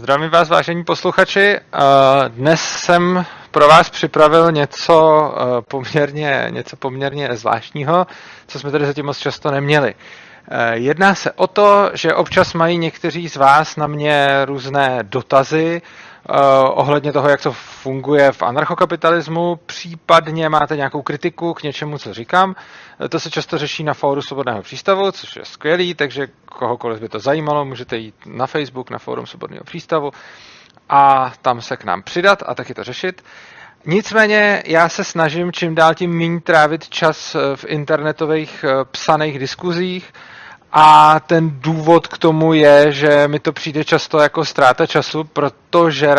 Zdravím vás, vážení posluchači. Dnes jsem pro vás připravil něco poměrně zvláštního, co jsme tady zatím moc často neměli. Jedná se o to, že občas mají někteří z vás na mě různé dotazy ohledně toho, jak to funguje v anarchokapitalismu, případně máte nějakou kritiku k něčemu, co říkám. To se často řeší na fóru Svobodného přístavu, což je skvělý, takže kohokoliv by to zajímalo, můžete jít na Facebook, na fórum Svobodného přístavu a tam se k nám přidat a taky to řešit. Nicméně já se snažím čím dál tím méně trávit čas v internetových psaných diskuzích a ten důvod k tomu je, že mi to přijde často jako ztráta času, protože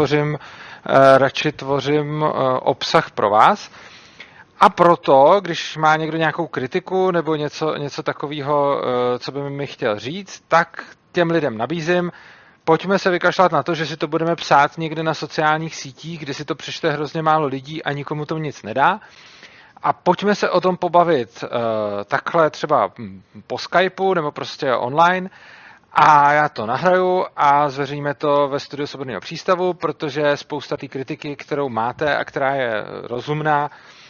radši tvořím obsah pro vás. A proto, když má někdo nějakou kritiku nebo něco takového, co by mi chtěl říct, tak těm lidem nabízím, pojďme se vykašlat na to, že si to budeme psát někde na sociálních sítích, kde si to přečte hrozně málo lidí a nikomu to nic nedá. A pojďme se o tom pobavit takhle třeba po Skypeu nebo prostě online a já to nahraju a zveřejníme to ve studiu Svobodného přístavu, protože spousta té kritiky, kterou máte a která je rozumná,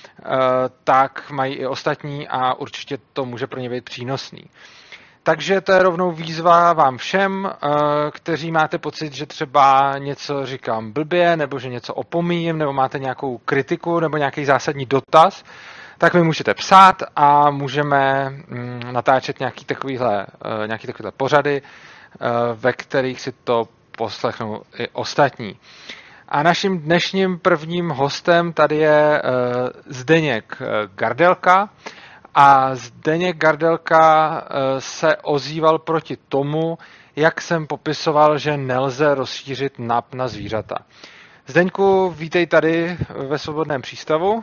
tak mají i ostatní a určitě to může pro ně být přínosný. Takže to je rovnou výzva vám všem, kteří máte pocit, že třeba něco říkám blbě, nebo že něco opomíjím, nebo máte nějakou kritiku, nebo nějaký zásadní dotaz, tak mi můžete psát a můžeme natáčet nějaký takovýhle pořady, ve kterých si to poslechnou i ostatní. A naším dnešním prvním hostem tady je Zdeněk Gardelka. A Zdeněk Gardelka se ozýval proti tomu, jak jsem popisoval, že nelze rozšířit NAP na zvířata. Zdeňku, vítej tady ve Svobodném přístavu.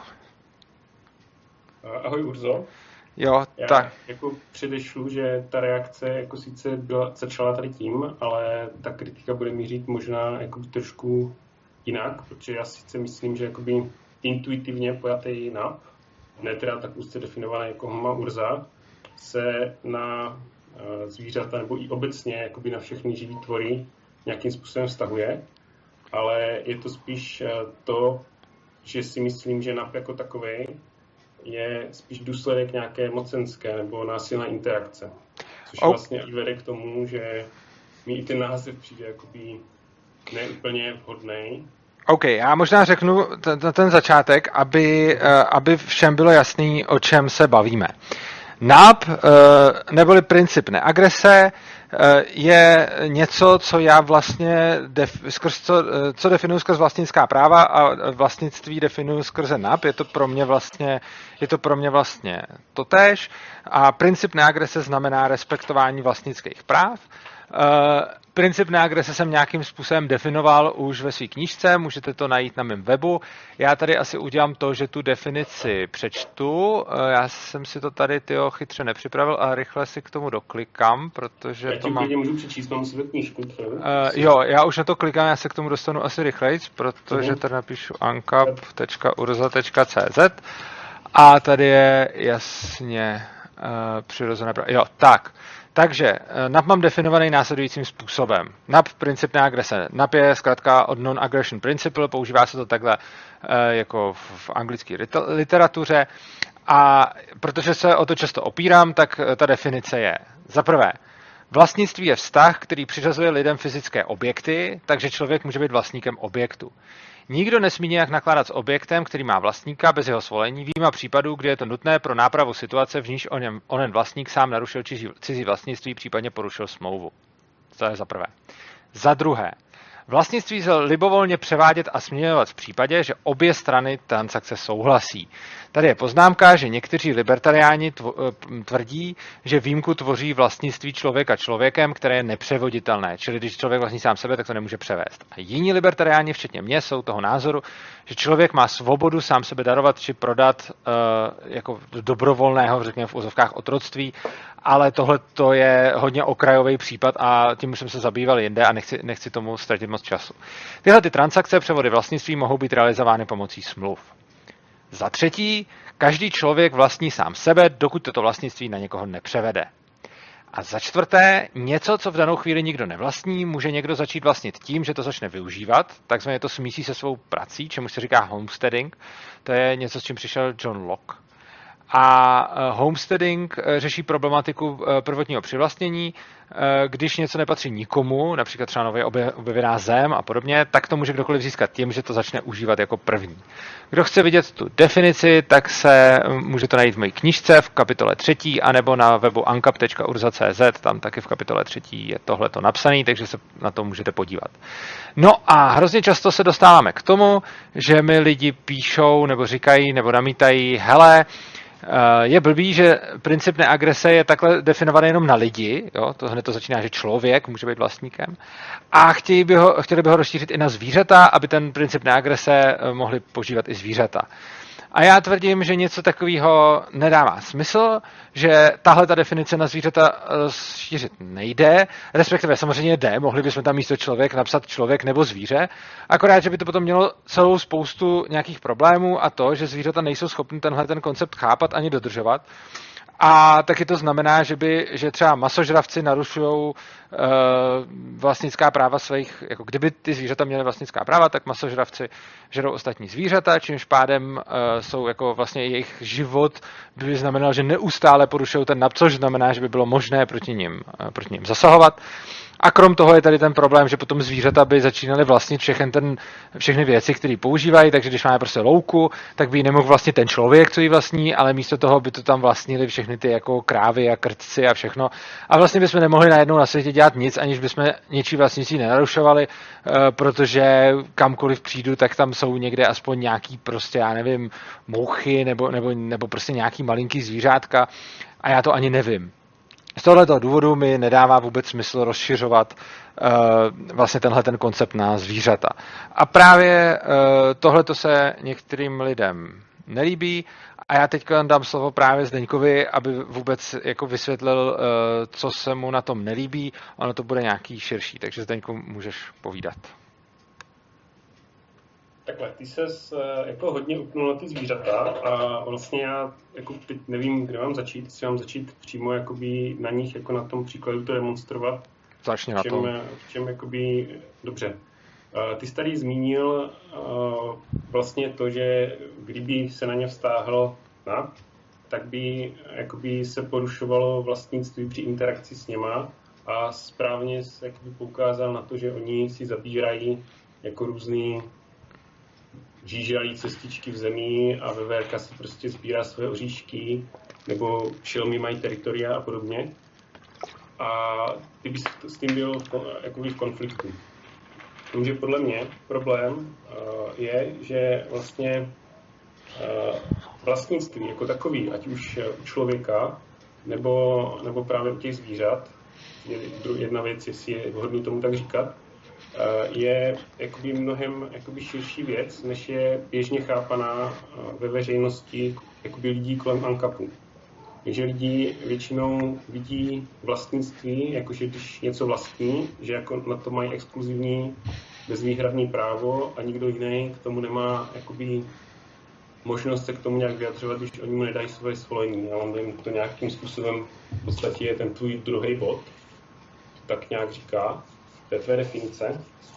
Ahoj Urzo. Jo, já tak. Jako předešlu, že ta reakce jako sice začala tady tím, ale ta kritika bude mířit možná jako trošku jinak, protože já sice myslím, že jakoby intuitivně pojatý NAP, ne teda tak úzce definované jako Homa Urza, se na zvířata nebo i obecně jakoby na všechny živý tvory nějakým způsobem vztahuje, ale je to spíš to, že si myslím, že NAP jako takový je spíš důsledek nějaké mocenské nebo násilné interakce, což vlastně i vede k tomu, že mi i ten název přijde jakoby neúplně vhodný. OK, já možná řeknu ten začátek, aby všem bylo jasný, o čem se bavíme. NAP, neboli princip neagrese, je něco, co já vlastně co definuji skrz vlastnická práva a vlastnictví definuji skrze NAP. Je to pro mě vlastně totéž. A princip neagrese znamená respektování vlastnických práv. Princip neagrese jsem nějakým způsobem definoval už ve své knížce, můžete to najít na mém webu. Já tady asi udělám to, že tu definici přečtu. Já jsem si to tady chytře nepřipravil, ale rychle si k tomu doklikám, protože já to mám... Já můžu přečíst, mám si knížku. Jo, já už na to klikám, já se k tomu dostanu asi rychlejc, protože tady napíšu ankap.urza.cz a tady je jasně přirozené právo. Jo, tak. Takže NAP mám definovaný následujícím způsobem. NAP, princip neagrese. NAP je zkrátka od non-aggression principle, používá se to takhle jako v anglické literatuře a protože se o to často opírám, tak ta definice je za prvé, vlastnictví je vztah, který přiřazuje lidem fyzické objekty, takže člověk může být vlastníkem objektu. Nikdo nesmí nějak nakládat s objektem, který má vlastníka bez jeho svolení, vyjma případů, kdy je to nutné pro nápravu situace, v níž onen vlastník sám narušil cizí vlastnictví, případně porušil smlouvu. To je za prvé. Za druhé, vlastnictví lze libovolně převádět a směňovat v případě, že obě strany transakce souhlasí. Tady je poznámka, že někteří libertariáni tvrdí, že výjimku tvoří vlastnictví člověka člověkem, které je nepřevoditelné. Čili když člověk vlastní sám sebe, tak to nemůže převést. A jiní libertariáni, včetně mě, jsou toho názoru, že člověk má svobodu sám sebe darovat či prodat jako dobrovolného, řekněme v úzovkách, otroctví, ale tohle to je hodně okrajový případ a tím už jsem se zabýval jinde a nechci tomu ztratit moc času. Tyhle ty transakce, převody vlastnictví mohou být realizovány pomocí smluv. Za třetí, každý člověk vlastní sám sebe, dokud toto vlastnictví na někoho nepřevede. A za čtvrté, něco, co v danou chvíli nikdo nevlastní, může někdo začít vlastnit tím, že to začne využívat, takzvaně to smísí se svou prací, čemu se říká homesteading. To je něco, s čím přišel John Locke. A homesteading řeší problematiku prvotního přivlastnění. Když něco nepatří nikomu, například třeba nově objevená zem a podobně, tak to může kdokoliv získat tím, že to začne užívat jako první. Kdo chce vidět tu definici, tak se může to najít v mojí knížce v kapitole 3, anebo na webu ankap.urza.cz, tam taky v kapitole 3 je tohleto napsané, takže se na to můžete podívat. No a hrozně často se dostáváme k tomu, že mi lidi píšou nebo říkají nebo namítají, hele, je blbý, že princip neagrese je takhle definovaný jenom na lidi, jo? To hned to začíná, že člověk může být vlastníkem, a chtěli by ho rozšířit i na zvířata, aby ten princip neagrese mohli požívat i zvířata. A já tvrdím, že něco takového nedává smysl, že tahle ta definice na zvířata šířit nejde, respektive samozřejmě jde, mohli bychom tam místo člověk napsat člověk nebo zvíře, akorát, že by to potom mělo celou spoustu nějakých problémů a to, že zvířata nejsou schopni tenhle ten koncept chápat ani dodržovat. A taky to znamená, že třeba masožravci narušují vlastnická práva svých, jako kdyby ty zvířata měly vlastnická práva, tak masožravci žerou ostatní zvířata, čímž pádem jsou jako vlastně jejich život by znamenal, že neustále porušují ten NAP, což znamená, že by bylo možné proti nim zasahovat. A krom toho je tady ten problém, že potom zvířata by začínaly vlastnit všechny věci, které používají, takže když máme prostě louku, tak by ji nemohl vlastnit ten člověk, co ji vlastní, ale místo toho by to tam vlastnili všechny ty jako krávy a krtci a všechno. A vlastně bychom nemohli najednou na světě dělat nic, aniž bychom něčí vlastnictví nenarušovali, protože kamkoliv přijdu, tak tam jsou někde aspoň nějaký prostě, já nevím, mouchy nebo prostě nějaký malinký zvířátka a já to ani nevím. Z tohoto důvodu mi nedává vůbec smysl rozšiřovat vlastně tenhle ten koncept na zvířata. A právě tohleto se některým lidem nelíbí a já teď dám slovo právě Zdeňkovi, aby vůbec jako vysvětlil, co se mu na tom nelíbí. Ono to bude nějaký širší, takže Zdeňku můžeš povídat. Takhle, ty ses jako hodně upnul na ty zvířata a vlastně já jako teď nevím, kde mám začít, jestli mám začít přímo jakoby na nich, jako na tom příkladu to demonstrovat. Začni na tom. V čem jakoby, dobře. Ty jsi tady zmínil vlastně to, že kdyby se na ně vztáhl NAP, tak by jakoby se porušovalo vlastnictví při interakci s něma a správně se jakoby poukázal na to, že oni si zabírají jako různý žíželí cestičky v zemi a veverka si prostě sbírá své oříšky, nebo šelmy mají teritoria a podobně. A ty bys s tím byl jakoby v konfliktu. Takže podle mě problém je, že vlastně vlastnictví jako takový, ať už u člověka, nebo právě u těch zvířat, jedna věc, jestli je vhodný tomu tak říkat, je jakoby mnohem jakoby širší věc, než je běžně chápaná ve veřejnosti jakoby lidí kolem ANCAPu. Takže lidi většinou vidí vlastnictví, jakože když něco vlastní, že jako na to mají exkluzivní bezvýhradní právo a nikdo jiný k tomu nemá jakoby možnost se k tomu nějak vyjadřovat, když oni mu nedají své svolení. Já vám to nějakým způsobem v podstatě je ten tvůj druhý bod, tak nějak říká. To je tvé definice.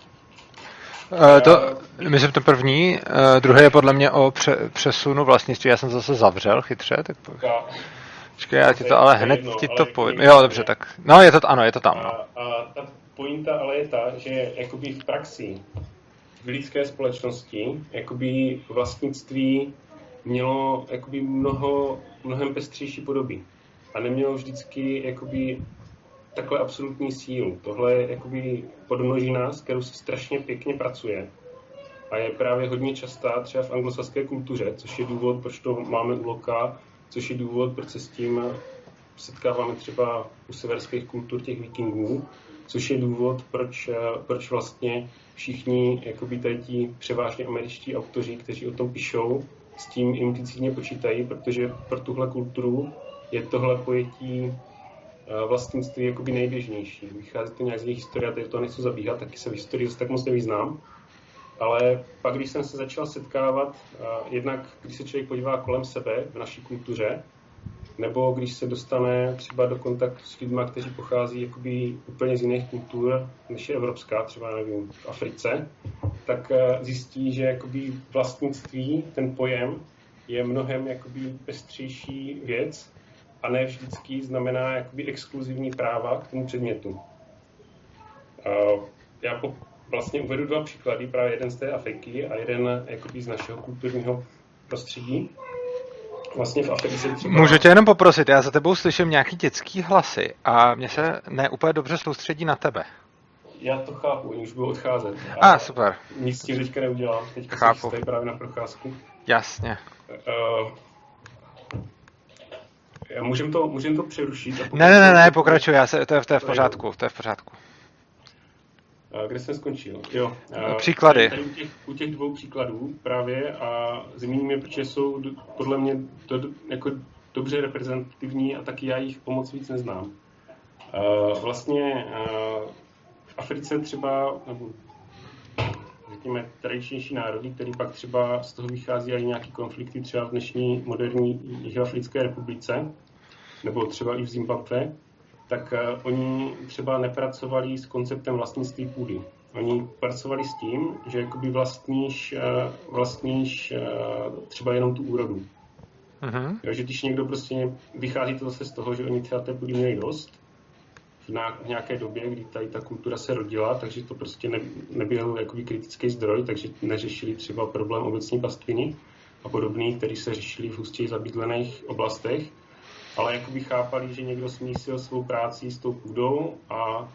Myslím to první, druhé je podle mě o přesunu vlastnictví. Já jsem zase zavřel chytře, tak počkej, já ti to ale hned ti to povím. Jo, dobře, tak. No, je to tam. No. A ta pointa ale je ta, že jakoby v praxi, v lidské společnosti, jakoby vlastnictví mělo jakoby mnohem pestřejší podoby. A nemělo vždycky jakoby takhle absolutní sílu. Tohle je jakoby podmnožina, s kterou se strašně pěkně pracuje. A je právě hodně častá třeba v anglosaské kultuře, což je důvod, proč to máme u Loka, což je důvod, proč se s tím setkáváme třeba u severských kultur těch vikingů, což je důvod, proč vlastně všichni jakoby tady ti převážně američtí autoři, kteří o tom píšou, s tím implicitně počítají, protože pro tuhle kulturu je tohle pojetí vlastnictví jakoby nejběžnější. Vychází to nějak z jejich historie, tady to nechci zabíhat, taky se v historii tak moc nevyznám. Ale pak, když jsem se začal setkávat, jednak když se člověk podívá kolem sebe v naší kultuře, nebo když se dostane třeba do kontaktu s lidmi, kteří pochází jakoby úplně z jiných kultur, než je evropská, třeba nevím, v Africe, tak zjistí, že jakoby vlastnictví, ten pojem, je mnohem jakoby pestřejší věc a ne vždycky znamená jakoby exkluzivní práva k tomu předmětu. Já vlastně uvedu 2 příklady, právě jeden z té Afriky a jeden jakoby z našeho kulturního prostředí. Vlastně v Africe třeba... Můžu tě jenom poprosit, já za tebou slyším nějaký dětský hlasy a mě se ne úplně dobře soustředí na tebe. Já to chápu, oni už budou odcházet. Super. Nic s tím teďka neudělám, teďka chápu. se chystají právě na procházku. Jasně. Můžem to přerušit? Ne, pokračuj, to je v pořádku, Kde jsem skončil? Jo. Příklady. Tady u těch 2 příkladů právě a zmíním je, protože jsou podle mě jako dobře reprezentativní a taky já jich pomoc víc neznám. Vlastně v Africe třeba, nebo řekněme tradičnější národy, který pak třeba z toho vychází i nějaký konflikty třeba v dnešní moderní Jihoafrické republice, nebo třeba i v Zimbabwe, tak oni třeba nepracovali s konceptem vlastnictví půdy. Oni pracovali s tím, že jakoby vlastníš třeba jenom tu úrodu. Uh-huh. Jo, že když někdo prostě vychází to zase z toho, že oni třeba té půdy měli dost, v nějaké době, kdy tady ta kultura se rodila, takže to prostě nebyl jakoby kritický zdroj, takže neřešili třeba problém obecní pastviny a podobných, který se řešili v hustěji zabydlených oblastech, ale jakoby chápali, že někdo smísil svou práci s tou půdou a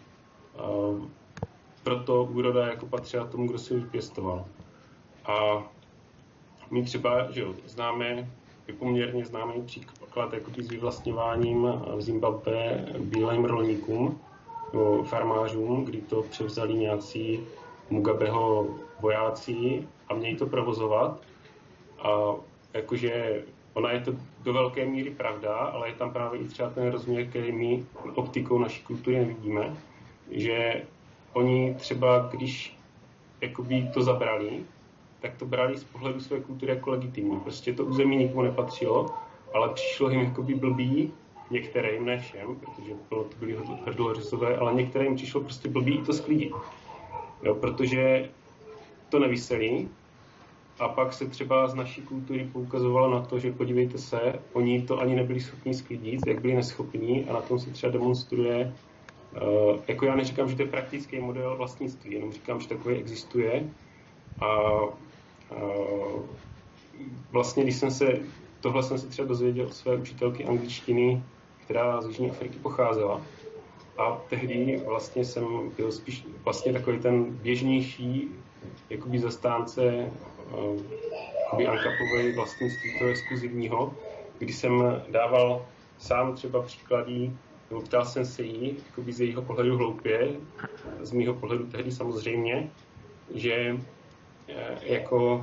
proto úroda jako patřila tomu, kdo si ji pěstoval. A my třeba, že jo, poměrně známý příklad jakoby s vyvlastňováním v Zimbabwe bílým rolníkům, nebo farmářům, kdy to převzali nějací Mugabeho vojáci a měli to provozovat. A jakože ona je to do velké míry pravda, ale je tam právě i třeba ten rozměr, který my optikou naší kultury nevidíme, že oni třeba, když jakoby to zabrali, tak to brali z pohledu své kultury jako legitimní. Prostě to území nikomu nepatřilo, ale přišlo jim jakoby blbý, některým, ne všem, protože to byly hrdlořezové, ale některým přišlo prostě blbý i to sklidit. Jo, protože to nevyselí a pak se třeba z naší kultury poukazovalo na to, že podívejte se, oni to ani nebyli schopni sklidit, jak byli neschopní a na tom se třeba demonstruje. Jako já neříkám, že to je praktický model vlastnictví, jenom říkám, že takový existuje. A vlastně, tohle jsem se třeba dozvěděl od své učitelky angličtiny, která z Jižní Afriky pocházela. A tehdy vlastně jsem byl spíš vlastně takový ten běžnější jakoby zastánce jakoby ankapovej vlastnictví toho exkluzivního, kdy jsem dával sám třeba příklady, nebo ptal jsem se jí jakoby z jejího pohledu hloupě, z mýho pohledu tehdy samozřejmě, že jako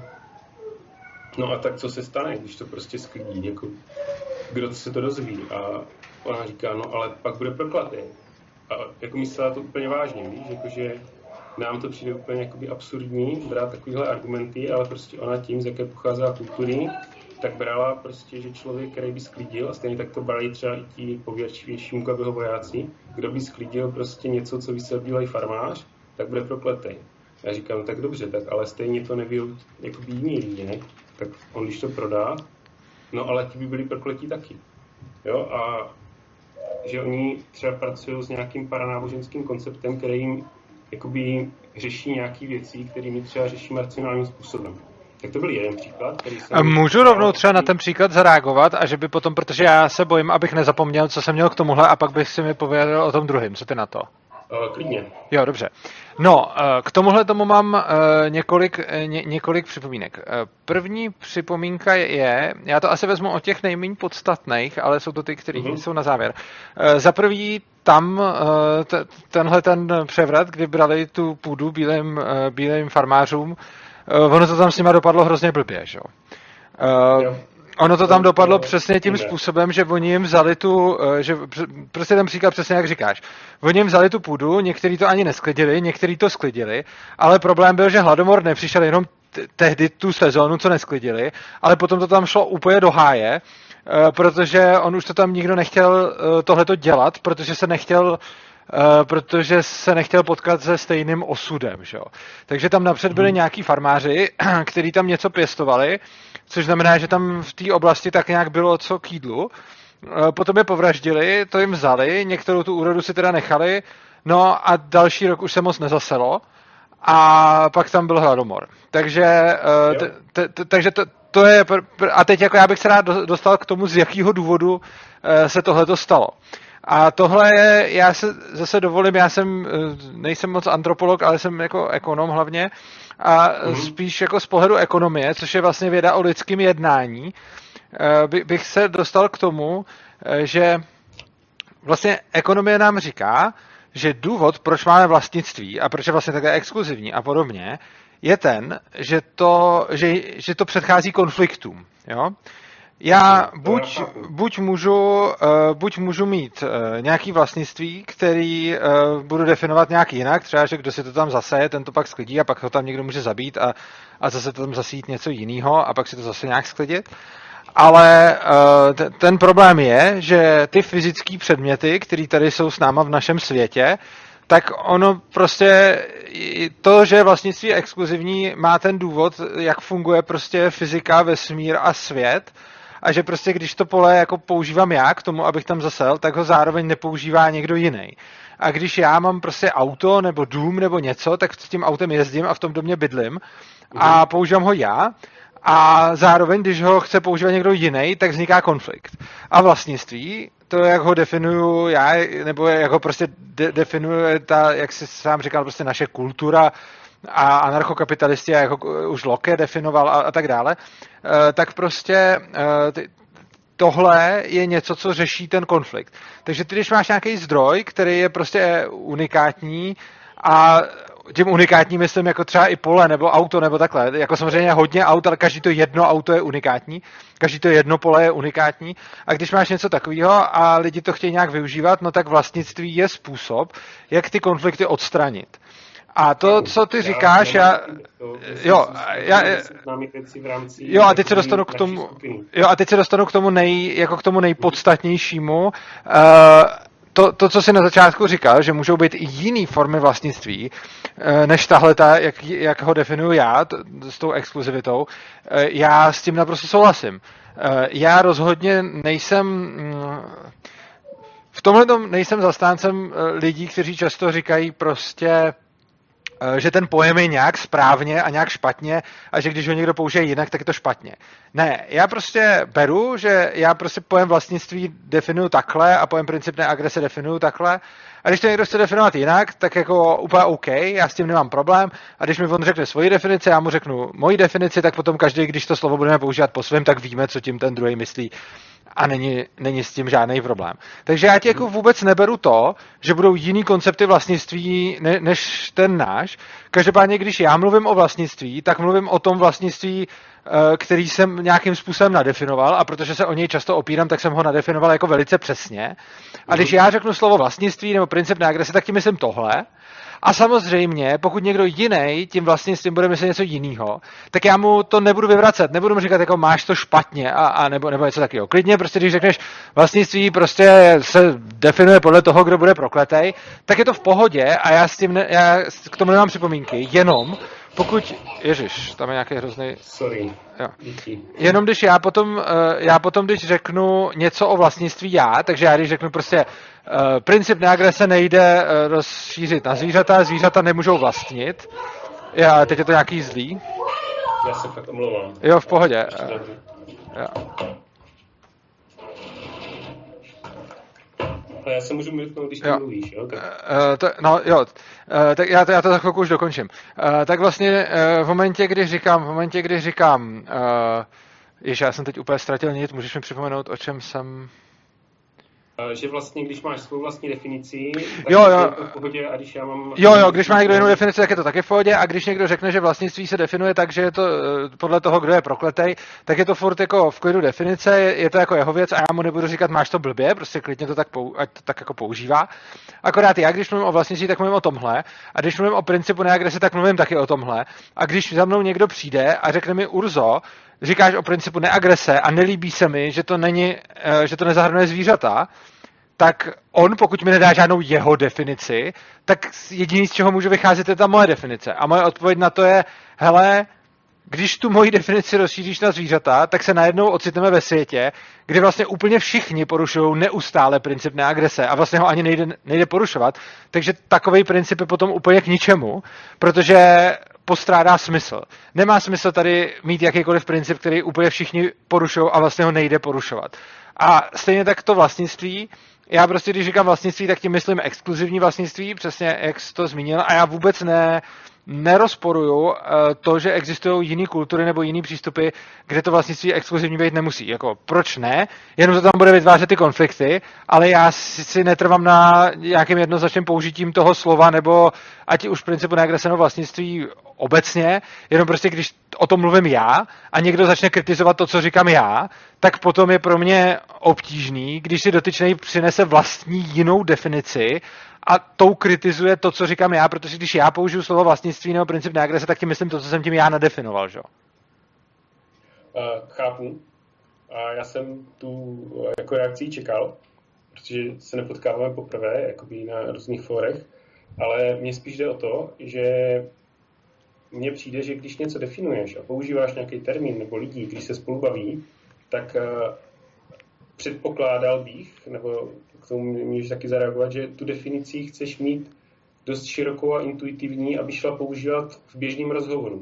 no a tak co se stane, když to prostě sklidí, jako kdo se to dozví a ona říká, no ale pak bude prokletý. A jako myslela to úplně vážně, víš, jakože nám to přijde úplně jakoby absurdní brát takovýhle argumenty, ale prostě ona tím, z jaké pocházela kultury, tak brala prostě, že člověk, který by sklidil, a stejně tak to brali třeba i ti pověrčivější Mugabeho vojáci, kdo by sklidil prostě něco, co vysel bílej farmář, tak bude prokletý. Já říkám, tak dobře, tak ale stejně to nevěl jakoby jiní lidi, ne? Tak on když to prodá, no ale ti by byli prokletí taky. Jo, a že oni třeba pracují s nějakým paranáboženským konceptem, který jim jakoby řeší nějaké věci, které my třeba řešíme racionálním způsobem. Tak to byl jeden příklad, který jsem... A můžu rovnou třeba na ten příklad zareagovat a že by potom, protože já se bojím, abych nezapomněl, co jsem měl k tomuhle a pak bych si mi pověděl o tom druhém. Co ty na to? Klidně. Jo, dobře. No, k tomuhle tomu mám několik připomínek. První připomínka je, já to asi vezmu od těch nejméně podstatných, ale jsou to ty, které jsou na závěr. Za prvý tam tenhle ten převrat, kdy brali tu půdu bílým farmářům, ono to tam s nima dopadlo hrozně blbě, že jo. Ono to tam dopadlo přesně tím způsobem, že oni jim vzali prostě ten příklad přesně jak říkáš. Oni jim vzali tu půdu, někteří to ani nesklidili, někteří to sklidili, ale problém byl, že hladomor nepřišel jenom tehdy tu sezónu, co nesklidili, ale potom to tam šlo úplně do háje, protože on už to tam nikdo nechtěl tohleto dělat, protože se nechtěl potkat se stejným osudem. Že jo? Takže tam napřed byli nějaký farmáři, kteří tam něco pěstovali, což znamená, že tam v té oblasti tak nějak bylo co k jídlu. Potom je povraždili, to jim vzali, některou tu úrodu si teda nechali, no a další rok už se moc nezaselo a pak tam byl hladomor. Takže to je... A teď jako já bych se rád dostal k tomu, z jakého důvodu se tohleto stalo. A tohle je, já se zase dovolím, nejsem moc antropolog, ale jsem jako ekonom hlavně a spíš jako z pohledu ekonomie, což je vlastně věda o lidském jednání, bych se dostal k tomu, že vlastně ekonomie nám říká, že důvod, proč máme vlastnictví a proč je vlastně takhle exkluzivní a podobně, je ten, že to předchází konfliktům. Jo? Já buď můžu mít nějaký vlastnictví, který budu definovat nějak jinak, třeba, že kdo si to tam zaseje, ten to pak sklidí a pak ho tam někdo může zabít a zase to tam zasít něco jiného a pak si to zase nějak sklidit. Ale ten problém je, že ty fyzické předměty, které tady jsou s náma v našem světě, tak ono prostě to, že vlastnictví je exkluzivní, má ten důvod, jak funguje prostě fyzika, vesmír a svět, a že prostě když to pole jako používám já k tomu, abych tam zasel, tak ho zároveň nepoužívá někdo jiný. A když já mám prostě auto nebo dům nebo něco, tak s tím autem jezdím a v tom domě bydlím a používám ho já. A zároveň, když ho chce používat někdo jiný, tak vzniká konflikt. A vlastnictví, to, jak ho definuju já, nebo jak ho prostě definuje ta, jak jsi sám říkal, prostě naše kultura a anarchokapitalisti, a jak ho už Locke definoval a tak dále, tak prostě tohle je něco, co řeší ten konflikt. Takže ty, když máš nějaký zdroj, který je prostě unikátní a tím unikátním myslím jako třeba i pole nebo auto nebo takhle. Jako samozřejmě hodně aut, ale každý to jedno auto je unikátní, každý to jedno pole je unikátní. A když máš něco takového a lidi to chtějí nějak využívat, no tak vlastnictví je způsob, jak ty konflikty odstranit. A to, co ty říkáš, a teď se dostanu k tomu nejpodstatnějšímu. To, co jsi na začátku říkal, že můžou být i jiný formy vlastnictví, než tahleta, jak ho definuju já, s tou exkluzivitou, já s tím naprosto souhlasím. Já rozhodně v tomhle nejsem zastáncem lidí, kteří často říkají prostě, že ten pojem je nějak správně a nějak špatně a že když ho někdo použije jinak, tak je to špatně. Ne, já prostě beru, že já prostě pojem vlastnictví definuju takhle a pojem princip neagrese definuju takhle a když to někdo chce definovat jinak, tak jako úplně OK, já s tím nemám problém a když mi on řekne svoji definici, já mu řeknu moji definici, tak potom každý, když to slovo budeme používat po svém, tak víme, co tím ten druhý myslí. A není s tím žádný problém. Takže já ti jako vůbec neberu to, že budou jiný koncepty vlastnictví než ten náš. Každopádně, když já mluvím o vlastnictví, tak mluvím o tom vlastnictví, který jsem nějakým způsobem nadefinoval a protože se o něj často opírám, tak jsem ho nadefinoval jako velice přesně. A když já řeknu slovo vlastnictví nebo princip neagrese, tak tím myslím tohle. A samozřejmě, pokud někdo jiný tím vlastnictvím bude myslet něco jiného, tak já mu to nebudu vyvracet, nebudu mu říkat, jako máš to špatně a nebo něco takového. Klidně, prostě když řekneš vlastnictví prostě se definuje podle toho, kdo bude prokletej, tak je to v pohodě a já k tomu nemám připomínky, jenom pokud, ježiš, tam je nějaký hrozný. Sorry. Jo. Jenom když já potom, když řeknu něco o vlastnictví takže já když řeknu prostě princip neagrese nejde rozšířit na zvířata nemůžou vlastnit. Teď je to nějaký zlý. Já se fakt omlouvám. Jo, v pohodě. Jo. A já se můžu mluvit, když ty mluvíš, jo? Tak já to za chvilku už dokončím. Tak vlastně v momentě, kdy říkám já jsem teď úplně ztratil nit, můžeš mi připomenout, o čem jsem... Že vlastně, když máš svou vlastní definici, tak jo. je to v pohodě, a když já mám... Jo, když má někdo jinou definici, tak je to taky v pohodě, a když někdo řekne, že vlastnictví se definuje tak, že je to podle toho, kdo je prokletej, tak je to furt jako v klidu definice, je to jako jeho věc a já mu nebudu říkat, máš to blbě, prostě klidně to tak, ať to tak jako používá. Akorát já, když mluvím o vlastnictví, tak mluvím o tomhle, a když mluvím o principu neagrese, tak mluvím taky o tomhle. A když za mnou někdo přijde a řekne mi Urzo, říkáš o principu neagrese a nelíbí se mi, že to není, že to nezahrnuje zvířata, tak on, pokud mi nedá žádnou jeho definici, tak jediný, z čeho můžu vycházet, je ta moje definice. A moje odpověď na to je, hele, když tu moji definici rozšíříš na zvířata, tak se najednou ocitneme ve světě, kde vlastně úplně všichni porušují neustále princip neagrese a vlastně ho ani nejde porušovat, takže takovej princip je potom úplně k ničemu, protože postrádá smysl. Nemá smysl tady mít jakýkoliv princip, který úplně všichni porušují a vlastně ho nejde porušovat. A stejně tak to vlastnictví, já prostě, když říkám vlastnictví, tak tím myslím exkluzivní vlastnictví, přesně jak jsi to zmínil, a já vůbec nerozporuju to, že existují jiné kultury nebo jiné přístupy, kde to vlastnictví exkluzivní být nemusí. Jako, proč ne? Jenom to tam bude vytvářet ty konflikty, ale já si netrvám na nějakým jednoznačným použitím toho slova, nebo ať už principu neagreseného vlastnictví obecně, jenom prostě když o tom mluvím já a někdo začne kritizovat to, co říkám já, tak potom je pro mě obtížný, když si dotyčnej přinese vlastní jinou definici a tou kritizuje to, co říkám já, protože když já použiju slovo vlastnictví nebo princip neagrese, tak tím myslím to, co jsem tím já nadefinoval, že? Chápu. A já jsem tu jako reakci čekal, protože se nepotkáváme poprvé, jakoby na různých fórech, ale mně spíš jde o to, že mně přijde, že když něco definuješ a používáš nějaký termín nebo lidi, když se spolu baví, tak předpokládal bych, nebo k tomu můžeš taky zareagovat, že tu definici chceš mít dost širokou a intuitivní, aby šla používat v běžném rozhovoru.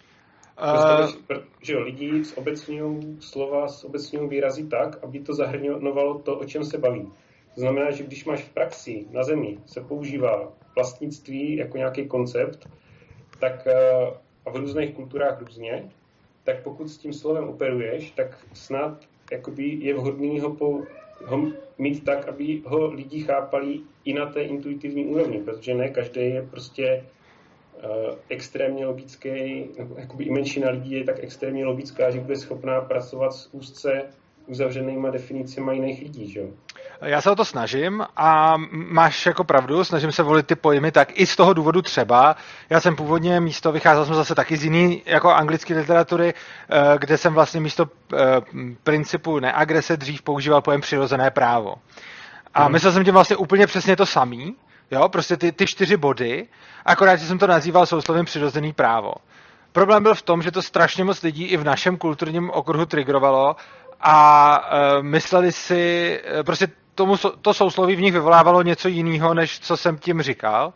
Že lidi obecňují slova, obecňují výrazy tak, aby to zahrnovalo to, o čem se baví. To znamená, že když máš v praxi na zemi se používá vlastnictví jako nějaký koncept, tak a v různých kulturách různě, tak pokud s tím slovem operuješ, tak snad jakoby je vhodný ho mít tak, aby ho lidi chápali i na té intuitivní úrovni, protože ne každý je prostě extrémně logický, jakoby i menšina lidí je tak extrémně logická, že bude schopná pracovat s úzce uzavřenýma definicemi jiných lidí, že jo? Já se o to snažím a máš jako pravdu, snažím se volit ty pojmy tak i z toho důvodu třeba. Já jsem původně vycházel jsem zase taky z jiný jako anglické literatury, kde jsem vlastně místo principu neagrese dřív používal pojem přirozené právo. A myslel jsem tím vlastně úplně přesně to samý, jo, prostě ty 4 body, akorát, že jsem to nazýval souslovím přirozený právo. Problém byl v tom, že to strašně moc lidí i v našem kulturním okruhu triggerovalo a mysleli si, prostě to sousloví v nich vyvolávalo něco jiného, než co jsem tím říkal.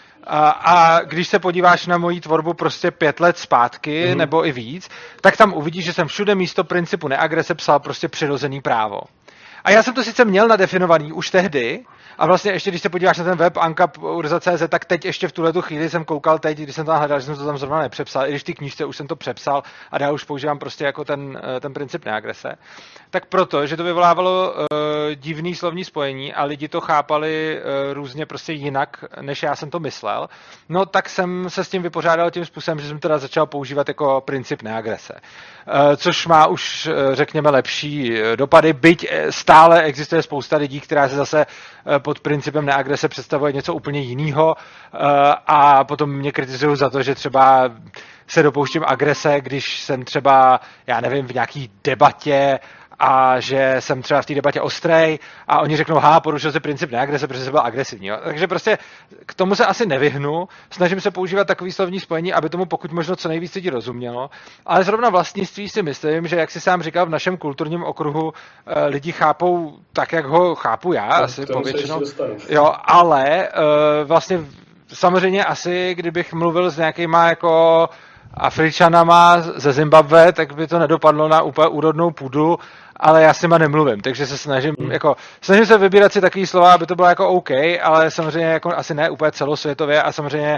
A když se podíváš na moji tvorbu prostě 5 let zpátky, nebo i víc, tak tam uvidíš, že jsem všude místo principu neagrese psal prostě přirozený právo. A já jsem to sice měl nadefinovaný už tehdy, a vlastně ještě, když se podíváš na ten web ankap.urza.cz, tak teď ještě v tuhletu chvíli jsem koukal teď, když jsem tam hledal, že jsem to tam zrovna nepřepsal, i když v té knížce už jsem to přepsal a dál už používám prostě jako ten princip neagrese. Tak proto, že to vyvolávalo divný slovní spojení a lidi to chápali různě prostě jinak, než já jsem to myslel, no tak jsem se s tím vypořádal tím způsobem, že jsem teda začal používat jako princip neagrese. Což má už, řekněme, lepší dopady, byť stále existuje spousta lidí, která se zase pod principem neagrese představuje něco úplně jiného a potom mě kritizují za to, že třeba se dopouštím agrese, když jsem třeba, já nevím, v nějaký debatě a že jsem třeba v té debatě ostrej a oni řeknou, porušil se princip neagrese, protože jsem byl agresivní. Jo? Takže prostě k tomu se asi nevyhnu, snažím se používat takový slovní spojení, aby tomu pokud možno co nejvíc lidí rozumělo, ale zrovna vlastnictví si myslím, že jak si sám říkal, v našem kulturním okruhu lidi chápou tak, jak ho chápu já, asi povětšinou. Jo, ale vlastně samozřejmě asi, kdybych mluvil s nějakýma jako Afričanama ze Zimbabwe, tak by to nedopadlo na úplně úrodnou půdu, ale já s nima nemluvím, takže se snažím se vybírat si takový slova, aby to bylo jako OK, ale samozřejmě jako asi ne úplně celosvětově a samozřejmě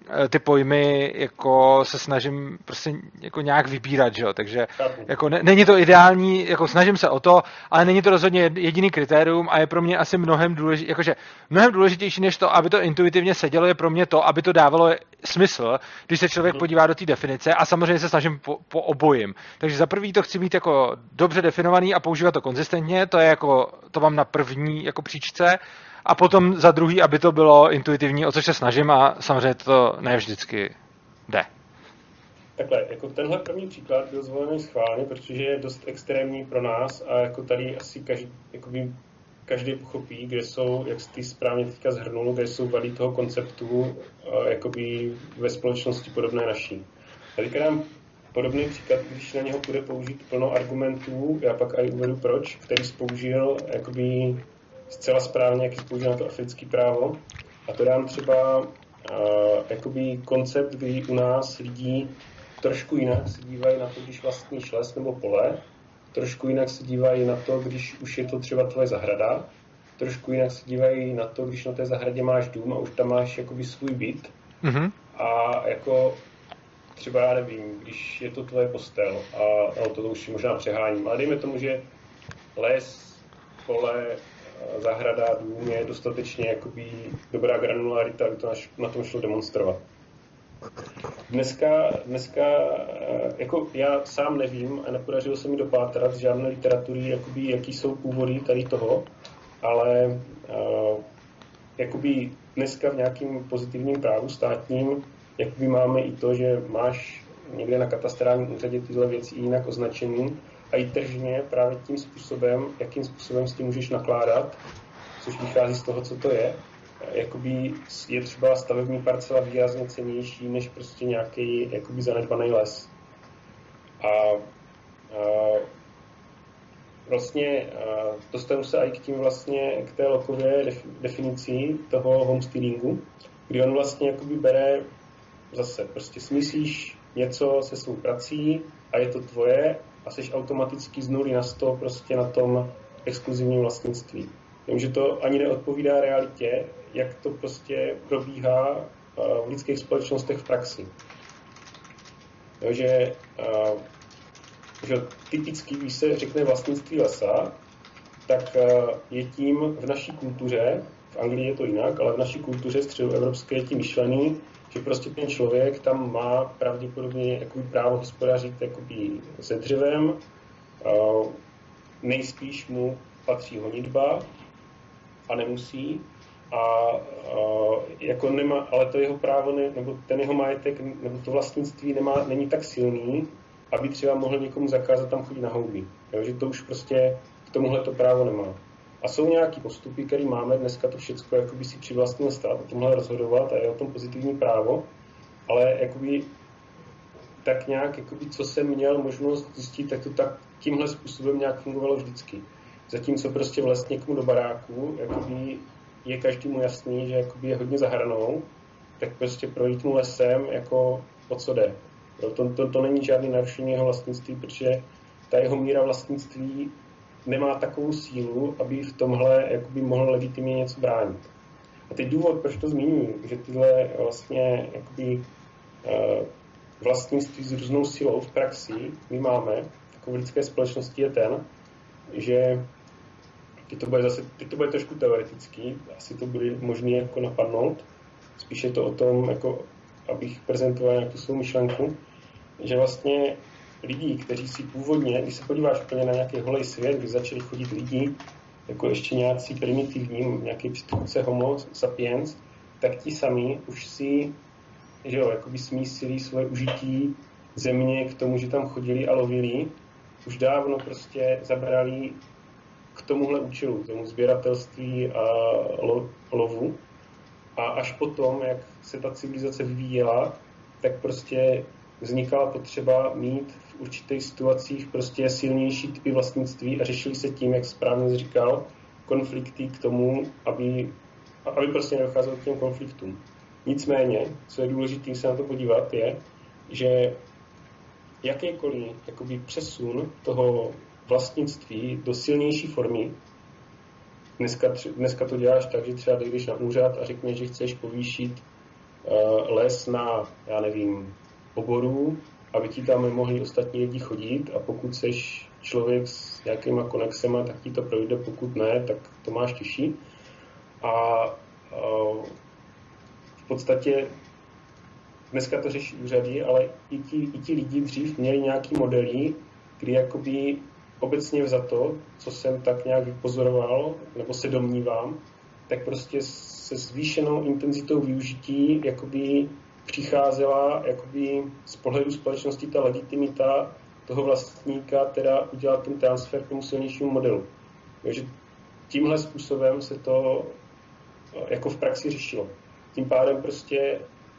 ty pojmy jako se snažím prostě jako nějak vybírat, že jo, takže jako není to ideální, jako snažím se o to, ale není to rozhodně jediný kritérium a je pro mě asi mnohem důležitější než to, aby to intuitivně sedělo, je pro mě to, aby to dávalo smysl, když se člověk podívá do té definice a samozřejmě se snažím po obojím. Takže za prvý to chci mít jako dobře definovaný a používat to konzistentně, to je jako, to mám na první jako příčce, a potom za druhý, aby to bylo intuitivní, o což se snažím a samozřejmě to ne vždycky jde. Takhle, jako tenhle první příklad byl zvolený schválně, protože je dost extrémní pro nás a jako tady asi každý pochopí, kde jsou, jak jsi ty správně teďka zhrnul, kde jsou vady toho konceptu jakoby ve společnosti podobné naší. Tady dám podobný příklad, když na něho bude použít plno argumentů, já pak i uvedu proč, který jsi použil jakoby zcela správně, jak jsi použil na to africké právo. A to dám třeba jakoby koncept, kdy u nás lidi trošku jinak se dívají na to, když vlastníš les nebo pole, trošku jinak se dívají na to, když už je to třeba tvoje zahrada, trošku jinak se dívají na to, když na té zahradě máš dům a už tam máš jakoby svůj byt. Mm-hmm. A jako třeba, já nevím, když je to tvoje postel a no, to už možná přeháním, ale dejme tomu, že les, pole, zahrada, dům je dostatečně jakoby dobrá granularita, aby to na tom šlo demonstrovat. Dneska jako já sám nevím a nepodařilo se mi dopátrat z žádné literatury, jakoby, jaký jsou původy tady toho, ale jakoby dneska v nějakým pozitivním právu státním jakoby máme i to, že máš někde na katastrálním úřadě tyhle věci jinak označený a i tržně právě tím způsobem, jakým způsobem s tím můžeš nakládat, což vychází z toho, co to je. Jakoby je třeba stavební parcela výrazně cennější než prostě nějaký jakoby zanedbaný les. A vlastně dostanu se i k tím vlastně k té lokové definici toho homesteadingu, kdy on vlastně jakoby bere zase prostě smyslíš něco se svou prací a je to tvoje a seš automaticky z 0 na 100 prostě na tom exkluzivním vlastnictví. Vím, že to ani neodpovídá realitě, jak to prostě probíhá v lidských společnostech v praxi. Takže že typicky, když se řekne vlastnictví lesa, tak je tím v naší kultuře, v Anglii je to jinak, ale v naší kultuře středoevropské je tím myšlený, že prostě ten člověk tam má pravděpodobně jakoby právo hospodařit jakoby se dřevem, nejspíš mu patří honitba a nemusí, jako nemá, ale to jeho právo, nebo ten jeho majetek, nebo to vlastnictví není tak silný, aby třeba mohl někomu zakázat tam chodit na houby. Takže to už prostě k tomuhle to právo nemá. A jsou nějaký postupy, které máme, dneska to všechno jakoby si přivlastnil stát o tomhle rozhodovat a je o tom pozitivní právo, ale jakoby tak nějak, jakoby, co jsem měl možnost zjistit, tak to tak tímhle způsobem nějak fungovalo vždycky. Zatímco prostě vlez někomu do baráku, jakoby je každému jasný, že jakoby je hodně za hranou, tak prostě projít mu lesem, jako o co jde. To není žádný narušení jeho vlastnictví, protože ta jeho míra vlastnictví nemá takovou sílu, aby v tomhle jakoby mohl legitimně něco bránit. A teď důvod, proč to zmiňuji, že tyhle vlastně jakoby, vlastnictví s různou silou v praxi my máme, jako v lidské společnosti je ten, že teď to bude trošku teoretický, asi to bude možné jako napadnout, spíše to o tom, jako, abych prezentoval nějakou svou myšlenku, že vlastně lidí, kteří si původně, když se podíváš úplně na nějaký holej svět, kdy začali chodit lidi, jako ještě nějací primitivní, nějaký předchůdce homo sapiens, tak ti sami už si, že jo, jakoby smísili svoje užití země k tomu, že tam chodili a lovili, už dávno prostě zabrali k tomuhle účelu, tomu sběratelství a lovu. A až potom, jak se ta civilizace vyvíjela, tak prostě vznikala potřeba mít v určitých situacích prostě silnější typy vlastnictví a řešili se tím, jak správně říkal, konflikty k tomu, aby prostě nedocházelo k těm konfliktům. Nicméně, co je důležité se na to podívat, je, že jakýkoliv jakoby přesun toho vlastnictví do silnější formy, dneska to děláš tak, že třeba jdeš na úřad a řekneš, že chceš povýšit les na, já nevím, oboru, aby ti tam nemohli ostatní lidi chodit a pokud seš člověk s nějakýma konexema, tak ti to projde, pokud ne, tak to máš těžší. A v podstatě dneska to řeší úřady, ale i ti lidi dřív měli nějaký modely, kdy jakoby obecně vzato, co jsem tak nějak vypozoroval, nebo se domnívám, tak prostě se zvýšenou intenzitou využití jakoby přicházela jakoby z pohledu společnosti ta legitimita toho vlastníka, teda udělat ten transfer k tomu silnějšímu modelu. Takže tímhle způsobem se to jako v praxi řešilo. Tím pádem prostě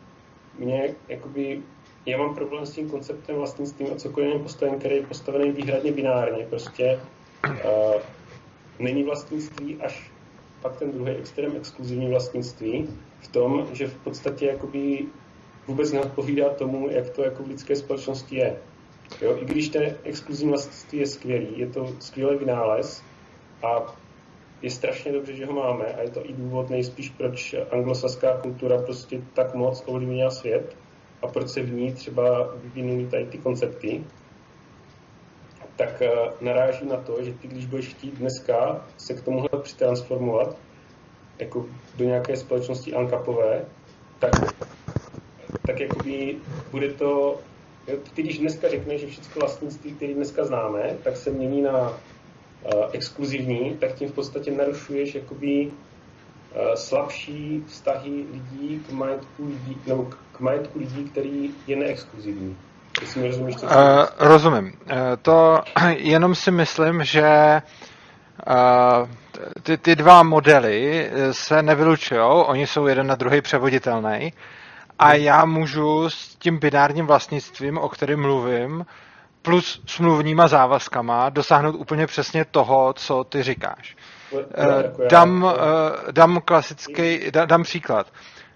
já mám problém s tím konceptem vlastnictví a cokoliv je postaven, který je postavený výhradně binárně. Prostě není vlastnictví až pak ten druhý extrém exkluzivní vlastnictví v tom, že v podstatě jakoby vůbec neodpovídá tomu, jak to jako v lidské společnosti je. Jo? I když ten exkluzivní vlastnictví je skvělý, je to skvělý vynález a je strašně dobře, že ho máme a je to i důvod nejspíš, proč anglosaská kultura prostě tak moc ovlivnila svět a proč se v ní třeba vyvinuly tady ty koncepty, tak naráží na to, že ty, když budeš chtít dneska se k tomuhle přitransformovat jako do nějaké společnosti ankapové, tak jakoby bude to, ty když dneska řekneš, že všechno vlastnictví, které dneska známe, tak se mění na exkluzivní, tak tím v podstatě narušuješ jakoby slabší vztahy lidí k majetku lidí, nebo k majetku lidí, který je neexkluzivní. Jestli mi rozumíš, co rozumím. To jenom si myslím, že ty dva modely se nevylučujou, oni jsou jeden na druhý převoditelný a já můžu s tím binárním vlastnictvím, o kterém mluvím, plus smluvníma závazkama dosáhnout úplně přesně toho, co ty říkáš. Dám příklad.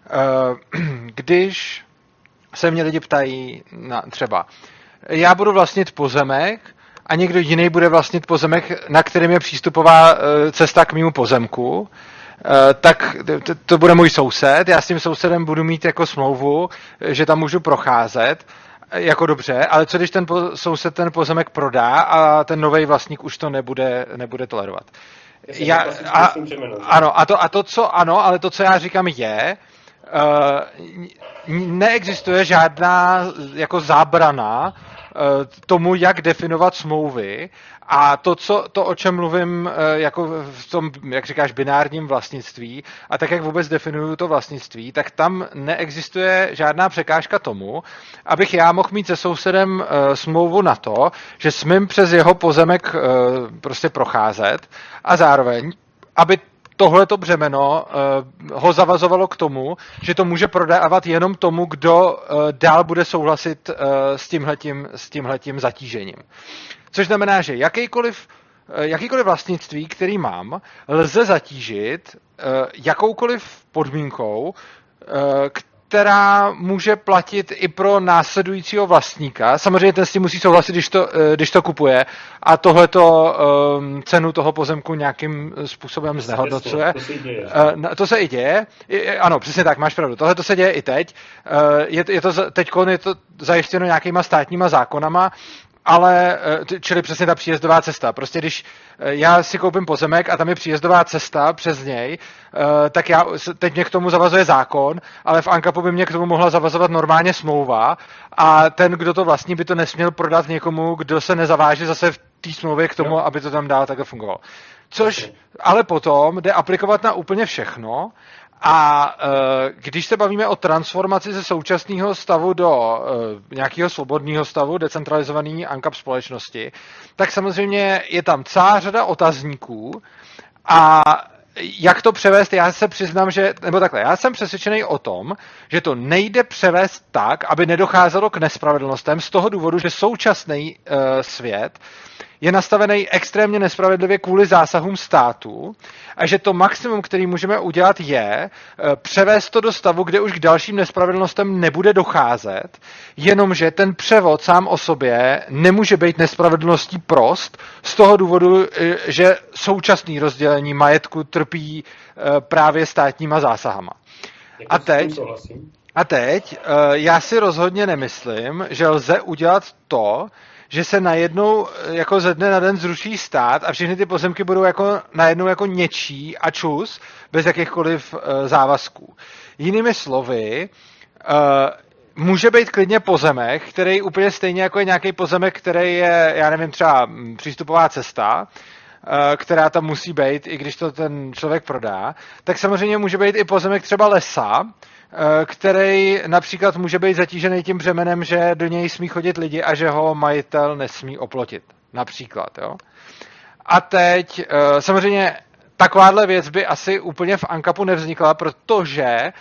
Když se mě lidi ptají třeba, já budu vlastnit pozemek a někdo jiný bude vlastnit pozemek, na kterém je přístupová cesta k mému pozemku, tak to bude můj soused, já s tím sousedem budu mít jako smlouvu, že tam můžu procházet, jako dobře, ale co když ten soused ten pozemek prodá a ten nový vlastník už to nebude tolerovat. Ale to, co já říkám je, neexistuje žádná jako zábrana tomu, jak definovat smlouvy a to, o čem mluvím jako v tom, jak říkáš, binárním vlastnictví a tak, jak vůbec definuju to vlastnictví, tak tam neexistuje žádná překážka tomu, abych já mohl mít se sousedem smlouvu na to, že smím přes jeho pozemek prostě procházet a zároveň, aby tohleto břemeno ho zavazovalo k tomu, že to může prodávat jenom tomu, kdo dál bude souhlasit s tímhletím zatížením. Což znamená, že jakýkoliv vlastnictví, který mám, lze zatížit jakoukoliv podmínkou, která může platit i pro následujícího vlastníka. Samozřejmě ten s tím musí souhlasit, když to kupuje a tohleto cenu toho pozemku nějakým způsobem znehodnocuje. To se i děje. Ano, přesně tak, máš pravdu. Tohle to se děje i teď. Je to zajištěno nějakýma státníma zákonama, ale, čili přesně ta příjezdová cesta. Prostě když já si koupím pozemek a tam je příjezdová cesta přes něj, tak teď mě k tomu zavazuje zákon, ale v ANCAPu by mě k tomu mohla zavazovat normálně smlouva a ten, kdo to vlastní, by to nesměl prodat někomu, kdo se nezaváže zase v té smlouvě k tomu, aby to tam dál takhle fungovalo. Což ale potom jde aplikovat na úplně všechno. A když se bavíme o transformaci ze současného stavu do nějakého svobodného stavu, decentralizované ANCAP společnosti, tak samozřejmě je tam celá řada otazníků a jak to převést, já se přiznám, já jsem přesvědčený o tom, že to nejde převést tak, aby nedocházelo k nespravedlnostem z toho důvodu, že současný svět je nastavený extrémně nespravedlivě kvůli zásahům státu a že to maximum, který můžeme udělat, je převést to do stavu, kde už k dalším nespravedlnostem nebude docházet, jenomže ten převod sám o sobě nemůže být nespravedlností prost z toho důvodu, že současný rozdělení majetku trpí právě státníma zásahama. A teď? A teď já si rozhodně nemyslím, že lze udělat to, že se najednou jako ze dne na den zruší stát a všechny ty pozemky budou jako najednou jako něčí a čus, bez jakýchkoliv závazků. Jinými slovy, může být klidně pozemek, který úplně stejně jako je nějaký pozemek, který je, já nevím, třeba přístupová cesta, která tam musí být, i když to ten člověk prodá, tak samozřejmě může být i pozemek třeba lesa, který například může být zatížený tím břemenem, že do něj smí chodit lidi a že ho majitel nesmí oplotit. Například, jo. A teď samozřejmě takováhle věc by asi úplně v ANCAPu nevznikla, protože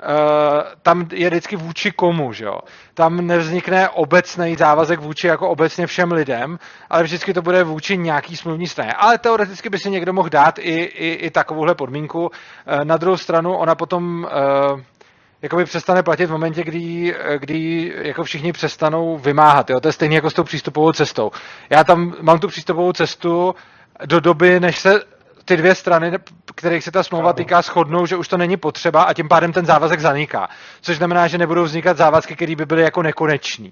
tam je vždycky vůči komu, že jo. Tam nevznikne obecný závazek vůči jako obecně všem lidem, ale vždycky to bude vůči nějaký smluvní straně. Ale teoreticky by si někdo mohl dát i takovouhle podmínku. Na druhou stranu ona potom jakoby přestane platit v momentě, kdy jako všichni přestanou vymáhat. Jo? To je stejné jako s tou přístupovou cestou. Já tam mám tu přístupovou cestu do doby, než se ty dvě strany, kterých se ta smlouva týká, shodnou, že už to není potřeba a tím pádem ten závazek zaniká. Což znamená, že nebudou vznikat závazky, které by byly jako nekonečný.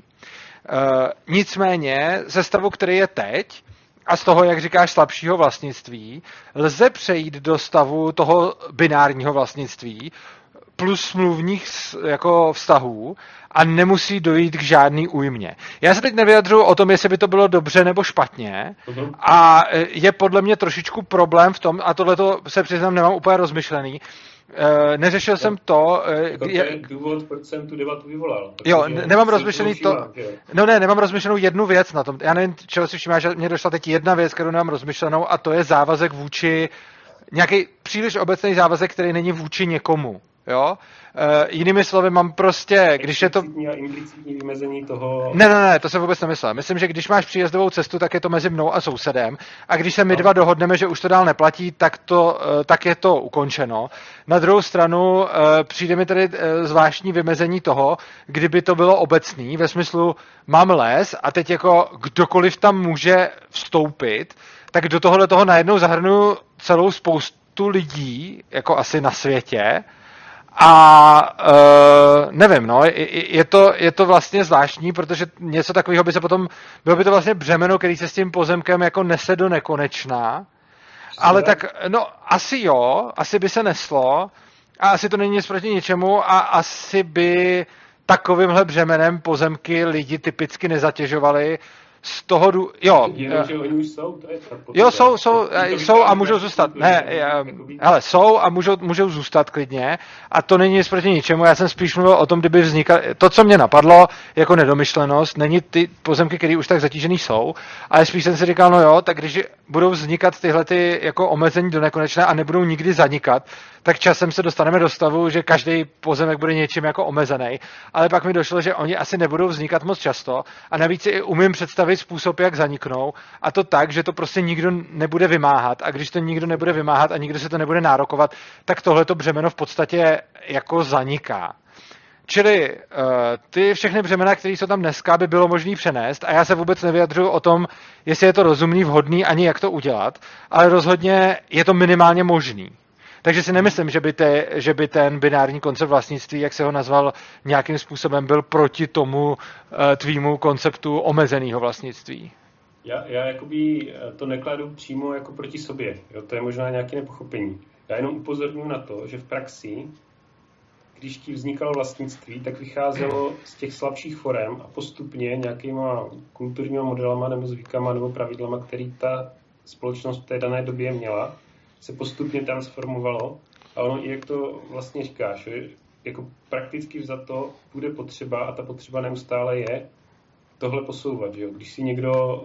Nicméně ze stavu, který je teď, a z toho, jak říkáš, slabšího vlastnictví, lze přejít do stavu toho binárního vlastnictví, plus smluvních jako vztahů a nemusí dojít k žádný újmě. Já se teď nevyjadřuju o tom, jestli by to bylo dobře nebo špatně a je podle mě trošičku problém v tom, a tohleto se přiznám, nemám úplně rozmyšlený, neřešil jsem to. To je důvod, proč jsem tu debatu vyvolal. Jo, nemám rozmyšlený to. Nemám rozmyšlenou jednu věc na tom. Já nevím, čeho si všimáš, že mě došla teď jedna věc, kterou nemám rozmyšlenou, a to je závazek vůči nějaký příliš obecný závazek, který není vůči někomu. Jo? Jinými slovy, mám prostě, když je to... A implicitní vymezení toho... Ne, to jsem vůbec nemyslel. Myslím, že když máš příjezdovou cestu, tak je to mezi mnou a sousedem. A když se my dva dohodneme, že už to dál neplatí, tak je to ukončeno. Na druhou stranu přijde mi tady zvláštní vymezení toho, kdyby to bylo obecný, ve smyslu mám les a teď jako kdokoliv tam může vstoupit, tak do tohohle toho najednou zahrnu celou spoustu lidí, jako asi na světě. A nevím, no, je to vlastně zvláštní, protože něco takového by se potom, bylo by to vlastně břemeno, který se s tím pozemkem jako nese do nekonečna, ale tak, no, asi jo, asi by se neslo a asi to není nic proti ničemu a asi by takovýmhle břemenem pozemky lidi typicky nezatěžovali. Z toho že oni už jsou, to je tak. Jo, jsou a můžou zůstat. Hele, jsou a můžou zůstat klidně a to není nic proti ničemu. Já jsem spíš mluvil o tom, kdyby vznikal, to, co mě napadlo jako nedomyšlenost, není ty pozemky, které už tak zatížený jsou, ale spíš jsem si říkal, no jo, tak když budou vznikat tyhle ty jako omezení do nekonečna a nebudou nikdy zanikat, tak časem se dostaneme do stavu, že každý pozemek bude něčím jako omezený, ale pak mi došlo, že oni asi nebudou vznikat moc často a navíc si i umím představit způsob, jak zaniknou, a to tak, že to prostě nikdo nebude vymáhat a když to nikdo nebude vymáhat a nikdo se to nebude nárokovat, tak tohleto břemeno v podstatě jako zaniká. Čili ty všechny břemena, které jsou tam dneska, by bylo možné přenést a já se vůbec nevyjadřuju o tom, jestli je to rozumný, vhodný, ani jak to udělat, ale rozhodně je to minimálně možný. Takže si nemyslím, že by ten binární koncept vlastnictví, jak se ho nazval, nějakým způsobem byl proti tomu tvýmu konceptu omezeného vlastnictví. Já jakoby to nekladu přímo jako proti sobě. Jo? To je možná nějaké nepochopení. Já jenom upozorňuji na to, že v praxi, když ti vznikalo vlastnictví, tak vycházelo z těch slabších forem a postupně nějakýma kulturníma modelama nebo zvykama nebo pravidlama, který ta společnost v té dané době měla, se postupně transformovalo a ono, i jak to vlastně říkáš, jako prakticky vzato bude potřeba a ta potřeba neustále je tohle posouvat. Jo? Když si někdo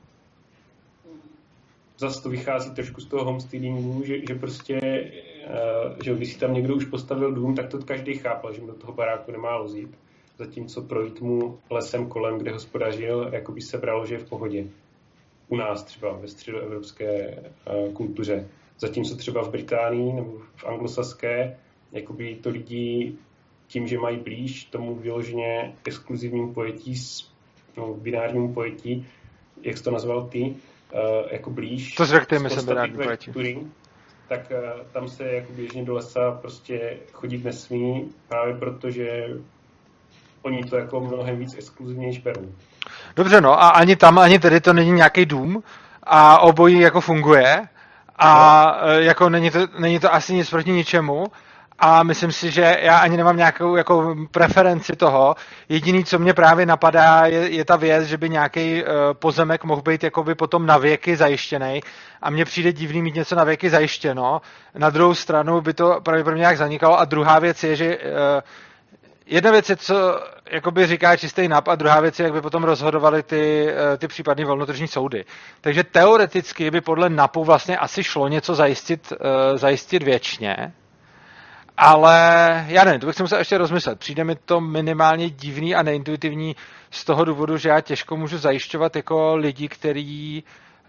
zase to vychází trošku z toho homesteadingu, že prostě, že když si tam někdo už postavil dům, tak to každý chápal, že do toho baráku nemá lozit, zatímco projít mu lesem kolem, kde hospodařil, jako by se bralo, že je v pohodě. U nás třeba ve středoevropské kultuře. Zatímco třeba v Británii nebo v anglosaské, jakoby to lidi tím, že mají blíž tomu vyloženě exkluzivnímu pojetí, binárnímu pojetí, jak jsi to nazval ty, jako blíž. To zřekněme se binární pojetí. tak tam se jako běžně do lesa prostě chodit nesmí, právě protože oni to jako mnohem víc exkluzivněji berou. Dobře, no a ani tam, ani tady to není nějaký dům a obojí jako funguje a jako není to asi nic proti ničemu a myslím si, že já ani nemám nějakou jako preferenci toho. Jediný, co mě právě napadá, je ta věc, že by nějaký pozemek mohl být jakoby potom na věky zajištěný a mně přijde divný mít něco na věky zajištěno. Na druhou stranu by to pravděpodobně nějak zanikalo a druhá věc je, že jedna věc je, co jakoby říká čistý NAP a druhá věc je, jak by potom rozhodovaly ty případné volnotržní soudy. Takže teoreticky by podle NAPu vlastně asi šlo něco zajistit věčně, ale já nevím, to bych si musel ještě rozmyslet. Přijde mi to minimálně divný a neintuitivní z toho důvodu, že já těžko můžu zajišťovat jako lidi, který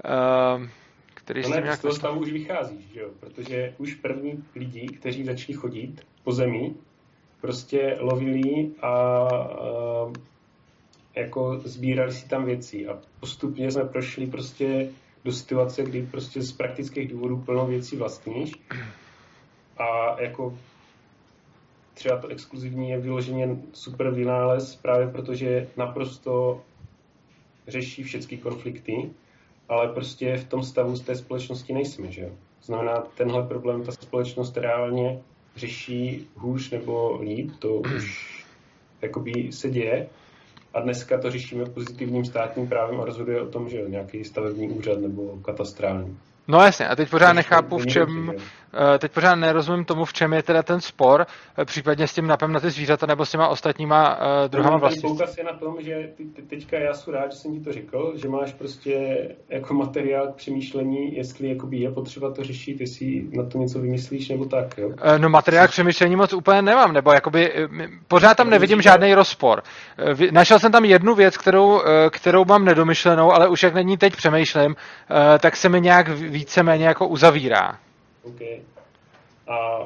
s tím nějak... Z toho stavu už vycházíš, že jo? Protože už první lidi, kteří začali chodit po zemi, prostě lovili a jako sbírali si tam věci a postupně jsme prošli prostě do situace, kdy prostě z praktických důvodů plno věcí vlastníš a jako třeba to exkluzivní je vyloženě super vynález právě protože naprosto řeší všechny konflikty, ale prostě v tom stavu z té společnosti nejsme, že jo? Znamená, tenhle problém ta společnost reálně řeší hůř nebo líp, to už jakoby se děje a dneska to řešíme pozitivním státním právem a rozhoduje o tom, že nějaký stavební úřad nebo katastrální. No jasně, a teď pořád nechápu, teď pořád nerozumím tomu, v čem je teda ten spor, případně s tím napem na ty zvířata nebo s těma ostatníma druhama vlastnictví. Poukaz je na tom, že teďka já jsem rád, že jsem ti to řekl, že máš prostě jako materiál k přemýšlení, jestli jakoby je potřeba to řešit, jestli na to něco vymyslíš nebo tak, jo? No materiál k přemýšlení moc úplně nemám, nebo jakoby pořád tam nevidím žádný rozpor. Našel jsem tam jednu věc, kterou mám nedomyšlenou, ale už jak na ní teď přemýšlím, tak se mi nějak víceméně jako uzavírá. Okay. A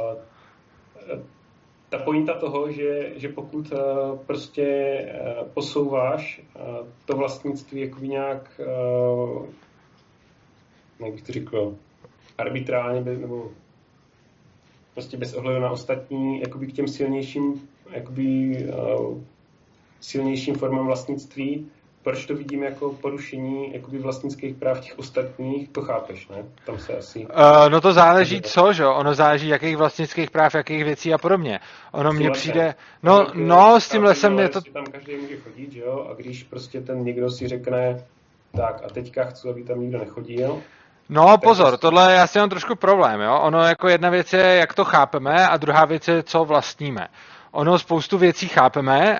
ta pointa toho, že pokud prostě posouváš to vlastnictví jakoby nějak, jak bych to řekl, arbitrálně, nebo prostě bez ohledu na ostatní, jakoby k těm silnějším formám vlastnictví, proč to vidím jako porušení jakoby vlastnických práv těch ostatních, to chápeš, ne? Tam se asi... No to záleží co, že? Ono záleží jakých vlastnických práv, jakých věcí a podobně. Ono mně přijde... No, s tím lesem je to... Tam každý může chodit, že jo? A když prostě ten někdo si řekne, tak a teďka chci, aby tam nikdo nechodil... No pozor, tohle já si mám trošku problém, jo? Ono jako jedna věc je, jak to chápeme a druhá věc je, co vlastníme. Ono spoustu věcí chápeme,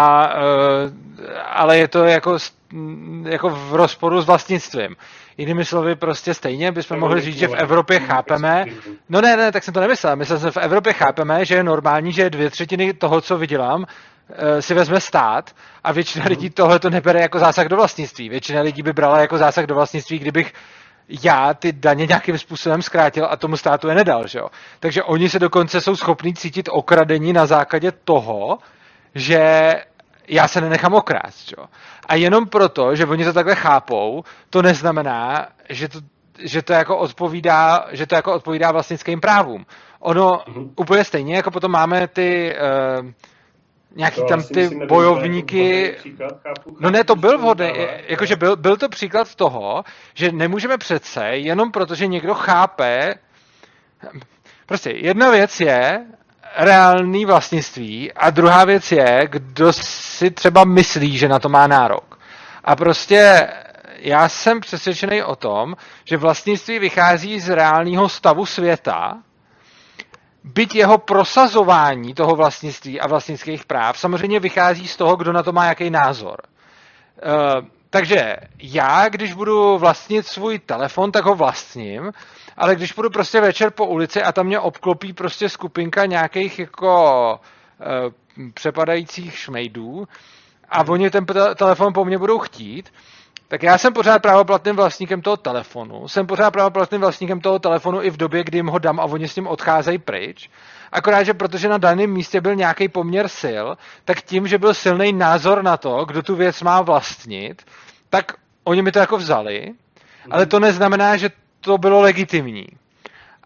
ale je to jako v rozporu s vlastnictvím. Jinými slovy, prostě stejně bychom mohli říct, že v Evropě chápeme... No ne, tak jsem to nemyslel. Myslel jsem, že v Evropě chápeme, že je normální, že 2/3 toho, co vydělám, si vezme stát a většina lidí tohle to nebere jako zásah do vlastnictví. Většina lidí by brala jako zásah do vlastnictví, kdybych já ty daně nějakým způsobem zkrátil a tomu státu je nedal, že jo. Takže oni se dokonce jsou schopní cítit okradení na základě toho, že já se nenechám okrást, jo. A jenom proto, že oni to takhle chápou, to neznamená, že to jako odpovídá vlastnickým právům. Ono úplně stejně, jako potom máme ty nějaký tam ty bojovníky... No ne, to byl vhodný, jakože byl to příklad toho, že nemůžeme přece, jenom protože někdo chápe... Prostě jedna věc je reálný vlastnictví a druhá věc je, kdo si třeba myslí, že na to má nárok. A prostě já jsem přesvědčený o tom, že vlastnictví vychází z reálného stavu světa, byť jeho prosazování toho vlastnictví a vlastnických práv samozřejmě vychází z toho, kdo na to má jaký názor. Takže já, když budu vlastnit svůj telefon, tak ho vlastním, ale když budu prostě večer po ulici a tam mě obklopí prostě skupinka nějakých jako přepadajících šmejdů a oni ten telefon po mně budou chtít, tak já jsem pořád právoplatným vlastníkem toho telefonu. Jsem pořád právoplatným vlastníkem toho telefonu i v době, kdy jim ho dám a oni s ním odcházejí pryč. Akorát, že protože na daném místě byl nějaký poměr sil, tak tím, že byl silný názor na to, kdo tu věc má vlastnit, tak oni mi to jako vzali, ale to neznamená, že to bylo legitimní.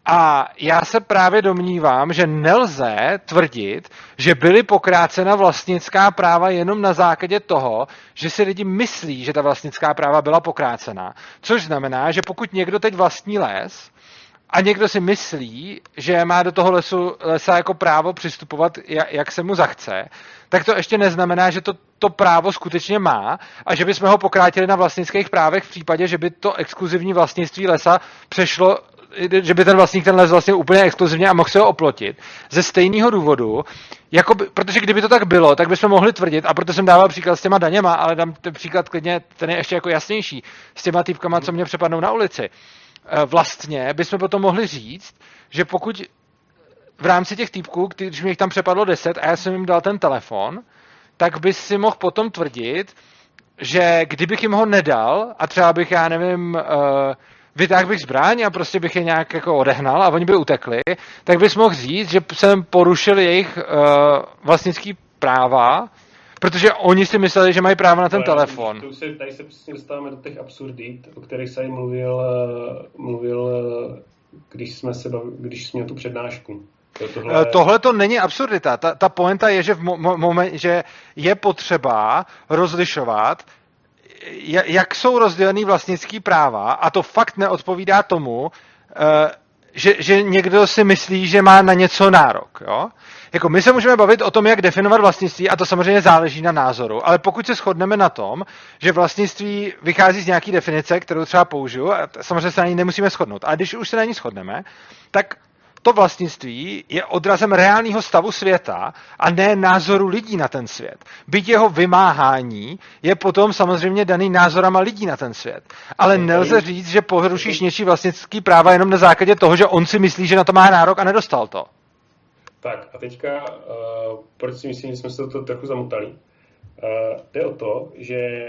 A já se právě domnívám, že nelze tvrdit, že byly pokrácena vlastnická práva jenom na základě toho, že si lidi myslí, že ta vlastnická práva byla pokrácena. Což znamená, že pokud někdo teď vlastní les a někdo si myslí, že má do toho lesa jako právo přistupovat, jak se mu zachce, tak to ještě neznamená, že to právo skutečně má a že bychom ho pokrátili na vlastnických právech v případě, že by to exkluzivní vlastnictví lesa přešlo, že by ten vlastník ten les vlastně úplně exkluzivně a mohl se ho oplotit. Ze stejného důvodu, protože kdyby to tak bylo, tak bychom mohli tvrdit, a proto jsem dával příklad s těma daněma, ale dám ten příklad klidně, ten je ještě jako jasnější, s těma týpkama, co mě přepadnou na ulici. Vlastně bychom potom mohli říct, že pokud v rámci těch týpků, když mě jich tam přepadlo 10 a já jsem jim dal ten telefon, tak by si mohl potom tvrdit, že kdybych jim ho nedal a třeba bych, já nevím, vytáhl bych zbraň a prostě bych je nějak jako odehnal a oni by utekli, tak bys mohl říct, že jsem porušil jejich vlastnický práva, protože oni si mysleli, že mají právo na ten telefon. Tady se přesně dostáváme do těch absurdit, o kterých jsem mluvil když jsi měl tu přednášku. Tohle to není absurdita. Ta pointa je, že, že je potřeba rozlišovat, jak jsou rozdělený vlastnický práva, a to fakt neodpovídá tomu, že někdo si myslí, že má na něco nárok. Jo? Jako my se můžeme bavit o tom, jak definovat vlastnictví, a to samozřejmě záleží na názoru, ale pokud se shodneme na tom, že vlastnictví vychází z nějaký definice, kterou třeba použiju, a samozřejmě se na ní nemusíme shodnout, ale když už se na ní shodneme, tak to vlastnictví je odrazem reálného stavu světa a ne názoru lidí na ten svět. Byť jeho vymáhání je potom samozřejmě daný názorama lidí na ten svět. Ale nelze říct, že porušíš něčí vlastnický práva jenom na základě toho, že on si myslí, že na to má nárok a nedostal to. Tak a teďka, proč si myslím, že jsme se do toho trochu zamotali? Jde o to, že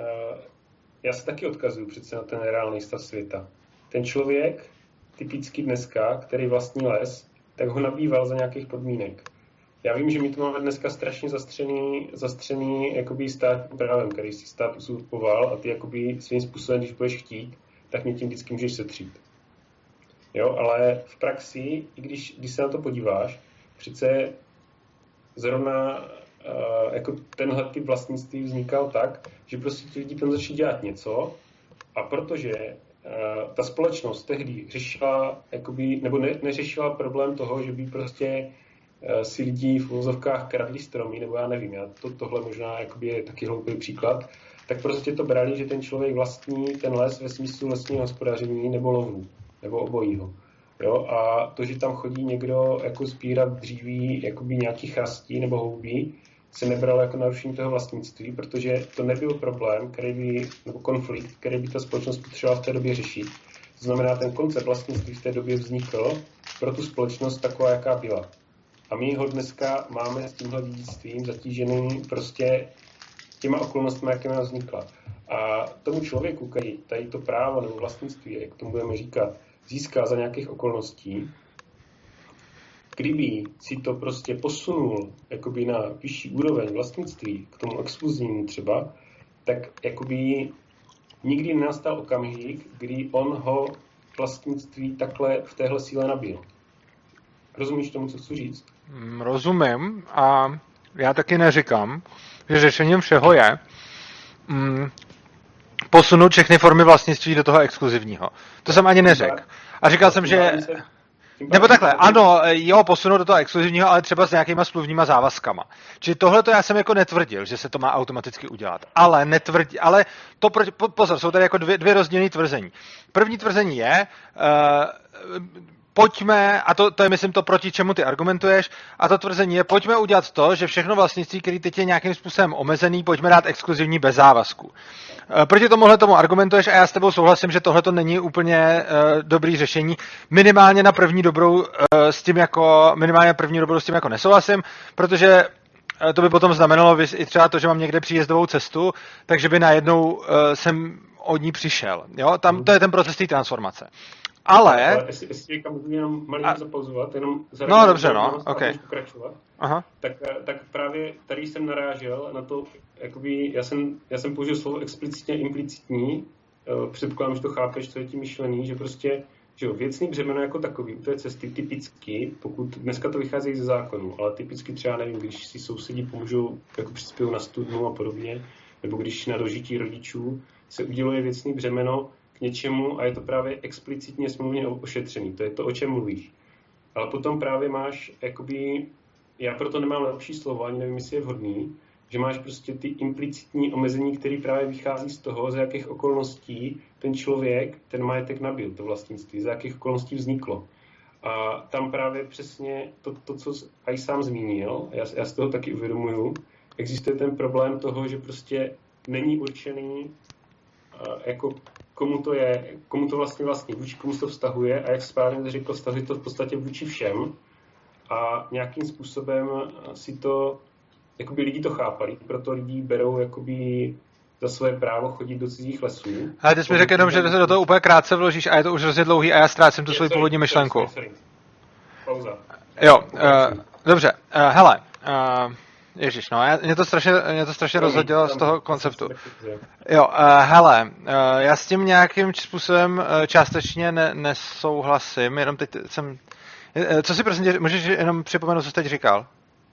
já se taky odkazuju přece na ten reálný stav světa. Ten člověk, typicky dneska, který vlastní les, tak ho nabýval za nějakých podmínek. Já vím, že my to máme dneska strašně zastřený jakoby státním právem, který si stát uzurpoval, a ty jakoby svým způsobem, když budeš chtít, tak mě tím vždycky můžeš setřít. Jo, ale v praxi, i když se na to podíváš, přece zrovna jako tenhle typ vlastnictví vznikal tak, že prostě ti lidi tam začali dělat něco, a protože ta společnost tehdy řešila, jakoby, nebo neřešila problém toho, že by prostě si lidi v uvozovkách kradli stromy, nebo já nevím, tohle možná jakoby je taky hloupý příklad, tak prostě to brali, že ten člověk vlastní ten les ve smyslu lesního hospodaření nebo lovu, nebo obojího. Jo? A to, že tam chodí někdo jako sbírat dříví, jakoby nějaký chrastí nebo houbí, se nebral jako narušení toho vlastnictví, protože to nebyl problém, nebo konflikt, který by ta společnost potřebovala v té době řešit. To znamená, ten koncept vlastnictví v té době vznikl pro tu společnost taková, jaká byla. A my ho dneska máme s tímhle dědictvím zatížený prostě těma okolnostmi, jaké nám vznikla. A tomu člověku, který tady to právo nebo vlastnictví, jak tomu budeme říkat, získá za nějakých okolností, kdyby si to prostě posunul jakoby na vyšší úroveň vlastnictví, k tomu exkluzivnímu třeba, tak jakoby nikdy nenastal okamžik, kdy on ho vlastnictví takhle v téhle síle nabil. Rozumíš tomu, co chci říct? Rozumím, a já taky neříkám, že řešením všeho je posunout všechny formy vlastnictví do toho exkluzivního. To jsem ani neřekl. A říkal jsem, že... Nebo takhle, ano, jo, posunout do toho exkluzivního, ale třeba s nějakýma smluvníma závazkama. Čili tohle to já jsem jako netvrdil, že se to má automaticky udělat. Ale to, pozor, jsou tady jako dvě rozdílné tvrzení. První tvrzení je, pojďme, a to je myslím to, proti čemu ty argumentuješ, a to tvrzení je, pojďme udělat to, že všechno vlastnictví, který teď je nějakým způsobem omezený, pojďme dát exkluzivní bez závazku. Proti tomu argumentuješ a já s tebou souhlasím, že tohle to není úplně dobrý řešení. Minimálně na první dobrou s tím jako nesouhlasím, protože to by potom znamenalo i třeba to, že mám někde příjezdovou cestu, takže by najednou jsem od ní přišel. Jo? To je ten proces té transformace. Ale jestli můžu jenom malý zapauzovat, jenom no dobře, no, okay. Pokračovat. Aha. Tak právě tady jsem narážel na to, jakoby, já jsem použil slovo explicitně implicitní, předpokládám, že to chápeš, co je tím myšlený, že prostě že jo, věcný břemeno jako takový, u té cesty typicky, pokud dneska to vychází ze zákonu, ale typicky třeba, nevím, když si sousedí pomůžou, jako přispějí na studnu a podobně, nebo když na dožití rodičů se uděluje věcný břemeno k něčemu a je to právě explicitně smluvně ošetřený. To je to, o čem mluvíš. Ale potom právě máš, jakoby, já proto nemám lepší slovo, ani nevím, jestli je vhodný, že máš prostě ty implicitní omezení, které právě vychází z toho, za jakých okolností ten člověk ten majetek nabyl, to vlastnictví, za jakých okolností vzniklo. A tam právě přesně to co aj sám zmínil, já si toho taky uvědomuju, existuje ten problém toho, že prostě není určený, jako komu to vlastně, vůči komu se to vztahuje a jak správně řekl, vztahuje to v podstatě vůči všem a nějakým způsobem si to jakoby lidi to chápali, proto lidi berou jakoby za své právo chodit do cizích lesů. Ale ty jsi mi řekl jenom, že se do toho úplně krátce vložíš a je to už hrozně dlouhý a já ztrácím tu svoji původní myšlenku. Pauza. Jo, dobře, hele, ježiš, no, mě to strašně rozhodilo z toho konceptu. Jo, hele, já s tím nějakým způsobem částečně nesouhlasím, jenom teď jsem... Co si prosím tě, můžeš jenom připomenout, co jsi teď říkal?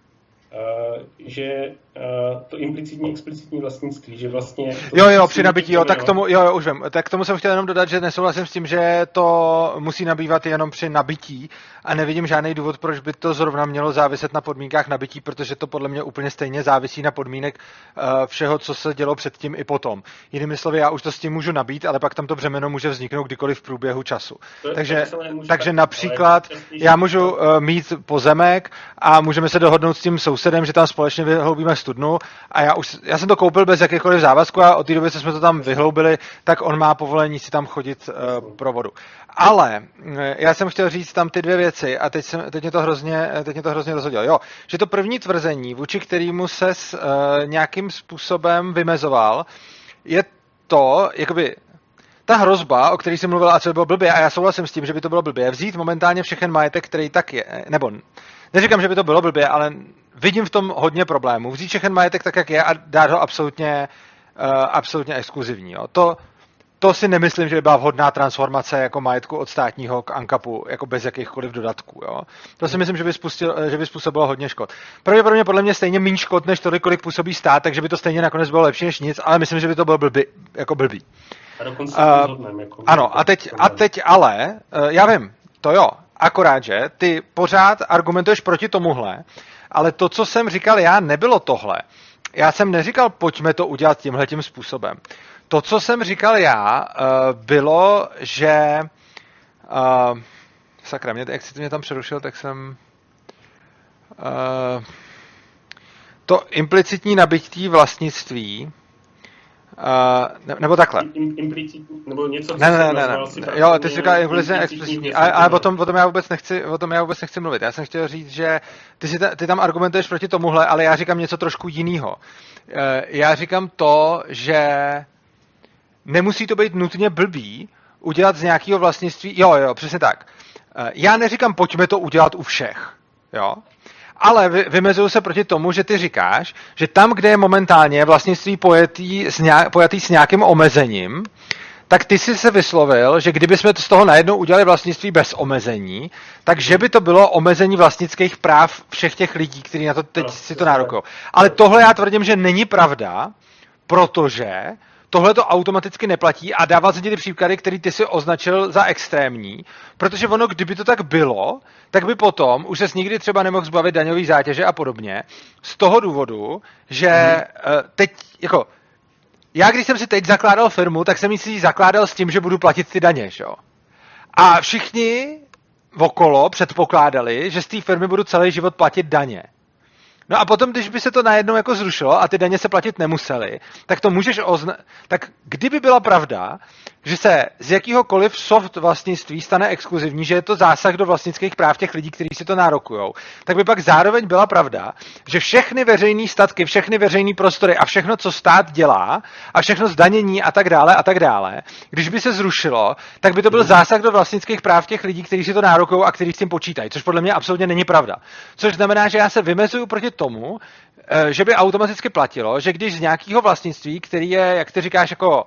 Že to implicitní, explicitní vlastnictví, že vlastně... Jo, při nabití, jo, tak k tomu, jo, už vím. Tak k tomu jsem chtěl jenom dodat, že nesouhlasím s tím, že to musí nabývat jenom při nabití a nevidím žádný důvod, proč by to zrovna mělo záviset na podmínkách nabití, protože to podle mě úplně stejně závisí na podmínek všeho, co se dělo předtím i potom. Jinými slovy, já už to s tím můžu nabít, ale pak tam to břemeno může vzniknout kdykoliv v průběhu času. Takže například já můžu mít pozemek a můžeme se dohodnout s tím sousedem, že tam společně vyhloubíme studnu a já jsem to koupil bez jakékoliv závazku a od té doby, co jsme to tam vyhloubili, tak on má povolení si tam chodit pro vodu. Ale já jsem chtěl říct tam ty dvě věci a teď mě to hrozně rozhodilo. Jo, že to první tvrzení, vůči kterému ses nějakým způsobem vymezoval, je to, jakoby ta hrozba, o který jsem mluvil a co by bylo blbě, a já souhlasím s tím, že by to bylo blbě, vzít momentálně všechen majetek, který tak je, nebo neříkám, že by to bylo blbě, ale vidím v tom hodně problémů. Vzít všechen majetek tak, jak je a dát ho absolutně exkluzivní. Jo. To si nemyslím, že by byla vhodná transformace jako majetku od státního k ANCAPu, jako bez jakýchkoliv dodatků. Jo. To si myslím, že by způsobilo hodně škod. Pravděpodobně podle mě stejně méně škod, než tolik, kolik působí stát, takže by to stejně nakonec bylo lepší než nic, ale myslím, že by to bylo blbý. A dokonce jako... Ano, a teď ale, já vím, to jo, akorát, že ty pořád argumentuješ proti tomuhle, ale to, co jsem říkal já, nebylo tohle. Já jsem neříkal, pojďme to udělat tímhletím způsobem. To, co jsem říkal já, bylo, že... Sakra, jak jsi mě tam přerušil, tak jsem... To implicitní nabytí vlastnictví, nebo takhle. Implicitní, nebo něco, ne. Jo, ty jsi říkal implicitně explicitní, ale o tom já vůbec nechci mluvit. Já jsem chtěl říct, že ty tam argumentuješ proti tomuhle, ale já říkám něco trošku jinýho. Já říkám to, že nemusí to být nutně blbý udělat z nějakého vlastnictví, jo, přesně tak. Já neříkám, pojďme to udělat u všech, jo. Ale vymezuju se proti tomu, že ty říkáš, že tam, kde je momentálně vlastnictví pojatý s nějakým omezením, tak ty jsi se vyslovil, že kdybychom z toho najednou udělali vlastnictví bez omezení, takže by to bylo omezení vlastnických práv všech těch lidí, kteří na to teď si to nárokují. Ale tohle já tvrdím, že není pravda, protože tohle to automaticky neplatí a dává se ti ty příklady, který ty si označil za extrémní, protože ono, kdyby to tak bylo, tak by potom už ses nikdy třeba nemohl zbavit daňový zátěže a podobně, z toho důvodu, že teď, jako, já když jsem si teď zakládal firmu, tak jsem si ji zakládal s tím, že budu platit ty daně, jo. A všichni okolo předpokládali, že z té firmy budu celý život platit daně. No a potom, když by se to najednou jako zrušilo a ty daně se platit nemusely, tak to můžeš tak kdyby byla pravda, že se z jakýhokoliv soft vlastnictví stane exkluzivní, že je to zásah do vlastnických práv těch lidí, kteří si to nárokujou, tak by pak zároveň byla pravda, že všechny veřejné statky, všechny veřejné prostory a všechno, co stát dělá a všechno zdanění a tak dále, když by se zrušilo, tak by to byl zásah do vlastnických práv těch lidí, kteří si to nárokují a kteří s tím počítají, což podle mě absolutně není pravda. Což znamená, že já se vymezuju proti tomu, že by automaticky platilo, že když z nějakého vlastnictví, který je, jak ty říkáš, jako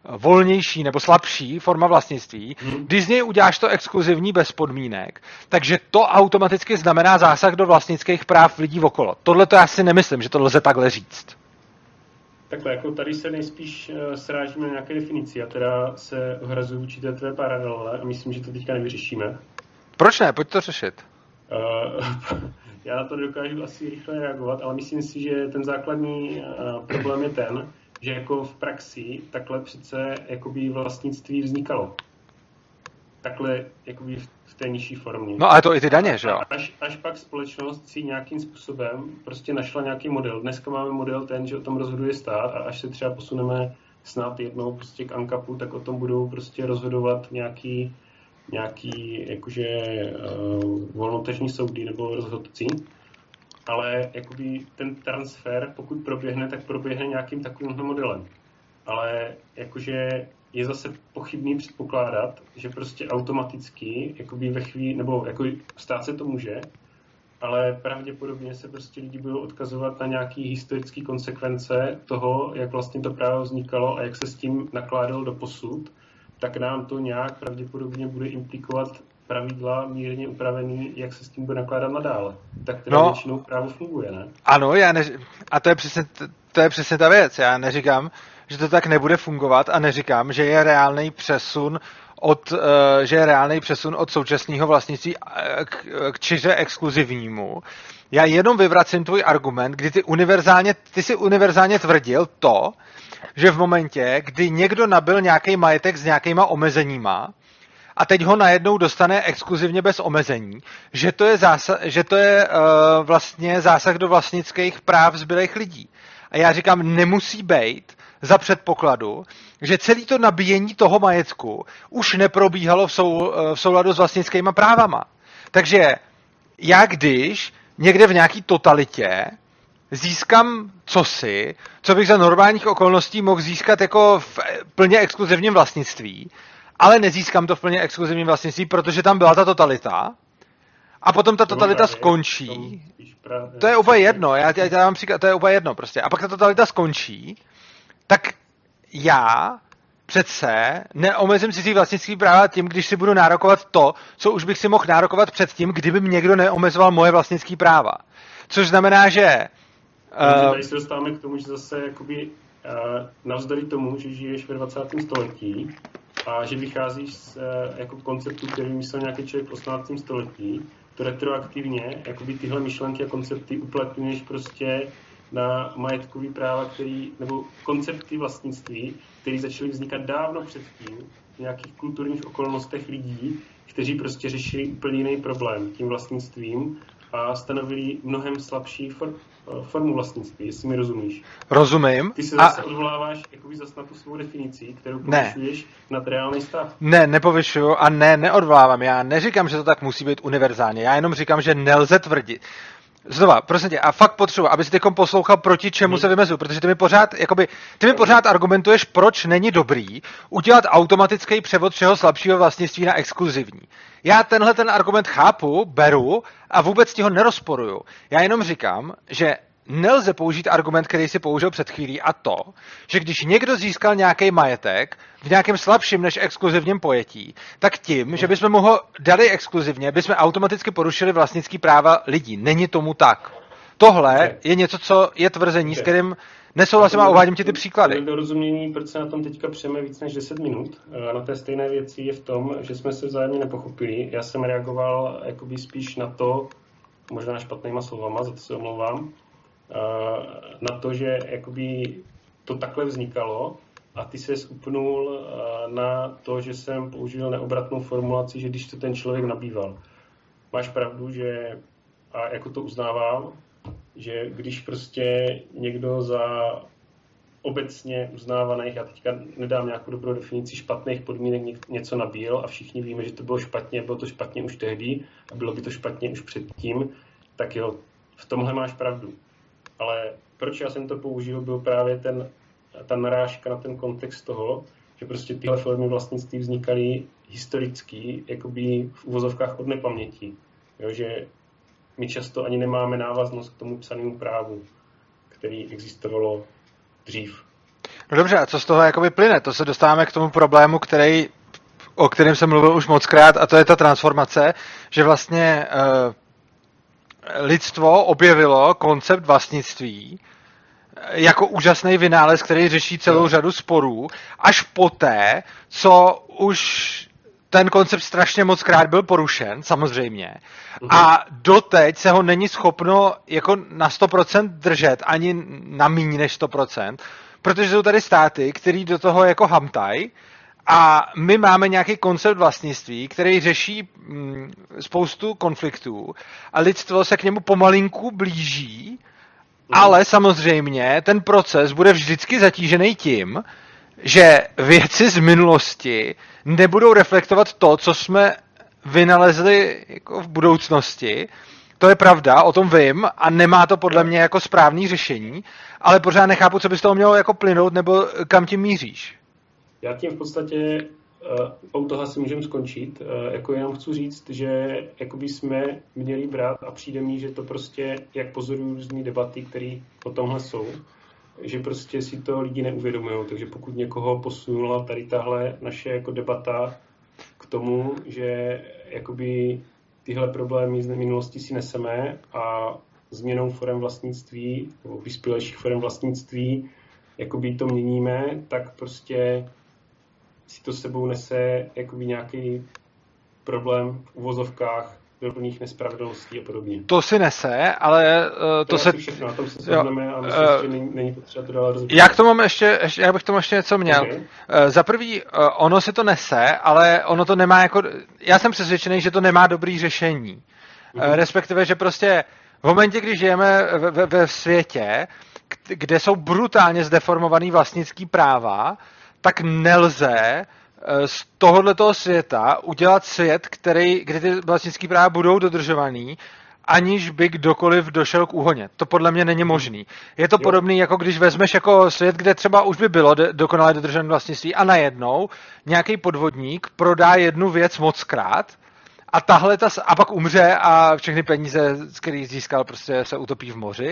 volnější nebo slabší forma vlastnictví, když z něj uděláš to exkluzivní bez podmínek, takže to automaticky znamená zásah do vlastnických práv lidí okolo. Tohle to já si nemyslím, že to lze takhle říct. Takhle, jako tady se nejspíš srážíme na nějaké definici a teda se ohrazuju vůči té tvé paralele a myslím, že to teďka nevyřešíme. Proč ne? Pojď to řešit. Já na to dokážu asi rychle reagovat, ale myslím si, že ten základní problém je ten, že jako v praxi takhle přece jakoby vlastnictví vznikalo. Takhle jakoby v té nižší formě. No ale to i ty daně, že jo? Až pak společnost si nějakým způsobem prostě našla nějaký model. Dneska máme model ten, že o tom rozhoduje stát a až se třeba posuneme snad jednou prostě k ANCAPu, tak o tom budou prostě rozhodovat nějaký jakože volnotržní soudy nebo rozhodci. Ale jakoby ten transfer, pokud proběhne, tak proběhne nějakým takovým modelem. Ale jakože je zase pochybný předpokládat, že prostě automaticky, jakoby ve chvíli, nebo jako stát se to může, ale pravděpodobně se prostě lidi budou odkazovat na nějaké historické konsekvence toho, jak vlastně to právo vznikalo a jak se s tím nakládalo do posud, tak nám to nějak pravděpodobně bude implikovat pravidla mírně upravený, jak se s tím bude nakládat nadále. Tak teda většinou právo funguje, ne? Ano, a to je přesně ta věc. Já neříkám, že to tak nebude fungovat a neříkám, že je reálný přesun od současného vlastnictví k čiře exkluzivnímu. Já jenom vyvracím tvůj argument, kdy ty si univerzálně tvrdil to, že v momentě, kdy někdo nabyl nějaký majetek s nějakýma omezeníma a teď ho najednou dostane exkluzivně bez omezení, že to je vlastně zásah do vlastnických práv zbylých lidí. A já říkám, nemusí být za předpokladu, že celé to nabíjení toho majetku už neprobíhalo v souladu s vlastnickýma právama. Takže já když někde v nějaký totalitě získám cosi, co bych za normálních okolností mohl získat jako v plně exkluzivním vlastnictví, ale nezískám to v plně exkluzivním vlastnictví, protože tam byla ta totalita, a potom ta totalita skončí. To je úplně jedno, já dám příklad, to je úplně jedno prostě. A pak ta totalita skončí, tak já přece neomezím cizí vlastnický práva tím, když si budu nárokovat to, co už bych si mohl nárokovat předtím, kdyby mi někdo neomezoval moje vlastnické práva. Což znamená, že tady se dostáváme k tomu, že zase jakoby, navzdory tomu, že žiješ ve 20. století a že vycházíš z jako konceptu, který myslel nějaký člověk v 18. století, to retroaktivně jakoby tyhle myšlenky a koncepty uplatňuješ prostě na majetkový práva, nebo koncepty vlastnictví, které začaly vznikat dávno předtím v nějakých kulturních okolnostech lidí, kteří prostě řešili úplně jiný problém tím vlastnictvím a stanovili mnohem slabší formu vlastnictví, jestli mi rozumíš. Rozumím. Ty se zase odvoláváš jakoby zase na tu svou definici, kterou povyšuješ nad reálný stav. Ne, nepovyšuju a neodvolávám. Já neříkám, že to tak musí být univerzálně. Já jenom říkám, že nelze tvrdit. Znova, prosím tě, a fakt potřebuji, aby si teďkom poslouchal, proti čemu se vymezuju, protože ty mi pořád argumentuješ, proč není dobrý udělat automatický převod všeho slabšího vlastnictví na exkluzivní. Já tenhle ten argument chápu, beru a vůbec ti ho nerozporuju. Já jenom říkám, že nelze použít argument, který si použil před chvílí, a to, že když někdo získal nějaký majetek v nějakém slabším než exkluzivním pojetí, tak tím, že bychom mu ho dali exkluzivně, bychom automaticky porušili vlastnický práva lidí. Není tomu tak. Tohle je něco, co je tvrzení, s kterým nesouhlasím a uvádím ti ty příklady. Dorozumění, proč se na tom teďka přijeme víc než 10 minut. Na té stejné věci je v tom, že jsme se vzájemně nepochopili. Já jsem reagoval jakoby spíš na to, možná špatnýma slovama, za to se omlouvám, na to, že jakoby to takhle vznikalo a ty se upnul na to, že jsem použil neobratnou formulaci, že když to ten člověk nabýval. Máš pravdu, že, a jako to uznávám, že když prostě někdo za obecně uznávaných, já teďka nedám nějakou dobrou definici, špatných podmínek něco nabíjel a všichni víme, že to bylo to špatně už tehdy a bylo by to špatně už předtím, tak jo, v tomhle máš pravdu. Ale proč já jsem to použil, byl právě ta narážka na ten kontext toho, že prostě tyhle formy vlastnictví vznikaly historicky, jakoby v uvozovkách od nepaměti. Jo, že my často ani nemáme návaznost k tomu psanému právu, který existovalo dřív. No dobře, a co z toho jakoby plyne? To se dostáváme k tomu problému, o kterém jsem mluvil už mockrát, a to je ta transformace, že vlastně lidstvo objevilo koncept vlastnictví jako úžasný vynález, který řeší celou řadu sporů, až poté, co už ten koncept strašně mockrát byl porušen, samozřejmě, a doteď se ho není schopno jako na 100% držet, ani na míň než 100%, protože jsou tady státy, který do toho jako hamtaj, a my máme nějaký koncept vlastnictví, který řeší spoustu konfliktů a lidstvo se k němu pomalinku blíží, ale samozřejmě ten proces bude vždycky zatížený tím, že věci z minulosti nebudou reflektovat to, co jsme vynalezli jako v budoucnosti. To je pravda, o tom vím a nemá to podle mě jako správný řešení, ale pořád nechápu, co by z toho mělo jako plynout nebo kam tím míříš. Já tím v podstatě u toho si můžeme skončit. Jako jenom chci říct, že jakoby jsme měli brát a přijde mi, že to prostě, jak pozoruju různé debaty, které o tomhle jsou, že prostě si to lidi neuvědomují. Takže pokud někoho posunula tady tahle naše jako debata k tomu, že jakoby tyhle problémy z minulosti si neseme a změnou forem vlastnictví, nebo vyspělejších forem vlastnictví, jakoby to měníme, tak prostě si to sebou nese jakoby nějaký problém v uvozovkách, drobných nespravedlností a podobně. To si nese, ale to se... všechno, na tom se shodneme a myslím, že není potřeba to dál rozhodnout. Já bych tomu ještě něco měl. Okay. Za prvý, ono si to nese, ale ono to nemá jako... Já jsem přesvědčený, že to nemá dobrý řešení. Respektive, že prostě v momentě, kdy žijeme ve světě, kde jsou brutálně zdeformovaný vlastnický práva, tak nelze z tohoto světa udělat svět, kde ty vlastnické práva budou dodržovaný, aniž by kdokoliv došel k úhoně. To podle mě není možný. Je to podobný, jako když vezmeš jako svět, kde třeba už by bylo dokonale dodržené vlastnictví a najednou nějaký podvodník prodá jednu věc mockrát a a pak umře a všechny peníze, které získal, prostě se utopí v moři.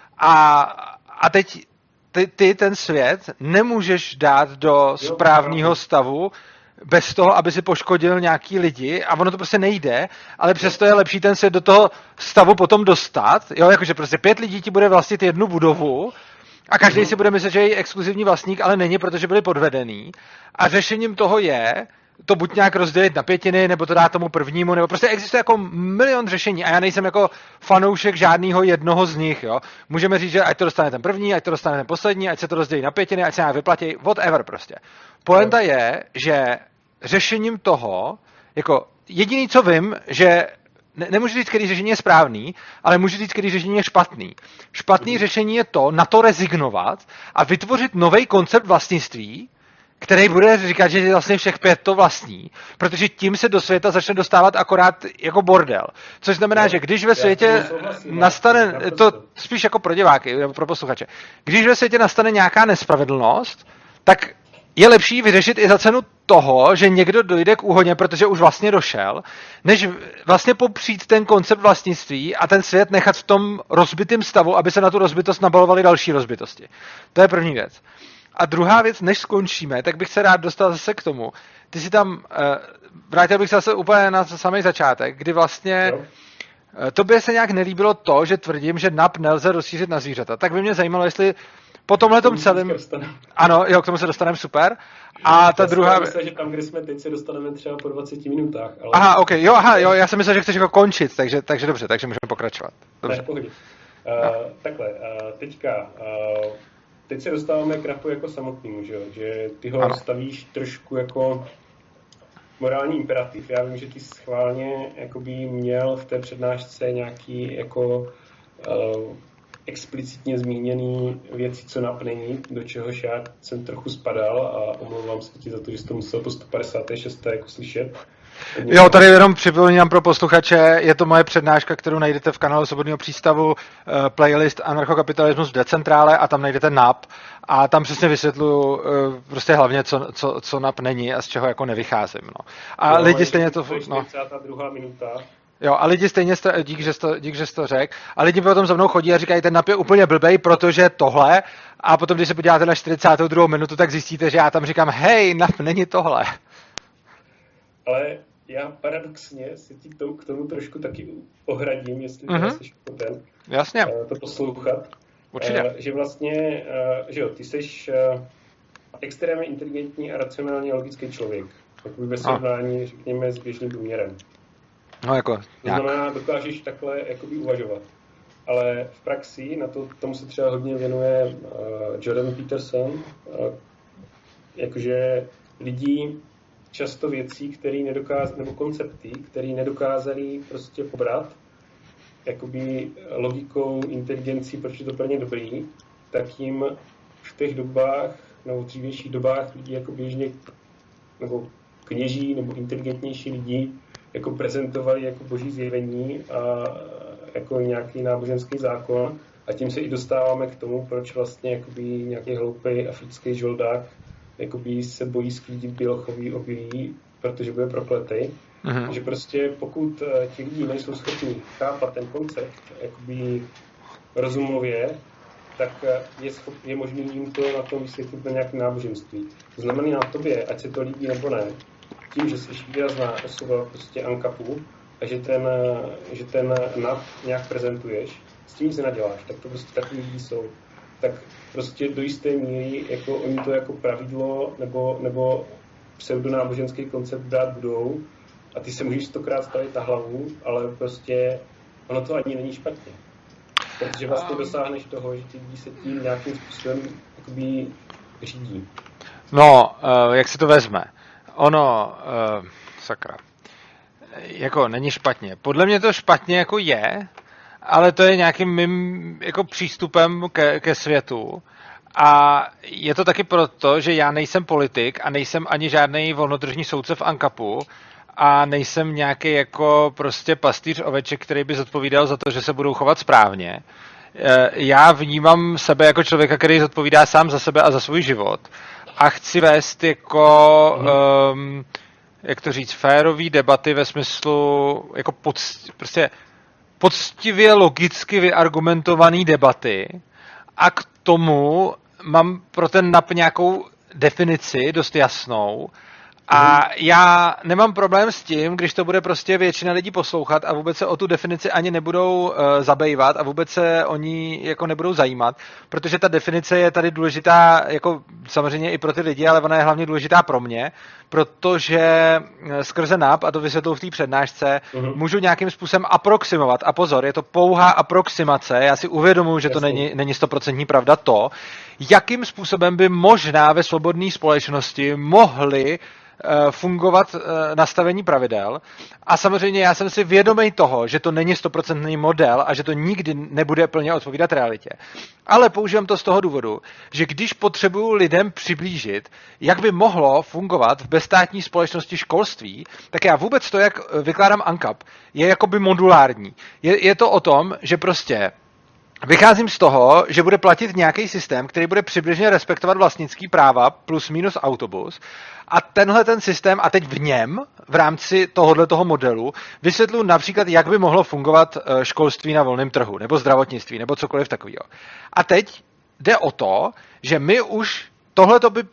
A teď ty ten svět nemůžeš dát do správného stavu bez toho, aby si poškodil nějaký lidi a ono to prostě nejde, ale přesto je lepší ten svět do toho stavu potom dostat, jo, jakože prostě 5 lidí ti bude vlastnit jednu budovu a každý si bude myslet, že je exkluzivní vlastník, ale není, protože byli podvedený a řešením toho je to buď nějak rozdělit na pětiny, nebo to dát tomu prvnímu, nebo prostě existuje jako milion řešení a já nejsem jako fanoušek žádného jednoho z nich, jo. Můžeme říct, že ať to dostane ten první, ať to dostane ten poslední, ať se to rozdělí na pětiny, ať se nějak vyplatí, whatever prostě. Poenta je, že řešením toho, jako jediný, co vím, že nemůžu říct, který řešení je správný, ale můžu říct, který řešení je špatný. Špatný řešení je to, na to rezignovat a vytvořit nový koncept vlastnictví, který bude říkat, že vlastně všech 5 to vlastní, protože tím se do světa začne dostávat akorát jako bordel. Což znamená, že když ve světě nastane, to spíš jako pro diváky, nebo pro posluchače, když ve světě nastane nějaká nespravedlnost, tak je lepší vyřešit i za cenu toho, že někdo dojde k úhoně, protože už vlastně došel, než vlastně popřít ten koncept vlastnictví a ten svět nechat v tom rozbitém stavu, aby se na tu rozbitost nabalovaly další rozbitosti. To je první věc. A druhá věc, než skončíme, tak bych se rád dostal zase k tomu. Ty si tam, vrátil bych se zase úplně na samý začátek, kdy vlastně tobě se nějak nelíbilo to, že tvrdím, že NAP nelze rozšířit na zvířata. Tak by mě zajímalo, jestli po tomhletom celém... Ano, jo, k tomu se dostaneme, super. A ta druhá... Myslím, že tam, kde jsme teď, se dostaneme třeba po 20 minutách. Ale... Jo, já jsem myslel, že chceš jako končit, takže dobře, takže můžeme pokračovat. Dobře. Takhle, teďka... Teď se dostáváme k rapu jako samotnému, že ty ho stavíš trošku jako morální imperativ. Já vím, že ty schválně jakoby měl v té přednášce nějaký jako explicitně zmíněný věci, co NAP není, do čehož já jsem trochu spadal a omlouvám se ti za to, že jsi to musel po 156. jako slyšet. Jo, tady jenom připomínám pro posluchače, je to moje přednáška, kterou najdete v kanálu Svobodného přístavu, playlist Anarchokapitalismus v decentrále a tam najdete NAP a tam přesně vysvětluju prostě hlavně, co NAP není a z čeho jako nevycházím. No. A lidi stejně to... To je 42. minuta Jo, a lidi stejně, dík, že jsi to řekl, a lidi potom za mnou chodí a říkají, ten NAP je úplně blbej, protože tohle, a potom, když se podíváte na 42. minutu, tak zjistíte, že já tam říkám, hej, NAP není tohle. Ale já paradoxně se ti k tomu trošku taky ohradím, jestli jsi ten Jasně. To poslouchat. Určitě. Že vlastně, že jo, ty jsi extrémně inteligentní a racionálně logický člověk. Takový ve srovnání, řekněme, s běžným průměrem. No jako to znamená, dokážeš takhle jakoby uvažovat. Ale v praxi, tomu se třeba hodně věnuje Jordan Peterson, jakože lidi často věcí, které nedokázali, nebo koncepty, které nedokázali prostě pobrat, jakoby logikou, inteligencí, proč je to pro ně dobrý, tak jim v těch dobách, nebo v dřívějších dobách lidi jako běžně, nebo kněží, nebo inteligentnější lidi, jako prezentovali jako boží zjevení a jako nějaký náboženský zákon, a tím se i dostáváme k tomu, proč vlastně jakoby nějaký hloupý africký žoldák jakoby se bojí sklidit bělochový obilí, protože bude prokletý. Že prostě pokud ti lidi nejsou schopni chápat ten koncept jakoby rozumově, tak je možný jim to na tom vysvětlit na nějaké náboženství. To znamená na tobě, ať se to líbí nebo ne, tím, že jsi výrazná osoba prostě ANCAPu a že ten NAP nějak prezentuješ, s tím se naděláš, tak to prostě takový lidi jsou. Tak prostě do jisté míry jako oni to jako pravidlo nebo pseudonáboženský koncept brát budou a ty se můžeš 100krát stavit na hlavu, ale prostě ono to ani není špatně. Protože vlastně dosáhneš toho, že ti lidi se tím nějakým způsobem jakoby řídí. No, jak se to vezme? Ono, sakra, jako není špatně. Podle mě to špatně jako je, ale to je nějakým mým jako přístupem ke světu. A je to taky proto, že já nejsem politik a nejsem ani žádný volnotržní soudce v ANCAPu a nejsem nějaký jako prostě pastýř oveček, který by zodpovídal za to, že se budou chovat správně. Já vnímám sebe jako člověka, který zodpovídá sám za sebe a za svůj život. A chci vést jako, jak to říct, férový debaty ve smyslu jako prostě poctivě logicky vyargumentovaný debaty a k tomu mám pro ten NAP nějakou definici dost jasnou a já nemám problém s tím, když to bude prostě většina lidí poslouchat a vůbec se o tu definici ani nebudou zabývat a vůbec se o ní jako nebudou zajímat, protože ta definice je tady důležitá jako samozřejmě i pro ty lidi, ale ona je hlavně důležitá pro mě, protože skrze NAP, a to vysvětluji v té přednášce, můžu nějakým způsobem aproximovat. A pozor, je to pouhá aproximace, já si uvědomuji, že to není 100% pravda to, jakým způsobem by možná ve svobodné společnosti mohly fungovat nastavení pravidel. A samozřejmě já jsem si vědomý toho, že to není 100% model a že to nikdy nebude plně odpovídat realitě. Ale používám to z toho důvodu, že když potřebuju lidem přiblížit, jak by mohlo fungovat v bezstátní společnosti školství, tak já vůbec to, jak vykládám ANCAP, je jakoby modulární. Je to o tom, že prostě vycházím z toho, že bude platit nějaký systém, který bude přibližně respektovat vlastnický práva plus minus autobus a tenhle ten systém a teď v něm, v rámci tohoto modelu, vysvětluji například, jak by mohlo fungovat školství na volném trhu, nebo zdravotnictví, nebo cokoliv takového. A teď jde o to, že my už tohleto by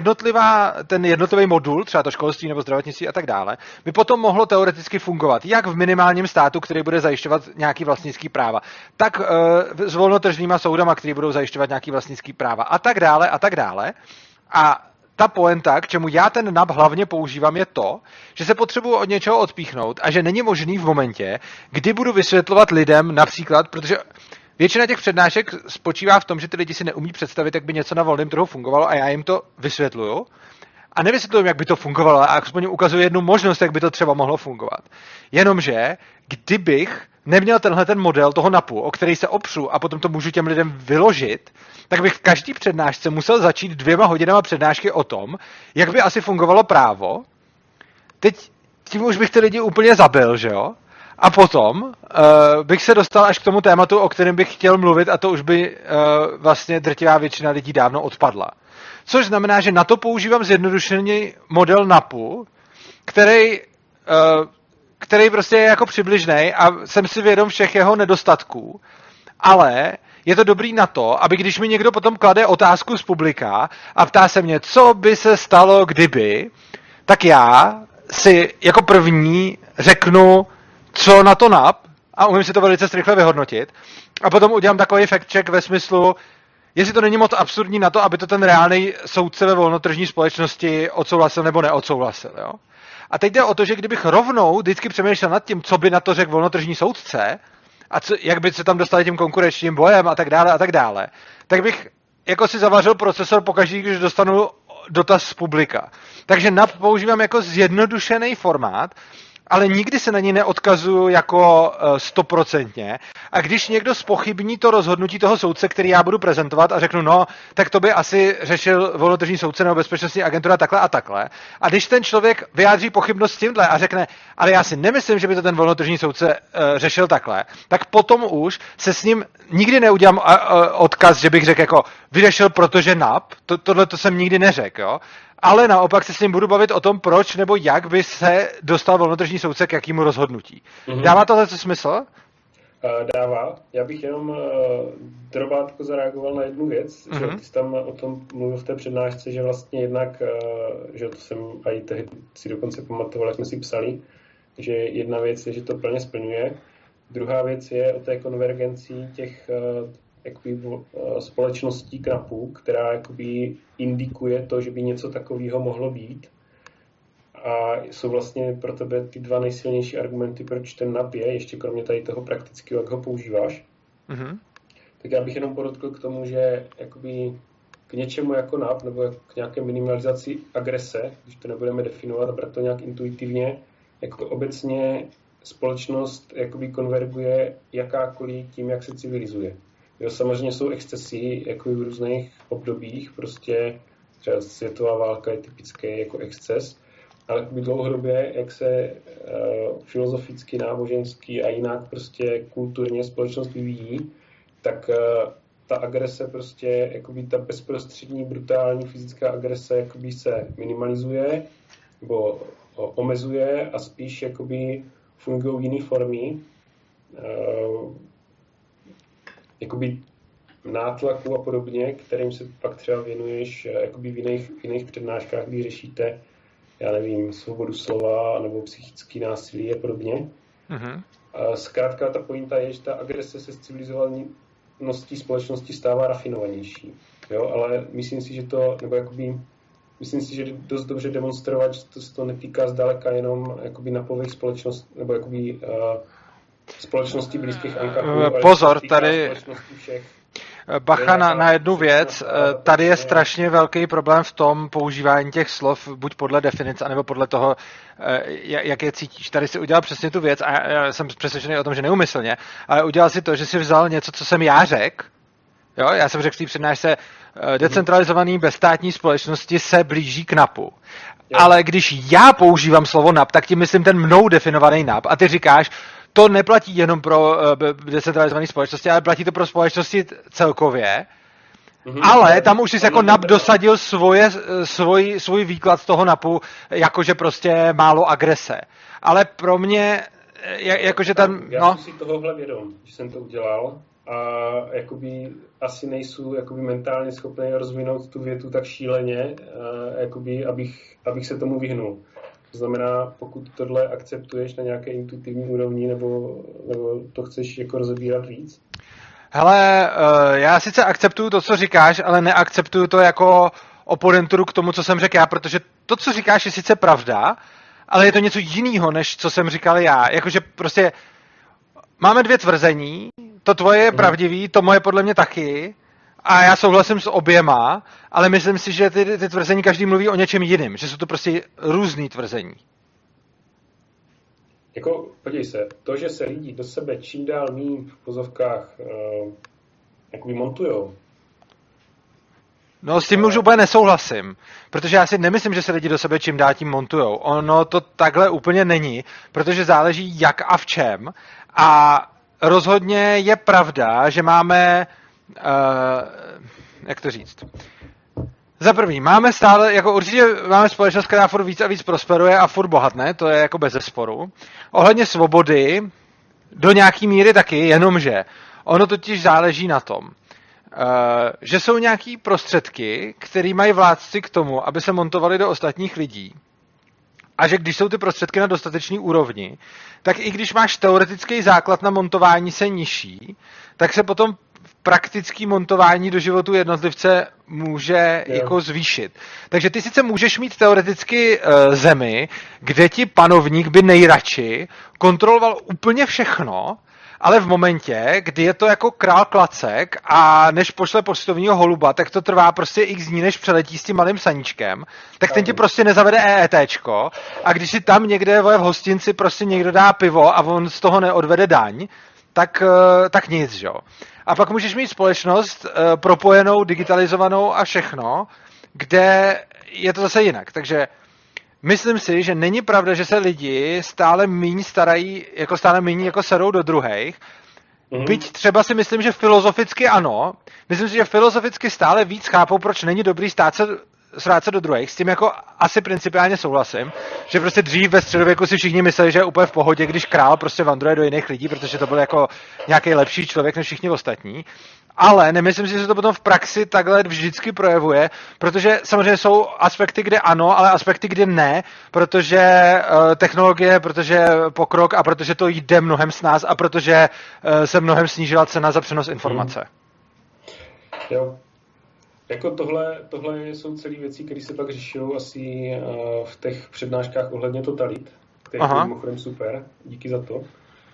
ten jednotlivý modul, třeba to školství nebo zdravotnictví a tak dále, by potom mohlo teoreticky fungovat jak v minimálním státu, který bude zajišťovat nějaký vlastnický práva, tak s volnotržníma soudama, který budou zajišťovat nějaký vlastnický práva a tak dále a tak dále. A ta poenta, k čemu já ten NAP hlavně používám, je to, že se potřebuji od něčeho odpíchnout a že není možný v momentě, kdy budu vysvětlovat lidem například, protože většina těch přednášek spočívá v tom, že ty lidi si neumí představit, jak by něco na volném trhu fungovalo a já jim to vysvětluju. A nevysvětluju, jak by to fungovalo, a aspoň ukazuju jednu možnost, jak by to třeba mohlo fungovat. Jenomže, kdybych neměl tenhle ten model toho NAPu, o který se opřu a potom to můžu těm lidem vyložit, tak bych v každý přednášce musel začít 2 hodinama přednášky o tom, jak by asi fungovalo právo. Teď tím už bych ty lidi úplně zabil, že jo? A potom bych se dostal až k tomu tématu, o kterém bych chtěl mluvit, a to už by vlastně drtivá většina lidí dávno odpadla. Což znamená, že na to používám zjednodušený model NAPu, který který prostě je jako přibližnej a jsem si vědom všech jeho nedostatků, ale je to dobrý na to, aby když mi někdo potom klade otázku z publika a ptá se mě, co by se stalo, kdyby, tak já si jako první řeknu, co na to nap, a umím si to velice rychle vyhodnotit, a potom udělám takový fact check ve smyslu, jestli to není moc absurdní na to, aby to ten reálný soudce ve volnotržní společnosti odsouhlasil nebo neodsouhlasil. Jo? A teď jde o to, že kdybych rovnou vždycky přemýšlel nad tím, co by na to řekl volnotržní soudce, a jak by se tam dostali tím konkurenčním bojem a tak dále, tak bych jako si zavařil procesor pokaždý, když dostanu dotaz z publika. Takže NAP používám jako zjednodušený formát, ale nikdy se na ní neodkazuju jako 100%. A když někdo zpochybní to rozhodnutí toho soudce, který já budu prezentovat a řeknu, no, tak to by asi řešil volnotržní soudce nebo bezpečnostní agentura takhle a takhle. A když ten člověk vyjádří pochybnost s tímhle a řekne, ale já si nemyslím, že by to ten volnotržní soudce řešil takhle, tak potom už se s ním nikdy neudělám odkaz, že bych řekl jako vyřešil, protože NAP, tohle to jsem nikdy neřekl, jo. Ale naopak se s ním budu bavit o tom, proč nebo jak by se dostal volnotržní soudce k jakému rozhodnutí. Dává tohle smysl? Dává. Já bych jenom drobátko zareagoval na jednu věc, že ty jsi tam o tom mluvil v té přednášce, že vlastně jednak, že to jsem i tehdy si dokonce pamatoval, jak jsme si psali, že jedna věc je, že to plně splňuje. Druhá věc je o té konvergenci těch jakoby, společností knapů, která jakoby indikuje to, že by něco takového mohlo být. A jsou vlastně pro tebe ty dva nejsilnější argumenty, proč ten NAP je, ještě kromě tady toho praktického, jak ho používáš. Tak já bych jenom podotkl k tomu, že jakoby k něčemu jako NAP, nebo k nějaké minimalizaci agrese, když to nebudeme definovat a brát to nějak intuitivně, jako obecně společnost jakoby konverguje jakákoliv tím, jak se civilizuje. Jo, samozřejmě jsou excesy jako v různých obdobích, prostě třeba světová válka je typický jako exces, ale dlouhodobě, jak se filozoficky, náboženský a jinak prostě kulturně společnost vyvíjí, tak ta agrese prostě, jakoby ta bezprostřední brutální fyzická agrese jakoby se minimalizuje nebo omezuje a spíš jakoby fungují jiné formy jakoby nátlaku a podobně, kterým se pak třeba věnuješ jakoby v jiných přednáškách, kdy řešíte, já nevím, svobodu slova nebo psychický násilí a podobně. Zkrátka ta pointa je, že ta agrese se z civilizovaností společnosti stává rafinovanější. Jo? Ale myslím si, že to, nebo jakoby, myslím si, že dost dobře demonstrovat, že to se to netýká zdaleka jenom jakoby napových společnost, nebo jakoby společnosti blízkých Ankachů. Pozor, tady všech. Bacha na jednu věc. Tady je strašně velký problém v tom používání těch slov, buď podle definice, anebo podle toho, jak je cítíš. Tady si udělal přesně tu věc a já jsem přesvědčený o tom, že neumyslně, ale udělal si to, že si vzal něco, co jsem já řekl. Jo, já jsem řekl v té přednášce, decentralizovaný bezstátní společnosti se blíží k NAPu. Ale když já používám slovo NAP, tak tím myslím ten mnou definovaný NAP a ty říkáš, to neplatí jenom pro decentralizované společnosti, ale platí to pro společnosti celkově. Ale tam už jsi jako NAP dosadil svůj výklad z toho NAPu, jakože prostě málo agrese. Ale pro mě, jakože tam... Já jsem si tohohle vědom, že jsem to udělal a jakoby asi nejsou jakoby mentálně schopný rozvinout tu větu tak šíleně, jakoby, abych se tomu vyhnul. To znamená, pokud tohle akceptuješ na nějaké intuitivní úrovni, nebo to chceš jako rozebírat víc? Hele, já sice akceptuju to, co říkáš, ale neakceptuju to jako oponenturu k tomu, co jsem řekl já, protože to, co říkáš, je sice pravda, ale je to něco jiného, než co jsem říkal já. Jakože prostě máme dvě tvrzení, to tvoje je pravdivý, to moje podle mě taky, a já souhlasím s oběma, ale myslím si, že ty tvrzení každý mluví o něčem jiným, že jsou to prostě různý tvrzení. Jako, podívej se, to, že se lidi do sebe čím dál míň v pozovkách jakoby montujou. No s tím už úplně nesouhlasím, protože já si nemyslím, že se lidi do sebe čím dál tím montujou. Ono to takhle úplně není, protože záleží jak a v čem. A rozhodně je pravda, že máme, jak to říct, za první, máme stále, jako určitě máme společnost, která furt víc a víc prosperuje a furt bohatne, to je jako bez zesporu. Ohledně svobody, do nějaký míry taky, jenomže ono totiž záleží na tom, že jsou nějaký prostředky, které mají vládci k tomu, aby se montovali do ostatních lidí. A že když jsou ty prostředky na dostatečný úrovni, tak i když máš teoretický základ na montování se nižší, tak se potom praktický montování do životu jednotlivce může jako zvýšit. Takže ty sice můžeš mít teoreticky zemi, kde ti panovník by nejradši kontroloval úplně všechno, ale v momentě, kdy je to jako král klacek a než pošle poštovního holuba, tak to trvá prostě x dní, než přeletí s tím malým saníčkem, tak ten ti prostě nezavede EETčko a když si tam někde v hostinci prostě někdo dá pivo a on z toho neodvede daň, tak nic, že jo. A pak můžeš mít společnost propojenou, digitalizovanou a všechno, kde je to zase jinak. Takže myslím si, že není pravda, že se lidi stále míň starají, jako stále míň jako serou do druhých. Byť třeba si myslím, že filozoficky ano. Myslím si, že filozoficky stále víc chápou, proč není dobrý srát se do druhých. S tím jako asi principiálně souhlasím, že prostě dřív ve středověku si všichni mysleli, že je úplně v pohodě, když král prostě vandruje do jiných lidí, protože to byl jako nějaký lepší člověk než všichni ostatní. Ale nemyslím si, že se to potom v praxi takhle vždycky projevuje, protože samozřejmě jsou aspekty, kde ano, ale aspekty, kde ne, protože technologie, protože pokrok a protože to jde mnohem s nás a protože se mnohem snížila cena za přenos informace. Jo. Jako tohle jsou celé věci, které se pak řeší asi v těch přednáškách ohledně totalit, které jsou mimochodem super, díky za to.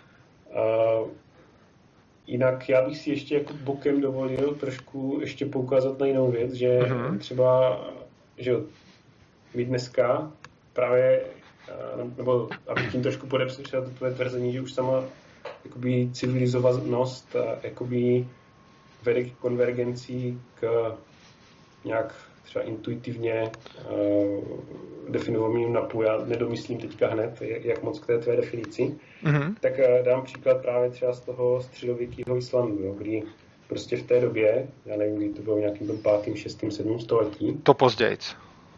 Jinak já bych si ještě jako bokem dovolil trošku ještě poukázat na jinou věc, že třeba, že my dneska právě, nebo abych tím trošku podepsal třeba to tvoje tvrzení, že už sama jakoby civilizovanost jakoby vede k konvergenci k nějak třeba intuitivně definovaným NAPu. Já nedomyslím teďka hned, jak moc k té tvé definici. Tak dám příklad právě třeba z toho středověkého Islandu, jo, kdy prostě v té době, já nevím, kdy to bylo v nějakým tom 5., 6., 7. století. To pozdějc.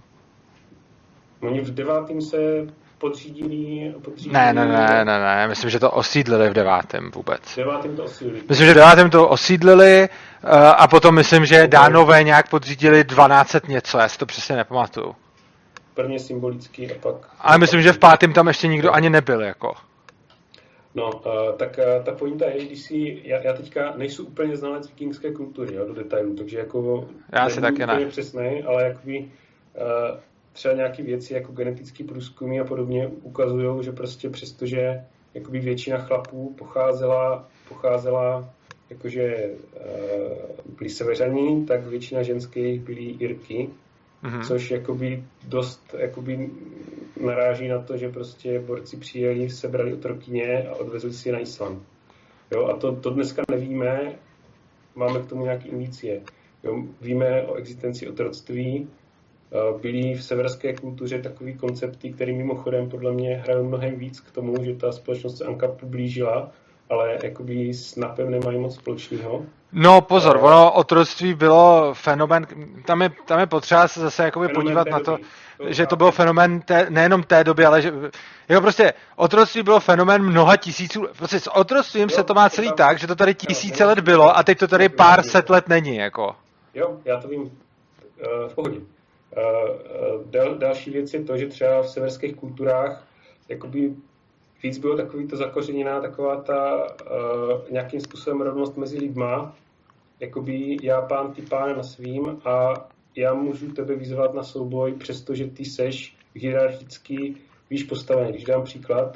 Oni v 9. se podřídili... Ne, myslím, že to osídlili v 9. vůbec. V 9. to osídlili. Myslím, že v 9. to osídlili a potom myslím, že Dánové nějak podřídili 12 něco, já si to přesně nepamatuju. Prvně symbolický a pak... Ale myslím, že v 5. tam ještě nikdo ani nebyl, jako. No, tak ta pointa je, když si... Já teďka nejsou úplně znalec vikingské kultury, jo, do detailu, takže jako... Já si taky ne. Přesnej, ale jakoby... třeba nějaké věci jako genetický průzkumy a podobně ukazují, že prostě přestože jakoby většina chlapů pocházela jakože byli severani, tak většina ženských byly Irky, což jakoby dost jakoby naráží na to, že prostě borci přijeli, sebrali otrokyně a odvezli si je na Island. Jo, a to dneska nevíme, máme k tomu nějaké indicie. Jo, víme o existenci otroctví, byly v severské kultuře takový koncepty, které mimochodem podle mě hrají mnohem víc k tomu, že ta společnost se ANCAPu blížila, ale jakoby s NAPem nemají moc společného. No pozor, ono otroctví bylo fenomén, tam je potřeba se zase jakoby podívat na to, že to byl fenomén nejenom té doby, ale že jako prostě otroctví bylo fenomén mnoha tisíců, prostě s otroctvím se to má celý tak, že to tady tisíce let bylo a teď to tady pár set let není, jako. Jo, já to vím, v pohodě. Další věc je to, že třeba v severských kulturách jakoby víc bylo takový to zakořeněná taková ta nějakým způsobem rovnost mezi lidma, jakoby já pán, ty pán na svým a já můžu tebe vyzvat na souboj, přestože ty seš hierarchicky výš postavený. Když dám příklad,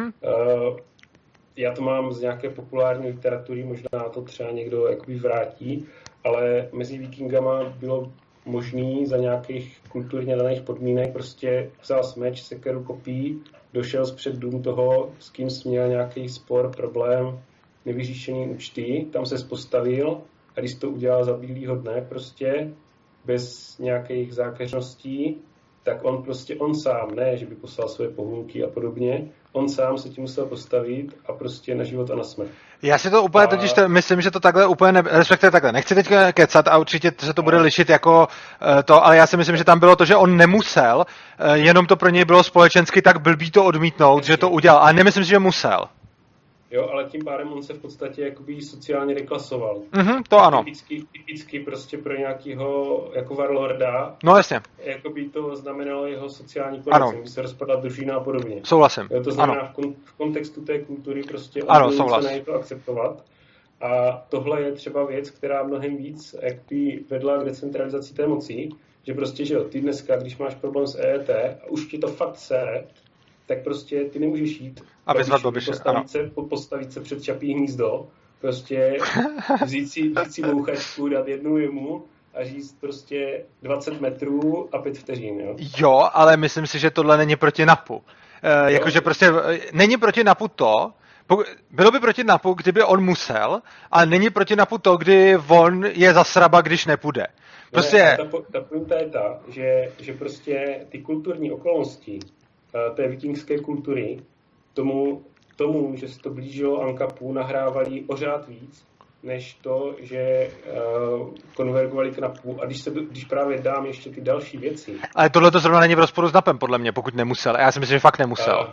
já to mám z nějaké populární literatury, možná to třeba někdo jakoby vrátí, ale mezi vikingama bylo možný za nějakých kulturně daných podmínek prostě vzal meč, sekeru, kopí, došel zpřed dům toho, s kým měl nějaký spor, problém, nevyříšený účty, tam se postavil a když to udělal za bílýho dne prostě, bez nějakých zákeřností, tak on sám, ne, že by poslal své pohůnky a podobně, on sám se tím musel postavit a prostě na život a na smrt. Já si to úplně totiž myslím, že to takhle úplně respektive takhle. Nechci teď kecat a určitě se to bude lišit jako to, ale já si myslím, že tam bylo to, že on nemusel, jenom to pro něj bylo společensky tak blbý to odmítnout, že to udělal. Ale nemyslím si, že musel. Jo, ale tím pádem on se v podstatě jakoby sociálně deklasoval. To ano. Typicky prostě pro nějakého jako warlorda. No jasně. Jakoby to znamenalo jeho sociální konec, když se rozpadla družina a podobně. Souhlasím. Jo, to znamená v kontextu té kultury prostě souhlas. to akceptovat. A tohle je třeba věc, která mnohem víc jakby vedla k decentralizaci té moci, že prostě, že jo, ty dneska, když máš problém s EET a už ti to fakt sere, tak prostě ty nemůžeš jít a vyzvat Babiše, postavit se před Čapí hnízdo, prostě vzít si bouchačku, dát jednu jemu a říct prostě 20 metrů a 5 vteřin, jo? Jo, ale myslím si, že tohle není proti NAPu. Jakože prostě není proti NAPu to, bylo by proti NAPu, kdyby on musel, ale není proti NAPu to, kdy on je zasraba, když nepůjde. Prostě... Ne, ta pointa je ta, že prostě ty kulturní okolnosti té vikingské kultury tomu, že se to blížilo Ankapu, nahrávali o řád víc, než to, že konvergovali k NAPu. A když právě dám ještě ty další věci... Ale tohle to zrovna není v rozporu s NAPem, podle mě, pokud nemusel. Já si myslím, že fakt nemusel.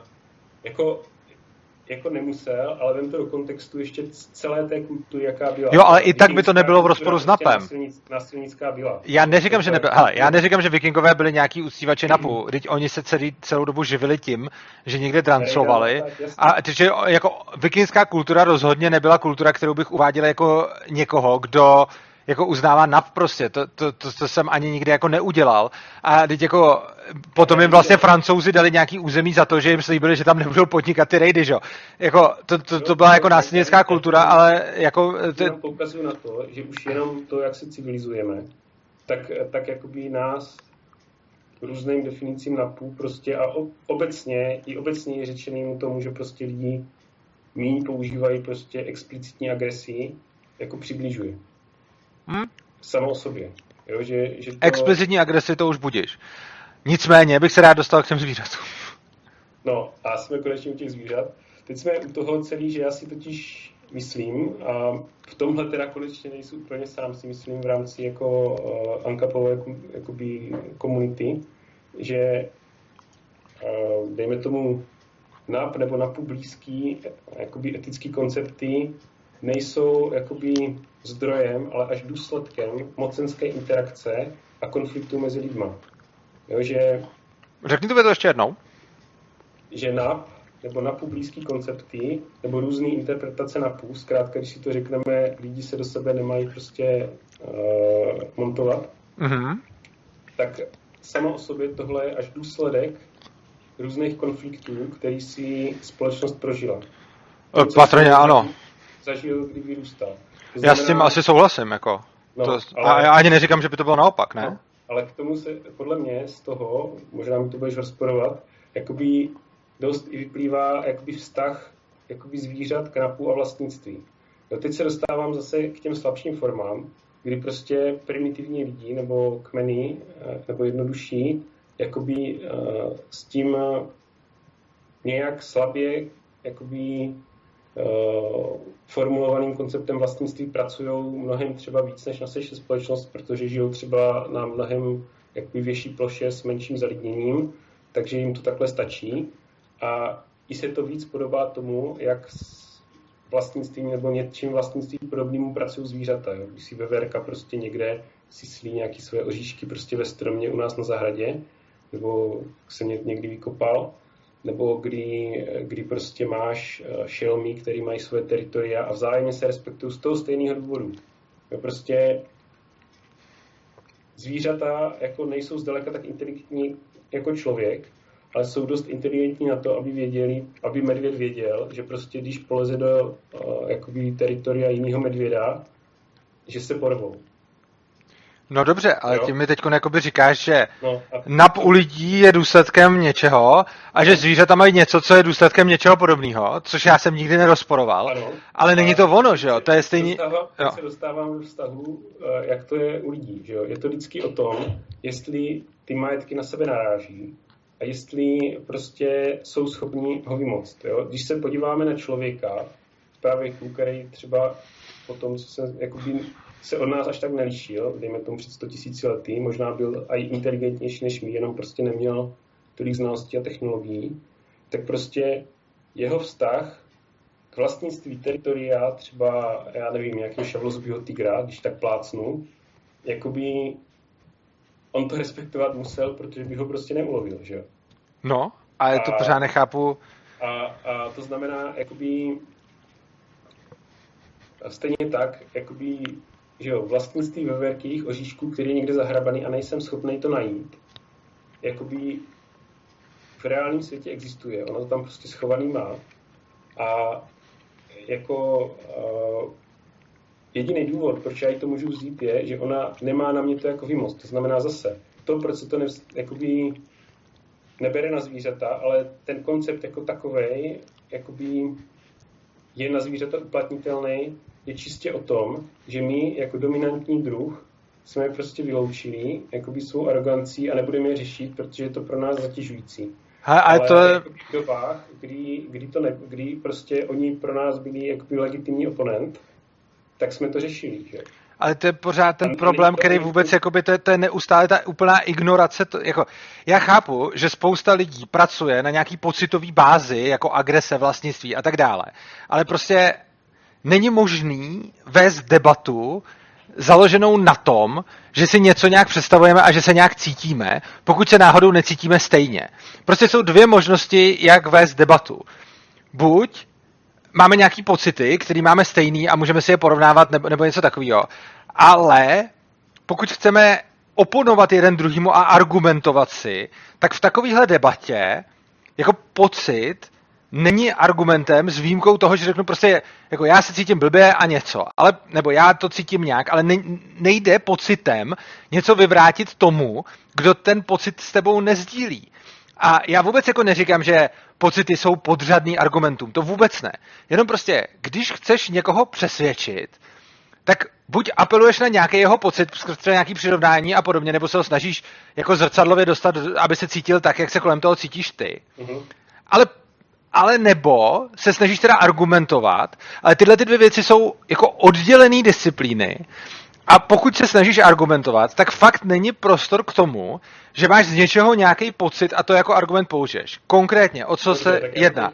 Jako nemusel, ale vem to do kontextu ještě celé té kultury, jaká byla. Jo, ale i tak by to nebylo v rozporu s NAPem. Násilnická byla. Já neříkám, že nebyl. Hele, já neříkám, že vikingové byli nějaký uctívači NAPu. Teď oni se celou dobu živili tím, že někde drancovali. A takže jako vikingská kultura rozhodně nebyla kultura, kterou bych uváděl jako někoho, kdo jako uznává NAP prostě, to jsem ani nikdy jako neudělal. A teď jako potom jim vlastně Francouzi dali nějaký území za to, že jim slíbili, že tam nebudou podnikat ty rejdy, že jo. Jako, to byla jako násilnická kultura, ale jako... Poukazuju na to, že už jenom to, jak se civilizujeme, tak jakoby nás různým definicím NAPu prostě a obecně je řečeným tomu, že prostě lidi míň používají prostě explicitní agresi, jako přibližuje. Samo o sobě. Jo, že to... Explicitní agresi to už budíš. Nicméně bych se rád dostal k těm zvířatům. No a jsme konečně u těch zvířat. Teď jsme u toho celý, že já si totiž myslím, a v tomhle teda konečně nejsou úplně sám, si myslím v rámci jako Ankapové jakoby komunity, že dejme tomu NAP nebo NAPu blízký jakoby etický koncepty nejsou jakoby zdrojem, ale až důsledkem mocenské interakce a konfliktu mezi lidma. Jo, že... Řekni to ještě jednou. Že NAP nebo NAPu blízký koncepty nebo různé interpretace NAPu, zkrátka, když si to řekneme, lidi se do sebe nemají prostě montovat, tak sama o sobě tohle je až důsledek různých konfliktů, který si společnost prožila. Patrně ano. Zažil, kdy vyrůstal. Znamená, já s tím asi souhlasím, jako. No, ale... A ani neříkám, že by to bylo naopak, ne? No, ale k tomu se, podle mě, z toho, možná mi to budeš rozporovat, jakoby dost i vyplývá jakoby vztah jakoby zvířat k NAPu a vlastnictví. No, teď se dostávám zase k těm slabším formám, kdy prostě primitivní lidi nebo kmeny, nebo jednodušší, jakoby s tím nějak slabě jakoby formulovaným konceptem vlastnictví pracují mnohem třeba víc než naše společnost, protože žijou třeba na mnohem jakoby větší ploše s menším zalidněním, takže jim to takhle stačí. A i se to víc podobá tomu, jak s vlastnictvím nebo něčím vlastnictvím podobnému pracují zvířata. Jo. Když si veverka prostě někde si slí nějaký své oříšky prostě ve stromě u nás na zahradě, nebo se někdy vykopal, nebo kdy prostě máš šelmy, který mají své teritoria a vzájemně se respektují z toho stejného důvodu. Jo, prostě zvířata jako nejsou zdaleka tak inteligentní jako člověk, ale jsou dost inteligentní na to, aby medvěd věděl, že prostě když poleze do jakoby teritoria jiného medvěda, že se porvou. No dobře, ale Jo? ty mi teď jakoby říkáš, že No, a nap u lidí je důsledkem něčeho a že zvířata mají něco, co je důsledkem něčeho podobného, což já jsem nikdy nerozporoval, ano. ale není to ono, že jo? To je stejný... Teď se dostávám do vztahu, jak to je u lidí, že jo? Je to vždycky o tom, jestli ty majetky na sebe naráží a jestli prostě jsou schopní ho vymoct, jo? Když se podíváme na člověka, právě který třeba po tom, co se od nás až tak nelišil, dejme tomu před 100 000 lety, možná byl i inteligentnější než my, jenom prostě neměl tolik znalostí a technologií, tak prostě jeho vztah k vlastnictví teritoria, třeba, já nevím, nějakého šavlozubího tygra, když tak plácnu, jakoby on to respektovat musel, protože by ho prostě neulovil, že jo? No, ale to pořád nechápu. A to znamená, jakoby stejně tak, jakoby, že jo, vlastnictví veverkých oříšků, který je někde zahrabaný a nejsem schopný to najít, jakoby v reálném světě existuje. Ono to tam prostě schovaný má. A jako jediný důvod, proč já jí to můžu vzít, je, že ona nemá na mě to jako vymoc. To znamená zase, to, proč se to jakoby nebere na zvířata, ale ten koncept jako takovej, jakoby je na zvířata uplatnitelný, je čistě o tom, že my jako dominantní druh jsme je prostě vyloučili jakoby svou arogancí a nebudeme je řešit, protože je to pro nás zatěžující. Ale to je... v dobách, kdy prostě oni pro nás byli jakoby legitimní oponent, tak jsme to řešili, že? Ale to je pořád ten problém, který vůbec, jakoby, to je neustále ta úplná ignorace. Jako, já chápu, že spousta lidí pracuje na nějaký pocitový bázi, jako agrese, vlastnictví a tak dále. Ale prostě není možný vést debatu založenou na tom, že si něco nějak představujeme a že se nějak cítíme, pokud se náhodou necítíme stejně. Prostě jsou dvě možnosti, jak vést debatu. Buď máme nějaký pocity, které máme stejný a můžeme si je porovnávat nebo něco takového. Ale pokud chceme oponovat jeden druhému a argumentovat si, tak v takovéhle debatě jako pocit není argumentem s výjimkou toho, že řeknu prostě, jako já se cítím blbě a něco, ale, nebo já to cítím nějak, ale nejde pocitem něco vyvrátit tomu, kdo ten pocit s tebou nezdílí. A já vůbec jako neříkám, že pocity jsou podřadný argumentům, to vůbec ne. Jenom prostě, když chceš někoho přesvědčit, tak buď apeluješ na nějaký jeho pocit, skrze nějaký přirovnání a podobně, nebo se ho snažíš jako zrcadlově dostat, aby se cítil tak, jak se kolem toho cítíš ty. Mm-hmm. Ale nebo se snažíš teda argumentovat, ale tyhle ty dvě věci jsou jako oddělené disciplíny a pokud se snažíš argumentovat, tak fakt není prostor k tomu, že máš z něčeho nějaký pocit a to jako argument použiješ. Konkrétně, o co se jedná.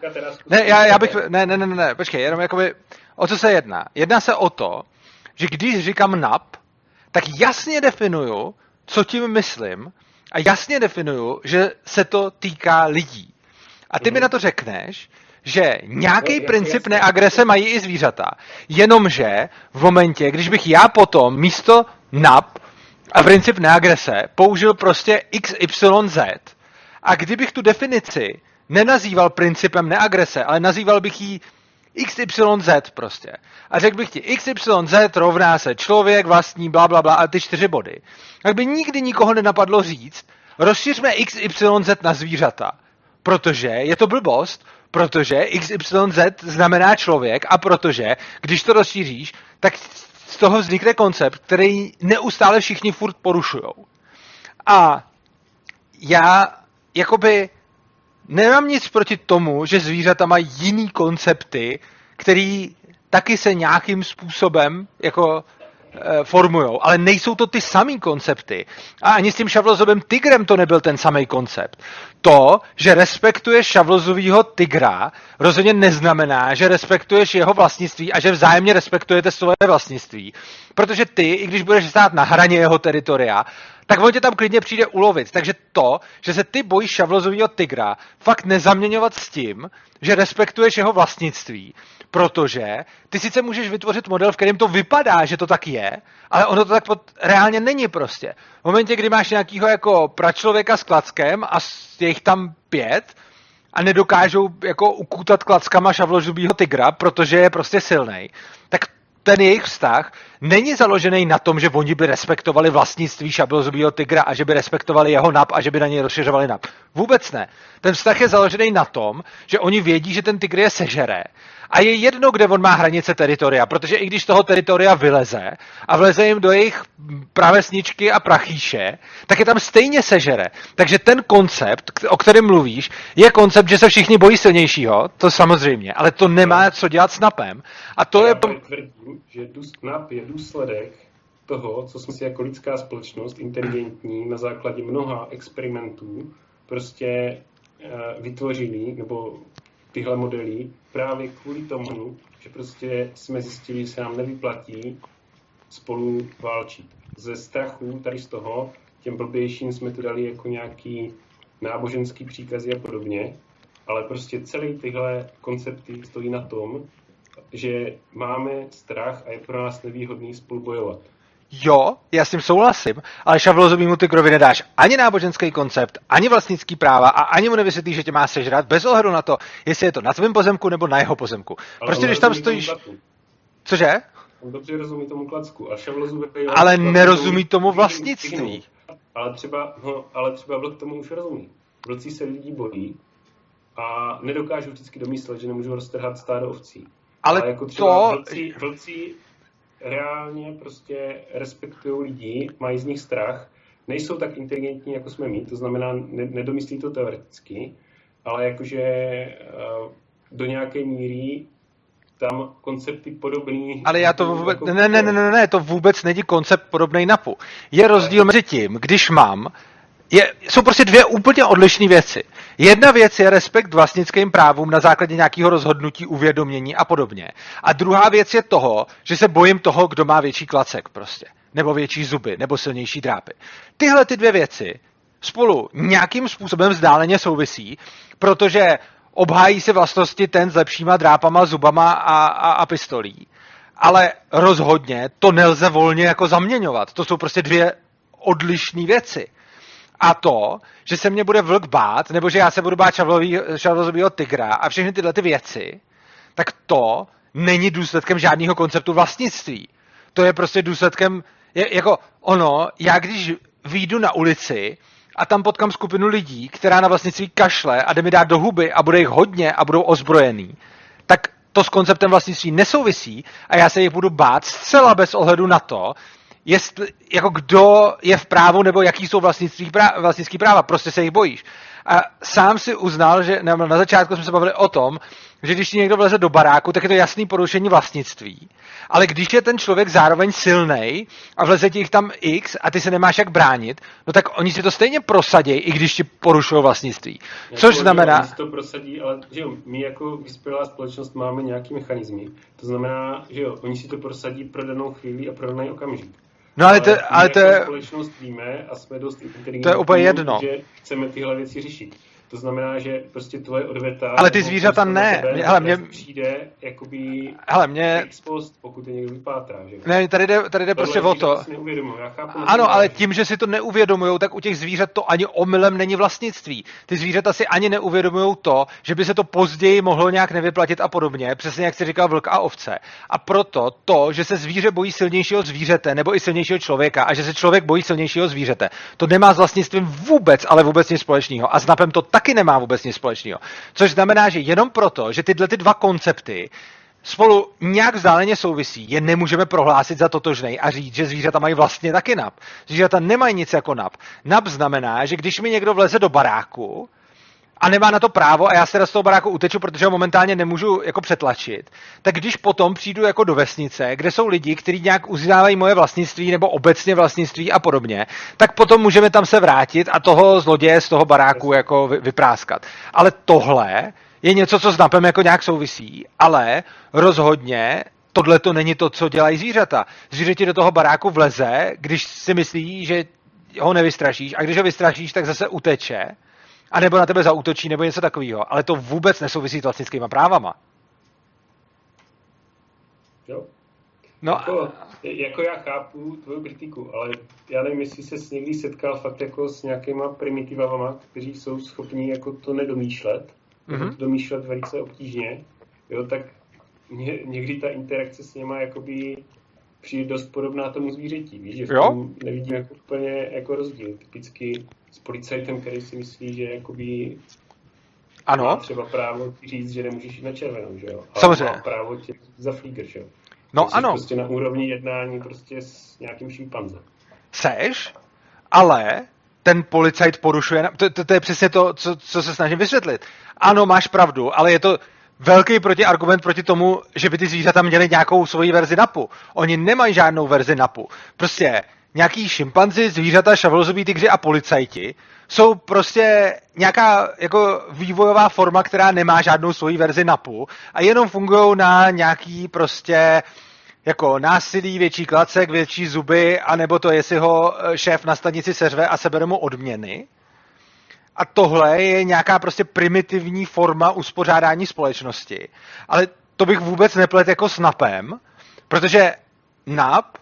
Ne, počkej, jenom jakoby, o co se jedná. Jedná se o to, že když říkám nap, tak jasně definuju, co tím myslím a jasně definuju, že se to týká lidí. A ty mi na to řekneš, že nějaký princip neagrese mají i zvířata. Jenomže v momentě, když bych já potom místo nap a princip neagrese použil prostě XYZ a kdybych tu definici nenazýval principem neagrese, ale nazýval bych ji XYZ prostě. A řekl bych ti, XYZ rovná se člověk, vlastní, blablabla a ty 4 body. Tak by nikdy nikoho nenapadlo říct, rozšiřme XYZ na zvířata. Protože je to blbost, protože XYZ znamená člověk a protože, když to rozšíříš, tak z toho vznikne koncept, který neustále všichni furt porušujou. A já jakoby nemám nic proti tomu, že zvířata mají jiný koncepty, který taky se nějakým způsobem jako formujou, ale nejsou to ty samý koncepty. A ani s tím šavlozovým tygrem to nebyl ten samý koncept. To, že respektuješ šavlozovýho tygra, rozhodně neznamená, že respektuješ jeho vlastnictví a že vzájemně respektujete svoje vlastnictví. Protože ty, i když budeš stát na hraně jeho teritoria, tak on tě tam klidně přijde ulovit. Takže to, že se ty bojíš šavlozovýho tygra, fakt nezaměňovat s tím, že respektuješ jeho vlastnictví, protože ty sice můžeš vytvořit model, v kterém to vypadá, že to tak je, ale ono to tak reálně není prostě. V momentě, kdy máš nějakýho jako pračlověka s klackem a je jich tam 5 a nedokážou jako ukůtat klackama šavlozubího tygra, protože je prostě silnej, tak ten jejich vztah není založený na tom, že oni by respektovali vlastnictví šablozubího tygra a že by respektovali jeho nap a že by na něj rozšiřovali nap. Vůbec ne. Ten vztah je založený na tom, že oni vědí, že ten tygr je sežere a je jedno, kde on má hranice teritoria, protože i když z toho teritoria vyleze a vleze jim do jejich pravesničky a prachýše, tak je tam stejně sežere. Takže ten koncept, o kterém mluvíš, je koncept, že se všichni bojí silnějšího, to samozřejmě, ale to nemá co dělat s napem. A to já je... tvrdím, že nap je důsledek toho, co jsme si jako lidská společnost inteligentní na základě mnoha experimentů prostě vytvořili, nebo tyhle modely právě kvůli tomu, že prostě jsme zjistili, že se nám nevyplatí spolu válčit. Ze strachu tady z toho, těm blbějším jsme to dali jako nějaký náboženský příkazy a podobně, ale prostě celý tyhle koncepty stojí na tom, že máme strach a je pro nás nevýhodný spolu bojovat. Jo, já s tím souhlasím, ale šavlozubímu tygrovi nedáš ani náboženský koncept, ani vlastnický práva a ani mu nevysvětlíš, že tě má sežrat, bez ohledu na to, jestli je to na tvém pozemku nebo na jeho pozemku. Ale prostě když tam stojíš... Cože? On dobře rozumí tomu klacku. A šavlozubý... Ale nerozumí tomu vlastnictví. Ale třeba vlk tomu už rozumí. Vlci se lidí bojí a nedokážou vždycky domyslet, že nemůžou roztrhat stádo ovcí. Ale jako třeba vlci reálně prostě respektují lidi, mají z nich strach, nejsou tak inteligentní, jako jsme my, to znamená, nedomyslí to teoreticky, ale jakože do nějaké míry tam koncepty podobný... Ale já to vůbec... Ne, to vůbec není koncept podobný napu. Je rozdíl mezi tím, když mám... Jsou prostě dvě úplně odlišné věci. Jedna věc je respekt vlastnickým právům na základě nějakého rozhodnutí, uvědomění a podobně. A druhá věc je toho, že se bojím toho, kdo má větší klacek prostě. Nebo větší zuby, nebo silnější drápy. Tyhle ty dvě věci spolu nějakým způsobem vzdáleně souvisí, protože obhájí si vlastnosti ten s lepšíma drápama, zubama a pistolí. Ale rozhodně to nelze volně jako zaměňovat. To jsou prostě dvě odlišné věci. A to, že se mě bude vlk bát, nebo že já se budu bát šavlozubího tygra a všechny tyhle ty věci, tak to není důsledkem žádného konceptu vlastnictví. To je prostě důsledkem, jako ono, já když vyjdu na ulici a tam potkám skupinu lidí, která na vlastnictví kašle a jde mi dát do huby a bude jich hodně a budou ozbrojený, tak to s konceptem vlastnictví nesouvisí a já se jich budu bát zcela bez ohledu na to, jestli, jako kdo je v právu nebo jaký jsou vlastnický práva, prostě se jich bojíš. A sám si uznal, že na začátku jsme se bavili o tom, že když ti někdo vleze do baráku, tak je to jasný porušení vlastnictví. Ale když je ten člověk zároveň silnej a vleze ti jich tam X a ty se nemáš jak bránit, no tak oni si to stejně prosadí, i když ti porušují vlastnictví. Což znamená... Oni si to prosadí, ale že jo, my jako vyspělá společnost máme nějaký mechanizmy. To znamená, že jo, oni si to prosadí pro danou chvíli a pro daný okamžik. No ale to je... společnost víme a jsme dost inteligentní, to je úplně jedno. Že chceme tyhle věci řešit. To znamená, že prostě tvoje odveta... Ale ty zvířata ne. Hele, mě přijde jakoby ex post, pokud je někdo vypátrá, že? Ne, tady jde prostě o to. Ano, ale tím, že si to neuvědomujou, tak u těch zvířat to ani omylem není vlastnictví. Ty zvířata si ani neuvědomujou to, že by se to později mohlo nějak nevyplatit a podobně, přesně jak jsi říkal vlk a ovce. A proto to, že se zvíře bojí silnějšího zvířete nebo i silnějšího člověka a že se člověk bojí silnějšího zvířete, to nemá s vlastnictvím vůbec, ale vůbec nic společného. A s napem to taky nemá vůbec nic společného. Což znamená, že jenom proto, že tyhle ty dva koncepty spolu nějak vzdáleně souvisí, je nemůžeme prohlásit za totožnej a říct, že zvířata mají vlastně taky nap. Zvířata nemají nic jako nap. Nap znamená, že když mi někdo vleze do baráku a nemá na to právo a já se z toho baráku uteču, protože ho momentálně nemůžu jako přetlačit, tak když potom přijdu jako do vesnice, kde jsou lidi, kteří nějak uznávají moje vlastnictví nebo obecně vlastnictví a podobně, tak potom můžeme tam se vrátit a toho zloděje z toho baráku jako vypráskat. Ale tohle je něco, co s napem jako nějak souvisí, ale rozhodně tohle to není to, co dělají zvířata. Zvíře ti do toho baráku vleze, když si myslí, že ho nevystrašíš a když ho vystrašíš, tak zase uteče. A nebo na tebe zaútočí, nebo něco takového. Ale to vůbec nesouvisí s vlastnickýma právama. Jo. No, jako já chápu tvoju kritiku, ale já nevím, jestli ses někdy setkal fakt jako s nějakýma primitivama, kteří jsou schopní jako to nedomýšlet, to domýšlet velice obtížně, jo, tak někdy ta interakce s něma jakoby přijde dost podobná tomu zvířeti, víš, že v Jo? tom nevidím jako úplně jako rozdíl. Typicky s policajtem, který si myslí, že jakoby Ano. má třeba právo říct, že nemůžeš jít na červenou, že jo? Ale Samozřejmě. má právo tě za flíger, že jo? No Jsi ano. prostě na úrovni jednání prostě s nějakým šimpanzem. Seš, ale ten policajt porušuje, to je přesně to, co se snažím vysvětlit. Ano, máš pravdu, ale je to velký protiargument proti tomu, že by ty zvířata měly nějakou svoji verzi NAPu. Oni nemají žádnou verzi NAPu. Prostě nějaký šimpanzi, zvířata, šavelozubí tygři a policajti jsou prostě nějaká jako vývojová forma, která nemá žádnou svoji verzi NAPu a jenom fungují na nějaký prostě jako násilí, větší klacek, větší zuby, anebo to, jestli ho šéf na stanici seřve a sebere mu odměny. A tohle je nějaká prostě primitivní forma uspořádání společnosti. Ale to bych vůbec neplet jako s NAPem, protože NAP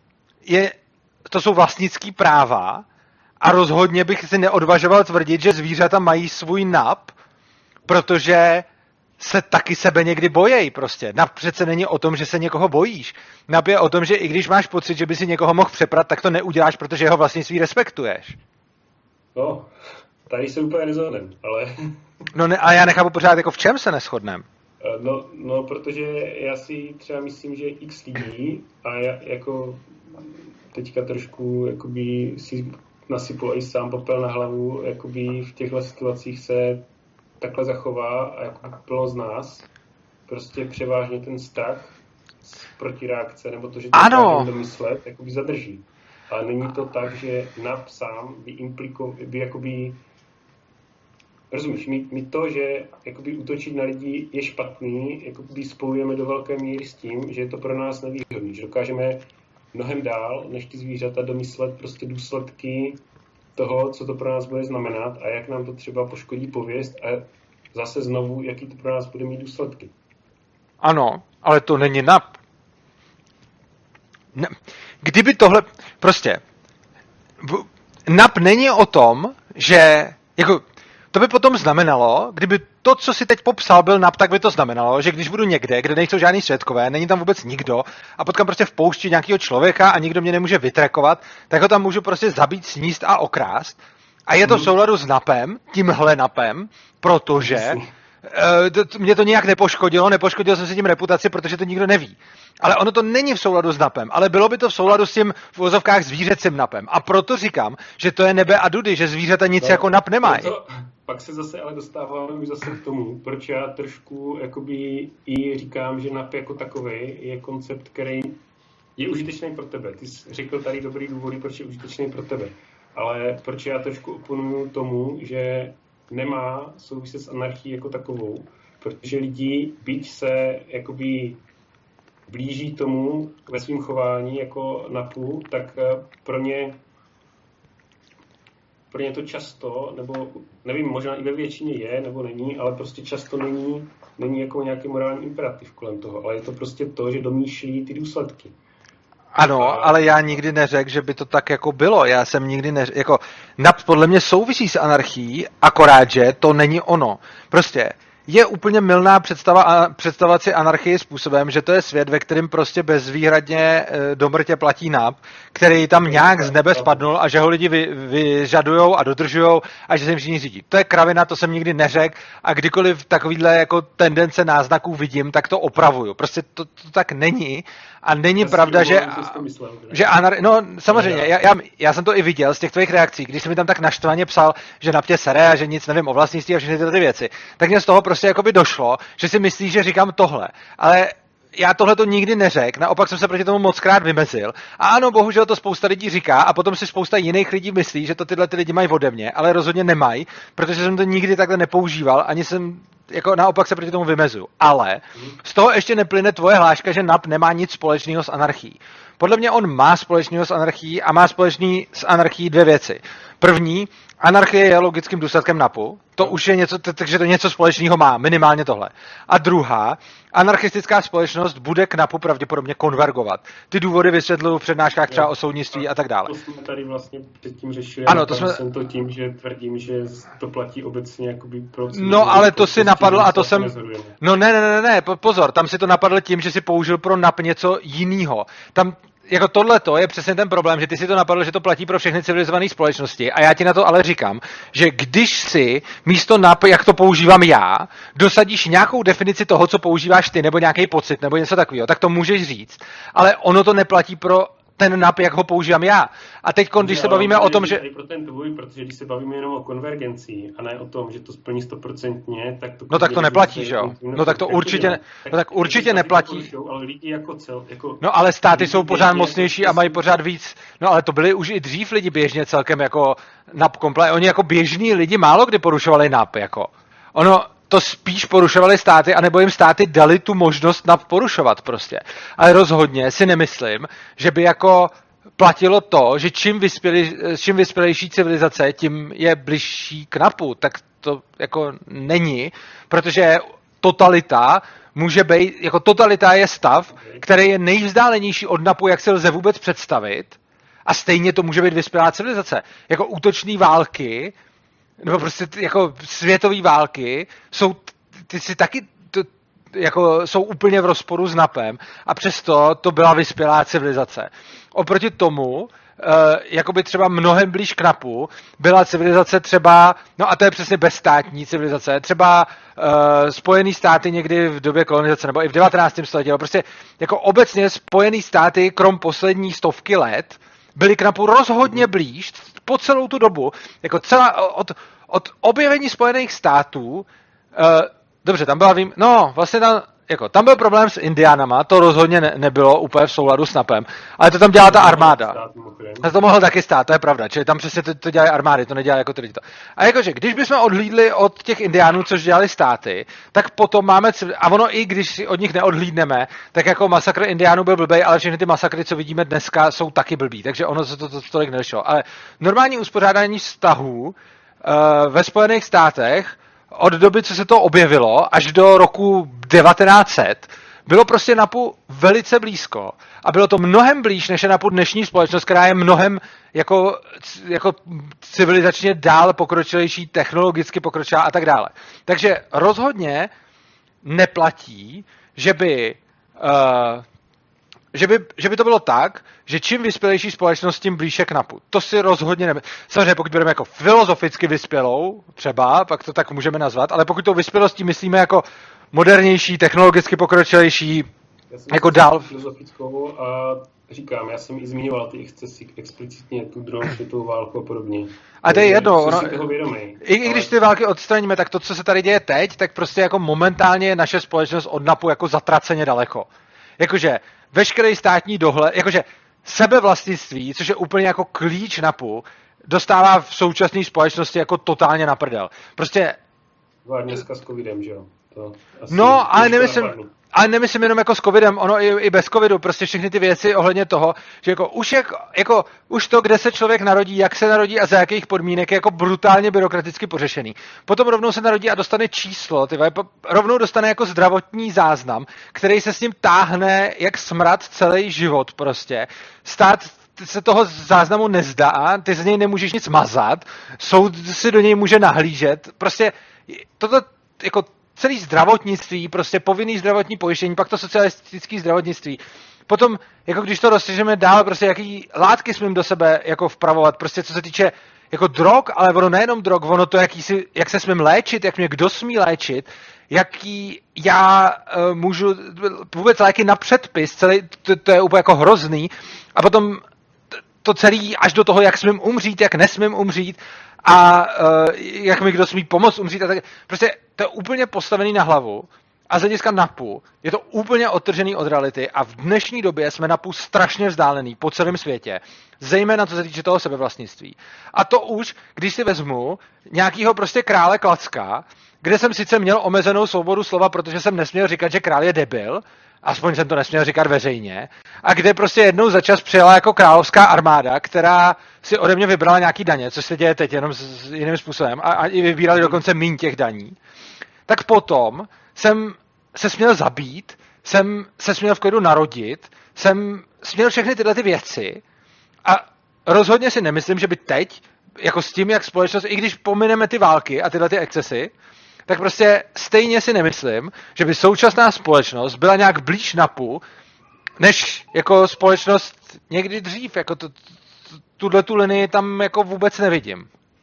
to jsou vlastnický práva a rozhodně bych si neodvažoval tvrdit, že zvířata mají svůj NAP, protože se taky sebe někdy bojejí prostě. NAP přece není o tom, že se někoho bojíš. NAP je o tom, že i když máš pocit, že by si někoho mohl přeprat, tak to neuděláš, protože jeho vlastnictví respektuješ. No, tady se úplně nezhodneme, ale... No ne, a já nechápu pořád, jako v čem se neshodneme. No, protože já si třeba myslím, že x lidí a já jako teďka trošku jakoby si nasypl i sám popel na hlavu, jakoby v těchto situacích se takhle zachová a jako plno z nás prostě převážně ten strach z protireakce, nebo to, že to dokážeme domyslet, jakoby zadrží. Ale není to tak, že NAP sám by jakoby rozumíš, my to, že jakoby útočit na lidi je špatný, jakoby spojujeme do velké míry s tím, že je to pro nás nevýhodný, že dokážeme mnohem dál, než ty zvířata domyslet prostě důsledky toho, co to pro nás bude znamenat a jak nám to třeba poškodí pověst a zase znovu, jaký to pro nás bude mít důsledky. Ano, ale to není NAP. Kdyby tohle, prostě, NAP není o tom, že, jako, to by potom znamenalo, kdyby to, co si teď popsal, byl NAP, tak by to znamenalo, že když budu někde, kde nejsou žádný svědkové, není tam vůbec nikdo a potkám prostě v poušti nějakého člověka a nikdo mě nemůže vytrekovat, tak ho tam můžu prostě zabít, sníst a okrást. A je to v souladu s NAPem, tímhle NAPem, protože mě to nijak nepoškodil jsem si tím reputaci, protože to nikdo neví. Ale ono to není v souladu s NAPem, ale bylo by to v souladu s tím v uvozovkách zvířecím NAPem. A proto říkám, že to je nebe a dudy, že zvířata nic jako NAP nemají. Pak se zase ale dostáváme už zase k tomu, proč já trošku jakoby i říkám, že NAP jako takový je koncept, který je užitečný pro tebe. Ty jsi řekl tady dobrý důvody, proč je užitečný pro tebe. Ale proč já trošku oponuju tomu, že nemá souviset s anarchií jako takovou, protože lidi, byť se jakoby blíží tomu ve svém chování jako NAPu, tak pro ně to často, nebo nevím, možná i ve většině je, nebo není, ale prostě často není jako nějaký morální imperativ kolem toho, ale je to prostě to, že domýšlí ty důsledky. Ano, ale já nikdy neřekl, že by to tak jako bylo. Já jsem nikdy neřekl, jako NAP podle mě souvisí s anarchií, akorát, že to není ono. Prostě je úplně mylná představovat si anarchii způsobem, že to je svět, ve kterém prostě bezvýhradně do mrtě platí NAP, který tam nějak z nebe spadnul a že ho lidi vyžadujou a dodržujou a že se jim všichni řídí. To je kravina, to jsem nikdy neřekl a kdykoliv takovýhle jako tendence náznaků vidím, tak to opravuju. Prostě to tak není a není pravda, že no samozřejmě, já jsem to i viděl z těch tvých reakcí, když jsi mi tam tak naštvaně psal, že NAP tě sere a že nic nevím o vlastnictví a všechny ty věci, tak mě z toho prostě jakoby došlo, že si myslíš, že říkám tohle, ale já tohle to nikdy neřekl, naopak jsem se proti tomu mockrát vymezil. A ano, bohužel to spousta lidí říká a potom si spousta jiných lidí myslí, že to tyhle ty lidi mají ode mě, ale rozhodně nemají, protože jsem to nikdy takhle nepoužíval, ani jsem jako naopak se proti tomu vymezuju. Ale z toho ještě neplyne tvoje hláška, že NAP nemá nic společného s anarchií. Podle mě on má společného s anarchií a má společný s anarchií dvě věci. První, anarchie je logickým důsledkem NAPu, to už je něco, takže to něco společného má, minimálně tohle. A druhá, anarchistická společnost bude k NAPu pravděpodobně konvergovat. Ty důvody vysvětluju v přednáškách třeba o soudnictví a tak dále. To jsme tady vlastně předtím řešili. Ano, to jsme... jsem to tím, že tvrdím, že to platí obecně jakoby pro... No, ale to si napadlo a to jsem... No ne, pozor, tam si to napadlo tím, že si použil pro NAP něco jinýho. Tam jako tohleto je přesně ten problém, že ty si to napadlo, že to platí pro všechny civilizované společnosti a já ti na to ale říkám, že když si místo NAP, jak to používám já, dosadíš nějakou definici toho, co používáš ty, nebo nějaký pocit, nebo něco takového, tak to můžeš říct, ale ono to neplatí pro ten NAP, jak ho používám já. A teď, když se bavíme o tom, že... Pro ten tvůj, protože když se bavíme jenom o konvergenci a ne o tom, že to splní 100%, tak to... No tak to neplatí, že jo? No tak to určitě neplatí. Ale lidi jako no ale státy jsou pořád mocnější a mají pořád víc. No ale to byli už i dřív lidi běžně celkem jako NAP komplet. Oni jako běžní lidi málo kdy porušovali NAP, jako. Ono to spíš porušovali státy, anebo jim státy dali tu možnost NAP porušovat prostě. Ale rozhodně si nemyslím, že by jako platilo to, že čím vyspělejší civilizace, tím je bližší k NAPu. Tak to jako není, protože totalita může být, jako totalita je stav, který je nejvzdálenější od NAPu, jak se lze vůbec představit, a stejně to může být vyspělá civilizace. Jako útoční války, nebo prostě jako světové války, jsou ty si taky jako jsou úplně v rozporu s NAPem a přesto to byla vyspělá civilizace. Oproti tomu, jakoby třeba mnohem blíž k NAPu, byla civilizace třeba, no a to je přesně bezstátní civilizace, třeba Spojený státy někdy v době kolonizace, nebo i v 19. století, prostě jako obecně Spojený státy, krom poslední stovky let, byli k NAPu rozhodně blíž po celou tu dobu, jako od objevení Spojených států, dobře, tam byla vlastně tam byl problém s Indiánama, to rozhodně nebylo úplně v souladu s NAPem, ale to tam dělá ta armáda. A to mohl taky stát, to je pravda, čili tam přesně to dělají armády, to nedělá jako to. A jakože, když bychom odhlídli od těch Indiánů, což dělali státy, tak potom máme, a ono i když od nich neodhlídneme, tak jako masakr Indiánů byl blbej, ale všechny ty masakry, co vidíme dneska, jsou taky blbý, takže ono se to tolik nešlo. Ale normální uspořádání vztahů ve Spojených státech od doby, co se to objevilo, až do roku 1900, bylo prostě NAPu velice blízko. A bylo to mnohem blíž, než je NAPu dnešní společnost, která je mnohem jako civilizačně dál pokročilejší, technologicky pokročilá a tak dále. Takže rozhodně neplatí, že by to bylo tak, že čím vyspělejší společnost, tím blíže k NAPu. To si rozhodně samozřejmě, pokud budeme jako filozoficky vyspělou, třeba, pak to tak můžeme nazvat, ale pokud to vyspělostí myslíme jako modernější, technologicky pokročilejší, jako dál. Filozofickou a říkám, já jsem i zmiňoval ty excesy explicitně, tu druhou světovou válku a podobně. A to je jedno. I když ty války odstraníme, tak to, co se tady děje teď, tak prostě jako momentálně je naše společnost od NAPu jako zatraceně daleko. Jakože veškerý státní dohled, jakože sebevlastnictví, což je úplně jako klíč NAPu, dostává v současné společnosti jako totálně na prdel. Prostě... Dneska s covidem, že jo? Ale nemyslím jenom jako s covidem, ono i bez covidu, prostě všechny ty věci ohledně toho, že už to, kde se člověk narodí, jak se narodí a za jakých podmínek je jako brutálně byrokraticky pořešený. Potom rovnou se narodí a dostane číslo, rovnou dostane jako zdravotní záznam, který se s ním táhne jak smrad celý život prostě. Stát se toho záznamu nezdá, ty z něj nemůžeš nic mazat, soud si do něj může nahlížet, prostě toto jako celý zdravotnictví, prostě povinný zdravotní pojištění, pak to socialistické zdravotnictví. Potom, jako když to rozšíříme dál, prostě jaký látky smím do sebe jako vpravovat, prostě co se týče jako drog, ale ono nejenom drog, ono to jak se smím léčit, jak mě kdo smí léčit, jaký já můžu, vůbec léky na předpis, to je úplně jako hrozný. A potom to celý až do toho, jak smím umřít, jak nesmím umřít a jak mi kdo smí pomoct umřít a tak. Prostě to je úplně postavený na hlavu a z hlediska NAPu je to úplně odtržený od reality a v dnešní době jsme NAPu strašně vzdálený po celém světě, zejména co se týče toho sebevlastnictví. A to už, když si vezmu nějakýho prostě krále Klacka, kde jsem sice měl omezenou svobodu slova, protože jsem nesměl říkat, že král je debil, aspoň jsem to nesměl říkat veřejně, a kde prostě jednou za čas přijela jako královská armáda, která si ode mě vybrala nějaký daně, což se děje teď jenom s jiným způsobem, a i vybírali dokonce míň těch daní, tak potom jsem se směl zabít, jsem se směl v klidu narodit, jsem směl všechny tyhle ty věci a rozhodně si nemyslím, že by teď, jako s tím, jak společnost, i když pomineme ty války a tyhle ty excesy, tak prostě stejně si nemyslím, že by současná společnost byla nějak blíž NAPu, než jako společnost někdy dřív. Jako tu linii tam jako vůbec nevidím.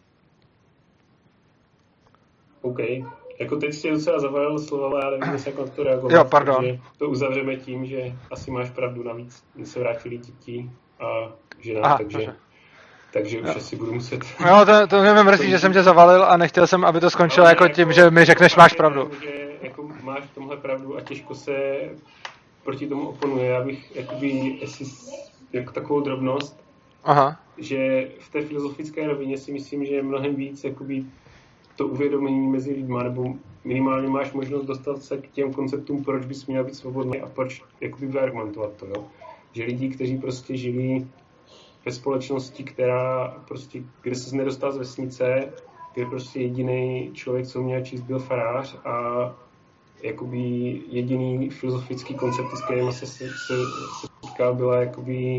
OK. Jako teď jsi docela zavalil slova, ale já nevím, jestli jak na to reagovat. Jo, pardon. Takže to uzavřeme tím, že asi máš pravdu, navíc se vrátili děti a žena, Aha, takže už asi budu muset... Jo, to mě mrzí, že jsem tě zavalil a nechtěl jsem, aby to skončilo jako tím, že mi řekneš, máš pravdu. Že jako máš v tomhle pravdu a těžko se proti tomu oponuje. Já bych jakoby, jako takovou drobnost, Aha. že v té filozofické rovině si myslím, že je mnohem víc jakoby, to uvědomění mezi lidma, nebo minimálně máš možnost dostat se k těm konceptům, proč bys měl být svobodný a proč jakoby vyargumentovat to. Jo? Že lidi, kteří prostě žili ve společnosti, která prostě, kde se nedostal z vesnice, kde prostě jediný člověk, co měl číst, byl farář a jakoby jediný filozofický koncept, s kterým se setkal, byla jakoby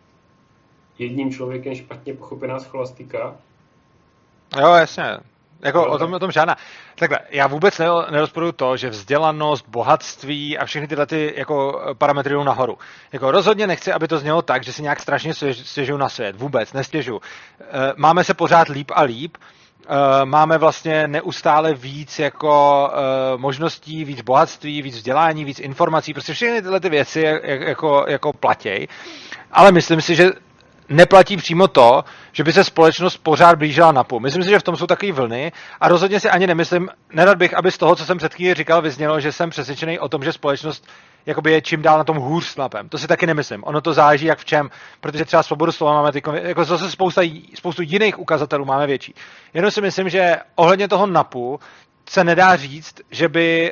jedním člověkem špatně pochopená scholastika. Jo, jasně. Jako o tom žádná. Takhle, já vůbec nerozporuju to, že vzdělanost, bohatství a všechny tyhle ty jako parametry jdou nahoru. Jako rozhodně nechci, aby to znělo tak, že si nějak strašně stěžuju na svět. Vůbec, nestěžuju. Máme se pořád líp a líp. Máme vlastně neustále víc jako možností, víc bohatství, víc vzdělání, víc informací, prostě všechny tyhle ty věci jako platěj. Ale myslím si, že neplatí přímo to, že by se společnost pořád blížila NAPu. Myslím si, že v tom jsou takové vlny a rozhodně si ani nemyslím, nerad bych, aby z toho, co jsem před chvílí říkal, vyznělo, že jsem přesvědčený o tom, že společnost jakoby je čím dál na tom hůř s NAPem. To si taky nemyslím. Ono to záleží jak v čem, protože třeba svobodu slova máme jako zase spoustu jiných ukazatelů máme větší. Jenom si myslím, že ohledně toho NAPu se nedá říct, že by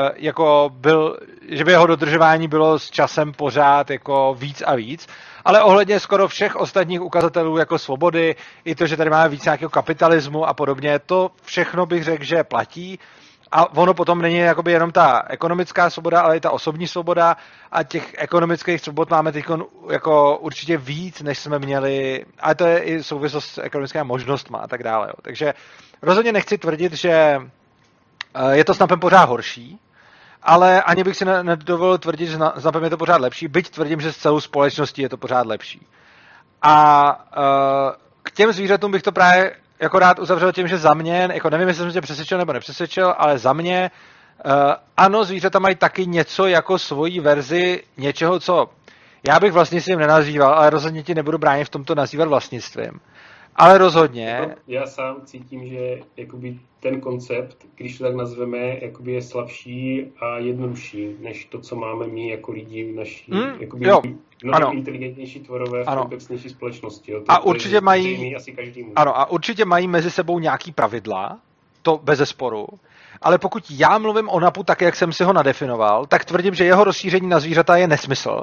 že by jeho dodržování bylo s časem pořád jako víc a víc, ale ohledně skoro všech ostatních ukazatelů jako svobody, i to, že tady máme víc nějakého kapitalismu a podobně, to všechno bych řekl, že platí. A ono potom není jakoby jenom ta ekonomická svoboda, ale i ta osobní svoboda a těch ekonomických svobod máme teď jako určitě víc, než jsme měli, ale to je i souvislost s ekonomickými možnostmi a tak dále. Jo. Takže rozhodně nechci tvrdit, že je to s NAPem pořád horší, ale ani bych si nedovolil tvrdit, že s NAPem je to pořád lepší, byť tvrdím, že s celou společností je to pořád lepší. A k těm zvířatům bych to právě jako rád uzavřel tím, že za mě, jako nevím, jestli jsem tě přesvědčil nebo nepřesvědčil, ale za mě ano, zvířata mají taky něco jako svoji verzi něčeho, co já bych vlastně si jim nenazýval, ale rozhodně ti nebudu bránit v tomto nazývat vlastnictvím. Ale rozhodně... Já sám cítím, že jakoby ten koncept, když to tak nazveme, jakoby je slabší a jednodušší, než to, co máme my jako lidi v naší mnohem inteligentnější tvorové v komplexnější společnosti. Jo. A určitě mají asi každému. Ano, a určitě mají mezi sebou nějaký pravidla, to bezesporu, ale pokud já mluvím o NAPu tak, jak jsem si ho nadefinoval, tak tvrdím, že jeho rozšíření na zvířata je nesmysl.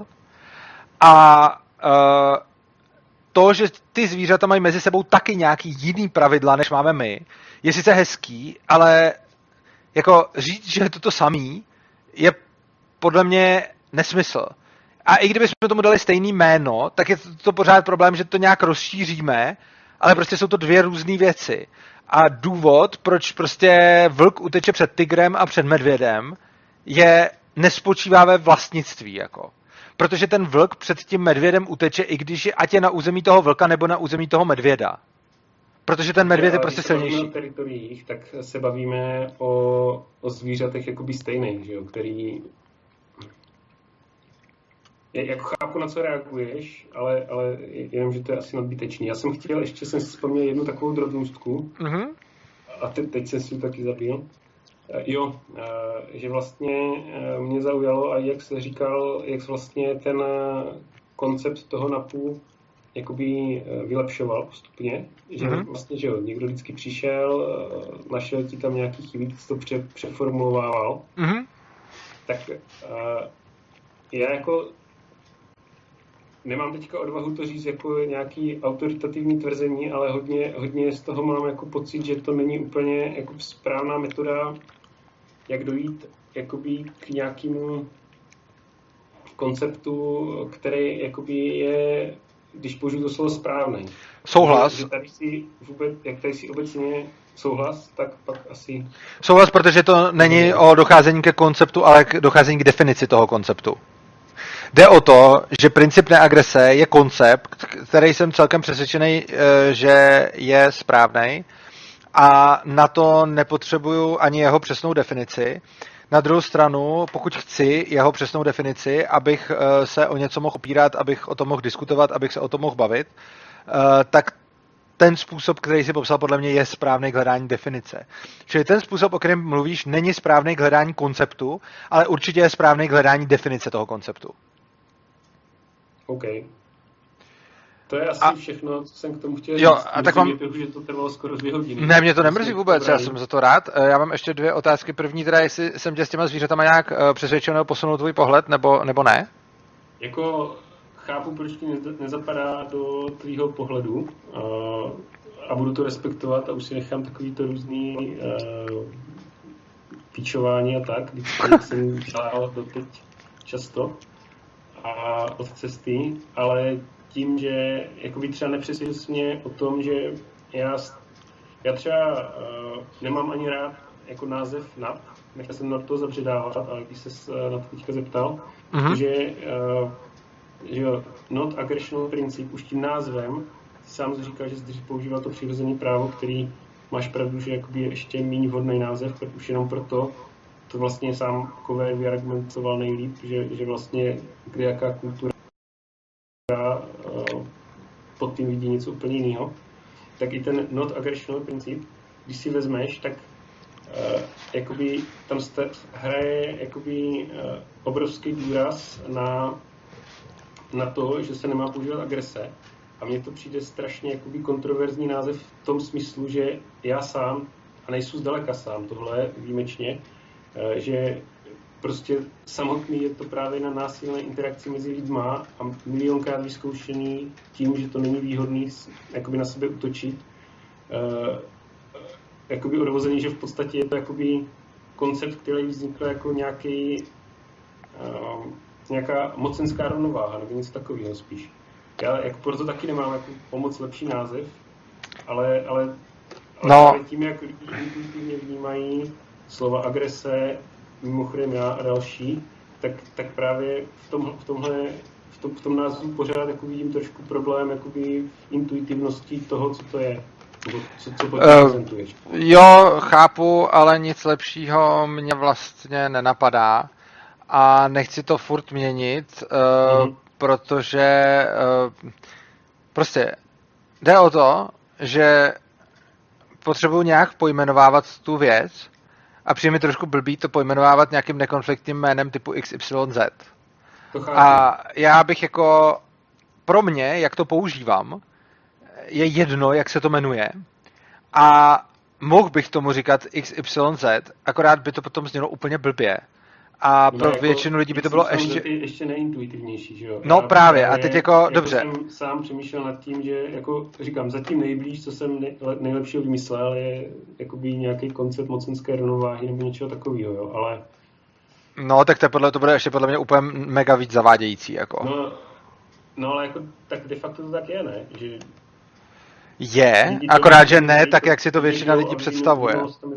A to, že ty zvířata mají mezi sebou taky nějaký jiný pravidla, než máme my, je sice hezký, ale jako říct, že je to samý, je podle mě nesmysl. A i kdybychom tomu dali stejný jméno, tak je to pořád problém, že to nějak rozšíříme, ale prostě jsou to dvě různé věci. A důvod, proč prostě vlk uteče před tigrem a před medvědem, nespočívá ve vlastnictví, jako. Protože ten vlk před tím medvědem uteče, i když je ať je na území toho vlka nebo na území toho medvěda. Protože ten medvěd je prostě silnější. Na teritoriích, tak se bavíme o zvířatech jakoby stejných, že jo, který... Jako chápu, na co reaguješ, ale jenom, že to je asi nadbytečný. Já jsem si vzpomněl jednu takovou drobnůstku, a teď jsem si ji taky zabil. Že vlastně mě zaujalo, a jak se říkal, jak vlastně ten koncept toho NAPu jakoby vylepšoval postupně, že vlastně, že jo, někdo vždycky přišel, našel ti tam nějaký chyby, to přeformulovával, tak já jako nemám teďka odvahu to říct jako nějaký autoritativní tvrzení, ale hodně z toho mám jako pocit, že to není úplně jako správná metoda, jak dojít jakoby k nějakému konceptu, který jakoby je, když použiju to slovo správný. Souhlas. Že tady si vůbec, jak tady si obecně souhlas, tak pak asi... Souhlas, protože to není o docházení ke konceptu, ale k docházení k definici toho konceptu. Jde o to, že princip neagrese je koncept, který jsem celkem přesvědčený, že je správný a na to nepotřebuju ani jeho přesnou definici. Na druhou stranu, pokud chci jeho přesnou definici, abych se o něco mohl opírat, abych o tom mohl diskutovat, abych se o tom mohl bavit, tak ten způsob, který si popsal, podle mě je správný k hledání definice. Čili ten způsob, o kterém mluvíš, není správný k hledání konceptu, ale určitě je správný k hledání definice toho konceptu. OK. To je asi všechno, co jsem k tomu chtěl říct. Jo, a tak mám... že to trvalo skoro 2 hodiny. Ne, mě to nemrzí vůbec, já jsem za to rád. Já mám ještě 2 otázky. První teda, jestli jsem tě s těma zvířatama nějak přesvědčil nebo posunul tvůj pohled, nebo ne? Jako chápu, proč ti nezapadá do tvýho pohledu a budu to respektovat a už si nechám takovýto různý píčování a tak, když jsem dělal doteď často a od cesty, ale tím, že jakoby třeba nepřesvědčil jsi mě o tom, že já třeba nemám ani rád jako název NAP, nechtěl jsem na to zabředávat, ale když se na to teďka zeptal, protože že jo, not aggressional princip už tím názvem sám říkal, že jsi používal to přirozené právo, který máš pravdu, že jakoby je ještě méně vhodný název, už jenom proto to vlastně sám Covey vyargumentoval nejlíp, že vlastně kde jaká kultura pod tím vidí něco úplně jiného, tak i ten not aggressional princip, když si vezmeš, tak jakoby tam hraje jakoby obrovský důraz na to, že se nemá používat agrese. A mně to přijde strašně jakoby kontroverzní název v tom smyslu, že já sám, a nejsou zdaleka sám, tohle výjimečně, že prostě samotný je to právě na násilné interakci mezi lidma a milionkrát vyzkoušený tím, že to není výhodný jakoby na sebe útočit. Jakoby odvozený, že v podstatě je to jakoby koncept, který vznikl jako nějaká mocenská rovnováha, nebo něco takového spíš. Já jako proto taky nemám jako pomoc lepší název, ale tím, jak lidi intuitivně vnímají slova agrese, mimochodem já a další, tak právě v tom názvu pořád jako vidím trošku problém jakoby v intuitivnosti toho, co to je. Nebo co prezentuješ. Jo, chápu, ale nic lepšího mě vlastně nenapadá a nechci to furt měnit, protože prostě jde o to, že potřebuji nějak pojmenovávat tu věc a přijde mi trošku blbý to pojmenovávat nějakým nekonfliktním jménem typu XYZ. A já bych jako pro mě, jak to používám, je jedno, jak se to jmenuje a mohl bych tomu říkat XYZ, akorát by to potom znělo úplně blbě. A pro většinu lidí by to bylo ještě neintuitivnější, že jo? No právě, a teď jako dobře. Jsem sám přemýšlel nad tím, že jako říkám, zatím nejblíž, co jsem nejlepšího vymyslel, je jakoby nějaký koncept mocenské rovnováhy nebo něčeho takového, jo, ale... No, tak to bude ještě podle mě úplně mega víc zavádějící, jako. No, ale jako, tak de facto to tak je, ne? Že je, akorát, že ne tak, jak si to většina lidí představuje.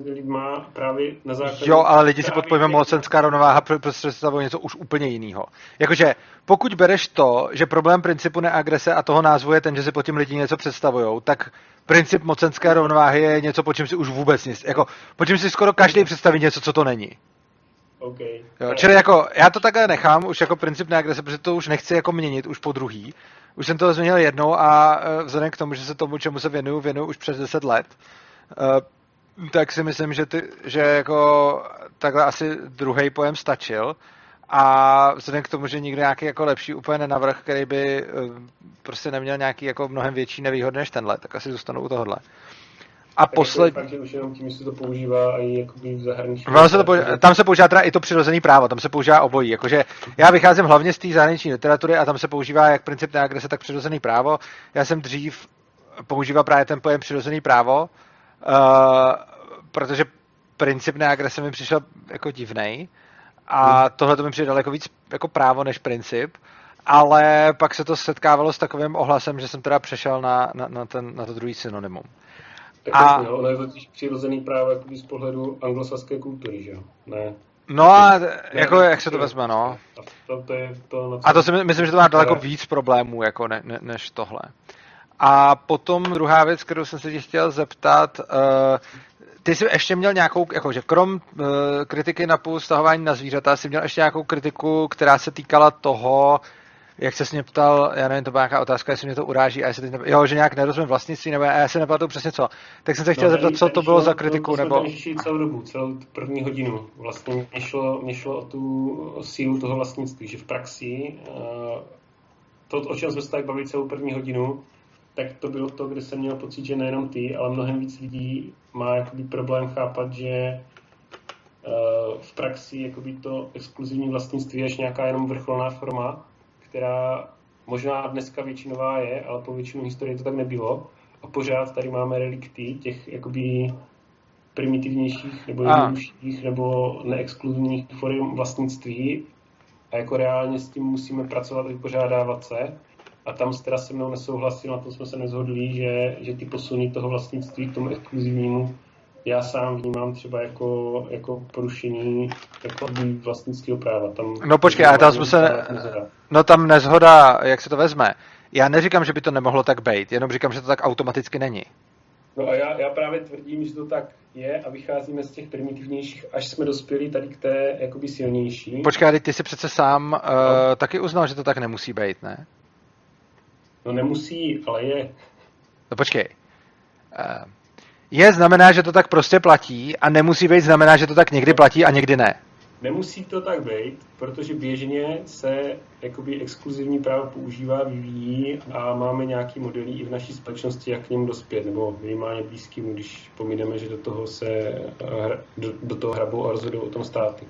Jo, ale lidi si pod pojmem mocenská rovnováha představují něco už úplně jiného. Jakože pokud bereš to, že problém principu neagrese a toho názvu je ten, že si pod tím lidi něco představují, tak princip mocenské rovnováhy je něco, po čem si už vůbec nic. Jako, po čem si skoro každý představí něco, co to není. Okay. Jo, čili jako, já to takhle nechám už jako princip neagrese, protože to už nechci jako měnit už po druhý. Už jsem to změnil jednou a vzhledem k tomu, že se tomu, čemu se věnuju už přes 10 let, tak si myslím, že jako takhle asi druhý pojem stačil a vzhledem k tomu, že nikdo nějaký jako lepší úplně nenavrh, který by prostě neměl nějaký jako mnohem větší nevýhody než tenhle, tak asi zůstanu u tohohle. A poslední... fakt, že už jenom tím, jestli to používá i jakoby v zahraničí. Tam se používá teda i to přirozený právo, tam se používá obojí. Jakože já vycházím hlavně z té zahraniční literatury a tam se používá jak princip neagrese, tak přirozený právo. Já jsem dřív používal právě ten pojem přirozený právo, protože princip neagrese mi přišel jako divnej a tohle to mi přijde daleko víc jako právo než princip, ale pak se to setkávalo s takovým ohlasem, že jsem teda přešel na to druhý synonymum. Tak jasně, ono je totiž přirozený právo jakoby z pohledu anglosaské kultury, že jo? Ne. No a jako jak se to vezme, no. To je to, a to si myslím, že to má daleko víc problémů, jako než tohle. A potom druhá věc, kterou jsem se tě chtěl zeptat, ty jsi ještě měl nějakou, jakože krom kritiky na půl stahování na zvířata, jsi měl ještě nějakou kritiku, která se týkala toho, jak se mě ptal, já nevím, to byla nějaká otázka, jestli mě to uráží, a jestli teď že nějak nerozumím vlastnictví, nebo já se nepamatuju přesně co. Tak jsem se chtěl zeptat, co to bylo za kritiku, nebo... celou dobu, celou první hodinu. Vlastně mě šlo o tu sílu toho vlastnictví, že v praxi to, o čem jsme se tak bavili celou první hodinu, tak to bylo to, kde jsem měl pocit, že nejenom ty, ale mnohem víc lidí má jakoby problém chápat, že v praxi jakoby to exkluzivní vlastnictví je až nějaká jenom vrcholná forma, která možná dneska většinová je, ale po většinu historie to tak nebylo. A pořád tady máme relikty těch jakoby primitivnějších nebo jednodušších nebo neexkluzivních forem vlastnictví a jako reálně s tím musíme pracovat a vypořádávat se. A tam teda se mnou nesouhlasil, na tom jsme se nezhodli, že ty posuny toho vlastnictví k tomu exkluzivnímu já sám vnímám třeba jako porušení jako vlastnického práva. No počkej, ale tam jsme se... No tam nezhoda, jak se to vezme. Já neříkám, že by to nemohlo tak být, jenom říkám, že to tak automaticky není. No a já právě tvrdím, že to tak je a vycházíme z těch primitivnějších, až jsme dospěli tady k té jakoby silnější. Počkej, ty jsi přece sám taky uznal, že to tak nemusí být, ne? No nemusí, ale je. No počkej. Je znamená, že to tak prostě platí a nemusí být znamená, že to tak někdy platí a někdy ne. Nemusí to tak být, protože běžně se jakoby exkluzivní právo používá, vyvíjí a máme nějaký modely i v naší společnosti, jak k němu dospět, nebo minimálně blízkým, když pomineme, že do toho se do toho hrabou a rozhodou o tom státy.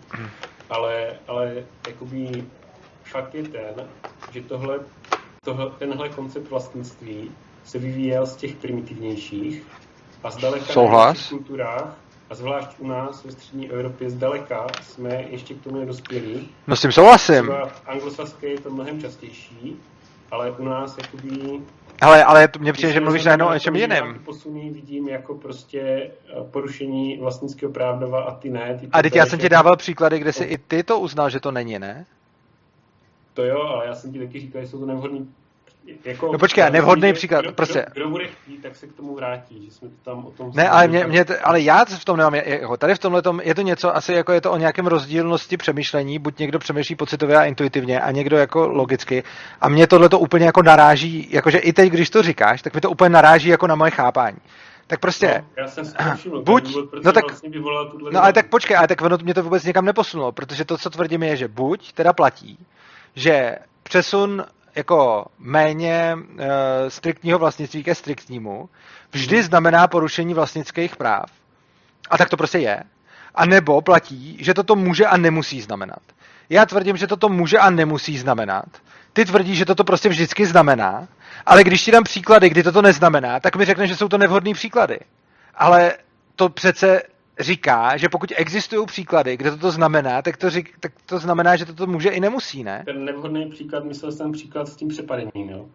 Ale jakoby fakt je ten, že tenhle koncept vlastnictví se vyvíjel z těch primitivnějších a zdaleka v těch kulturách a zvlášť u nás ve střední Evropě zdaleka jsme ještě k tomu nedospěli. No s tím souhlasím. Třeba v anglosaské je to mnohem častější, ale u nás jakoby... Ale mně přijde, že mluvíš najednou o něčem jiném. Posuny vidím jako prostě porušení vlastnického práva a ty ne. A teď já jsem ti dával příklady, kde si i ty to uznal, že to není, ne? To jo, ale já jsem ti taky říkal, že jsou to nevhodný. Jako, no počkej, nevhodný příklad, prostě. Kdo bude chtít, tak se k tomu vrátí, že jsme tam o tom... Ne, ale já v tom nemám, tady v tomhletom je to něco, asi jako je to o nějakém rozdílnosti přemýšlení, buď někdo přemýšlí pocitově a intuitivně a někdo jako logicky a mě tohleto úplně jako naráží, jakože i teď, když to říkáš, tak mi to úplně naráží jako na moje chápání. Tak prostě, no, já jsem si to všiml, no tak, vlastně no ale tak počkej, ale tak mě to vůbec někam neposunulo, protože to, co tvrdím, je, že buď teda platí, že přesun jako méně striktního vlastnictví ke striktnímu vždy znamená porušení vlastnických práv. A tak to prostě je. A nebo platí, že toto může a nemusí znamenat. Já tvrdím, že toto může a nemusí znamenat. Ty tvrdíš, že toto prostě vždycky znamená, ale když ti dám příklady, kdy toto neznamená, tak mi řekneš, že jsou to nevhodný příklady. Ale to přece říká, že pokud existují příklady, kde toto znamená, tak to znamená, že toto může i nemusí, ne? Ten nevhodný příklad, myslel jsem příklad s tím přepadením, jo?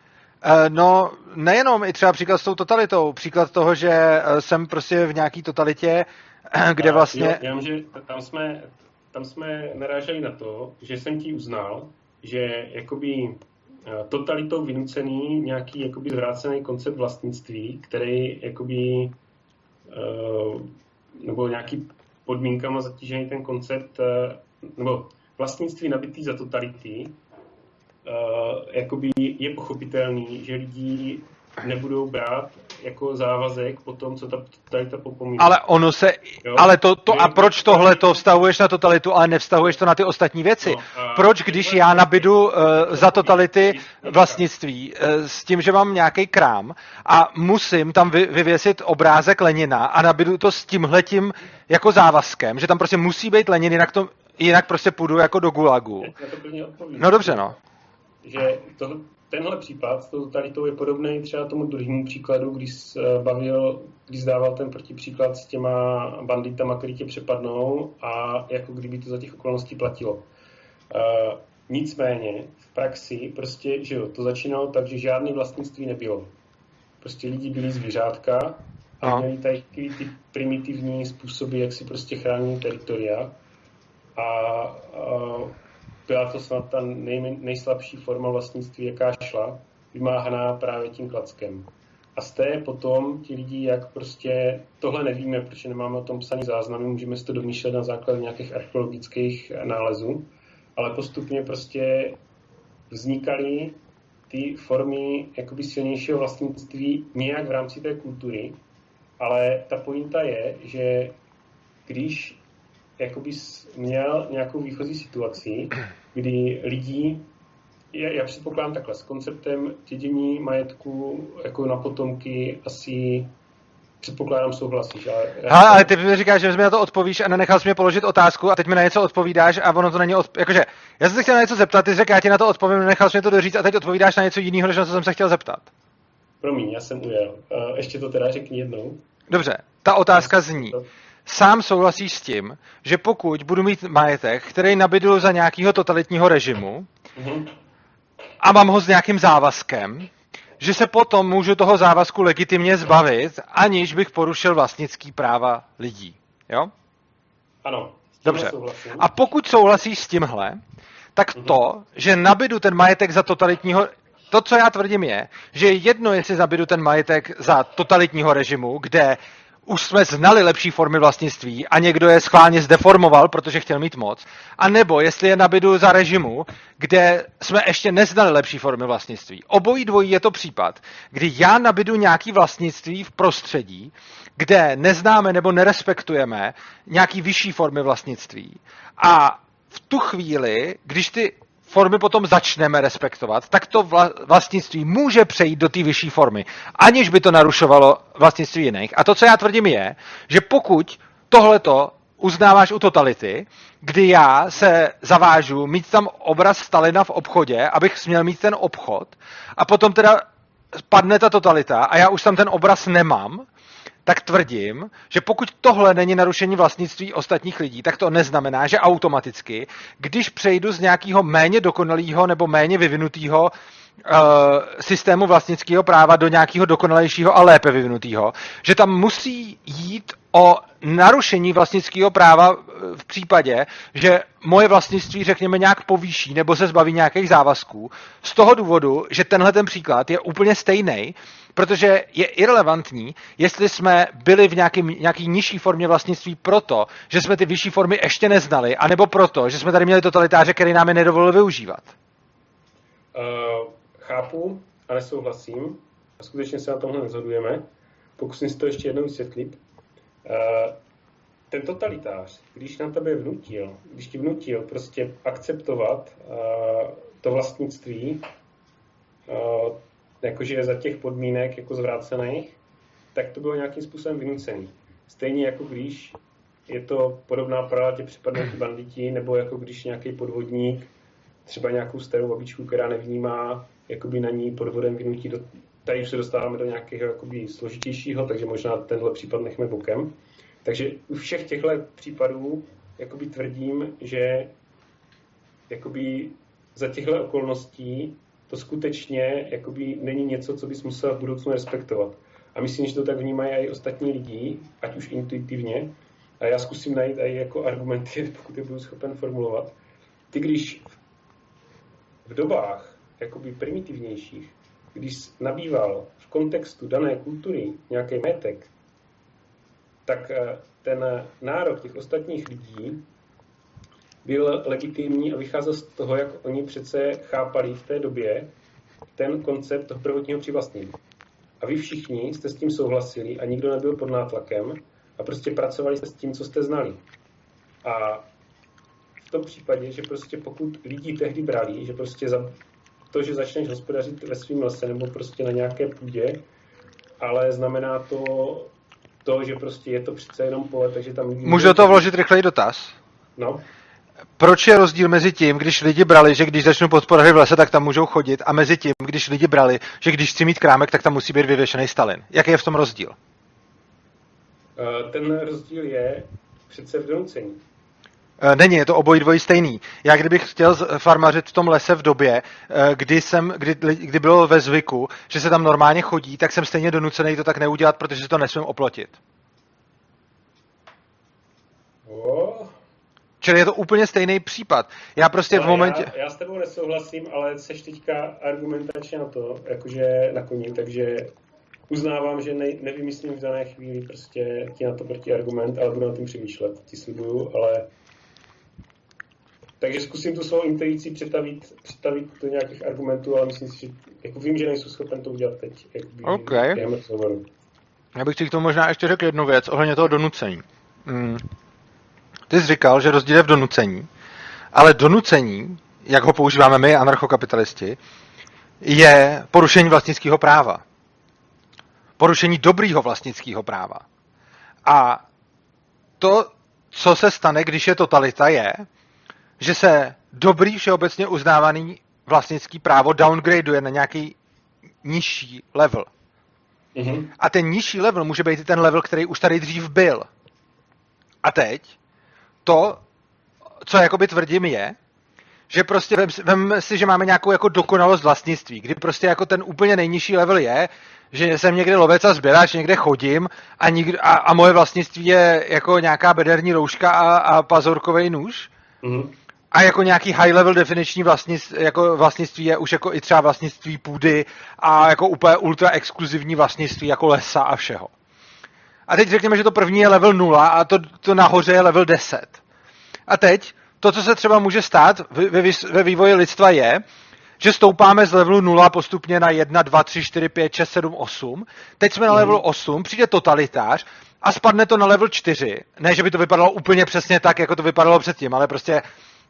No, nejenom, i třeba příklad s tou totalitou. Příklad toho, že jsem prostě v nějaký totalitě, kde vlastně... Jo, že tam jsme naráželi na to, že jsem ti uznal, že jakoby totalitou vynucený nějaký jakoby zvrácený koncept vlastnictví, který jakoby nebo nějaký podmínkama zatížený ten koncept, nebo vlastnictví nabitý za totality, jakoby je pochopitelný, že lidi nebudou brát jako závazek po tom, co ta totalita popomíná. Ale ono se, jo? ale to a proč tohle to vztahuješ na totalitu, ale nevztahuješ to na ty ostatní věci? Proč, když já nabidu za totality vlastnictví s tím, že mám nějaký krám a musím tam vyvěsit obrázek Lenina a nabidu to s tímhletím jako závazkem, že tam prostě musí být Lenin, jinak prostě půjdu jako do gulagu. No dobře, no. Že tenhle případ s tou totalitou je podobný třeba tomu druhému příkladu, když dával ten protipříklad s těma banditama, který tě přepadnou a jako kdyby to za těch okolností platilo. Nicméně v praxi prostě, že jo, to začínalo tak, že žádné vlastnictví nebylo. Prostě lidi byli zvířátka a měli tady ty primitivní způsoby, jak si prostě chránili teritoria a byla to snad ta nejslabší forma vlastnictví, jaká šla, vymáhaná právě tím klackem. A z té potom ti lidi, jak prostě tohle nevíme, protože nemáme o tom psaný záznamy, můžeme si to domýšlet na základě nějakých archeologických nálezů, ale postupně prostě vznikaly ty formy jakoby silnějšího vlastnictví nějak v rámci té kultury, ale ta pointa je, že když jakoby měl nějakou výchozí situaci, kdy lidi, já předpokládám takhle, s konceptem dědění majetku jako na potomky asi předpokládám souhlasíš. Ale ty mi říkáš, že mi na to odpovíš a nenechal jsi mě položit otázku a teď mi na něco odpovídáš a ono to není jakože, já jsem se chtěl na něco zeptat, ty jsi řekl, já ti na to odpovím, nenechal jsi mě to doříct a teď odpovídáš na něco jiného, než na co jsem se chtěl zeptat. Promiň, já jsem ujel. Ještě to teda řekni jednou. Dobře, ta otázka zní. Sám souhlasíš s tím, že pokud budu mít majetek, který nabydu za nějakého totalitního režimu a mám ho s nějakým závazkem, že se potom můžu toho závazku legitimně zbavit, aniž bych porušil vlastnický práva lidí. Jo? Ano. Dobře. A pokud souhlasíš s tímhle, tak to, že nabydu ten majetek za totalitního... To, co já tvrdím, je, že je jedno, jestli nabydu ten majetek za totalitního režimu, kde už jsme znali lepší formy vlastnictví a někdo je schválně zdeformoval, protože chtěl mít moc, a nebo jestli je nabydu za režimu, kde jsme ještě neznali lepší formy vlastnictví. Obojí dvojí je to případ, kdy já nabydu nějaký vlastnictví v prostředí, kde neznáme nebo nerespektujeme nějaký vyšší formy vlastnictví. A v tu chvíli, když ty formy potom začneme respektovat, tak to vlastnictví může přejít do té vyšší formy, aniž by to narušovalo vlastnictví jiných. A to, co já tvrdím, je, že pokud tohleto uznáváš u totality, kdy já se zavážu mít tam obraz Stalina v obchodě, abych směl mít ten obchod, a potom teda padne ta totalita a já už tam ten obraz nemám, tak tvrdím, že pokud tohle není narušení vlastnictví ostatních lidí, tak to neznamená, že automaticky, když přejdu z nějakého méně dokonalého nebo méně vyvinutého systému vlastnického práva do nějakého dokonalejšího a lépe vyvinutého, že tam musí jít o narušení vlastnického práva v případě, že moje vlastnictví, řekněme, nějak povýší nebo se zbaví nějakých závazků, z toho důvodu, že tenhle ten příklad je úplně stejný, protože je irelevantní, jestli jsme byli v nějaký nižší formě vlastnictví proto, že jsme ty vyšší formy ještě neznali, anebo proto, že jsme tady měli totalitáře, který nám je nedovolil využívat. Chápu a nesouhlasím. A skutečně se na tomhle neshodujeme. Pokusím si to ještě jednou vysvětlit. Ten totalitář, když na tebe vnutil, když ti vnutil prostě akceptovat to vlastnictví, jakože je za těch podmínek jako zvrácených, tak to bylo nějakým způsobem vynucený. Stejně jako když je to podobná paralela, tě připadnou ti banditi, nebo jako když nějaký podvodník třeba nějakou starou babičku, která nevnímá, jakoby na ní podvodem vynutí tady už se dostáváme do nějakého jakoby složitějšího, takže možná tenhle případ nechme bokem. Takže u všech těchto případů jakoby tvrdím, že jakoby za těchto okolností to skutečně jakoby není něco, co bys musel v budoucnu respektovat. A myslím, že to tak vnímají i ostatní lidi, ať už intuitivně. A já zkusím najít i jako argumenty, pokud je budu schopen formulovat. Ty, když v dobách jakoby primitivnějších, když nabýval v kontextu dané kultury nějaký majetek, tak ten nárok těch ostatních lidí byl legitimní a vycházel z toho, jak oni přece chápali v té době ten koncept toho prvotního přivlastnění. a vy všichni jste s tím souhlasili a nikdo nebyl pod nátlakem a prostě pracovali jste s tím, co jste znali. A v tom případě, že prostě pokud lidi tehdy brali, že prostě za to, že začneš hospodařit ve svém lese nebo prostě na nějaké půdě, ale znamená to, že prostě je to přece jenom pole, takže tam lidi... Můžu do toho vložit rychlej dotaz? No. Proč je rozdíl mezi tím, když lidi brali, že když začnou hospodařit v lese, tak tam můžou chodit, a mezi tím, když lidi brali, že když chci mít krámek, tak tam musí být vyvěšený Stalin? Jaký je v tom rozdíl? Ten rozdíl je přece v donucení. Není, je to obojí dvojí stejný. Já kdybych chtěl farmařit v tom lese v době, kdy bylo ve zvyku, že se tam normálně chodí, tak jsem stejně donucený to tak neudělat, protože si to nesmím oplotit. Čili je to úplně stejný případ. Já prostě v momentě... Já s tebou nesouhlasím, ale seš teďka argumentačně na to, jakože na koni, takže uznávám, že nevymyslím v dané chvíli prostě ti na to protiargument, ale budu na tím přemýšlet, ti slibuju, ale... Takže zkusím tu svou intuici přetavit do nějakých argumentů, ale myslím si, že jako vím, že nejsou schopen to udělat teď. Okay. Já bych ti k tomu možná ještě řekl jednu věc ohledně toho donucení. Ty jsi říkal, že rozdíl je v donucení, ale donucení, jak ho používáme my, anarchokapitalisti, je porušení vlastnického práva. Porušení dobrýho vlastnického práva. A to, co se stane, když je totalita, je, že se dobrý všeobecně uznávaný vlastnický právo downgraduje na nějaký nižší level. Mm-hmm. A ten nižší level může být i ten level, který už tady dřív byl. A teď to, co jakoby tvrdím, je, že prostě vem si, že máme nějakou jako dokonalost vlastnictví, kdy prostě jako ten úplně nejnižší level je, že jsem někde lovec a sběrač, někde chodím a moje vlastnictví je jako nějaká bederní rouška a pazurkovej nůž. Mm-hmm. A jako nějaký high level definiční vlastnictví je už jako i třeba vlastnictví půdy a jako úplně ultra exkluzivní vlastnictví jako lesa a všeho. A teď řekněme, že to první je level 0 a to nahoře je level 10. A teď to, co se třeba může stát ve vývoji lidstva je, že stoupáme z levelu 0 postupně na 1, 2, 3, 4, 5, 6, 7, 8. Teď jsme na levelu 8, přijde totalitář a spadne to na level 4. Ne, že by to vypadalo úplně přesně tak, jako to vypadalo předtím, ale prostě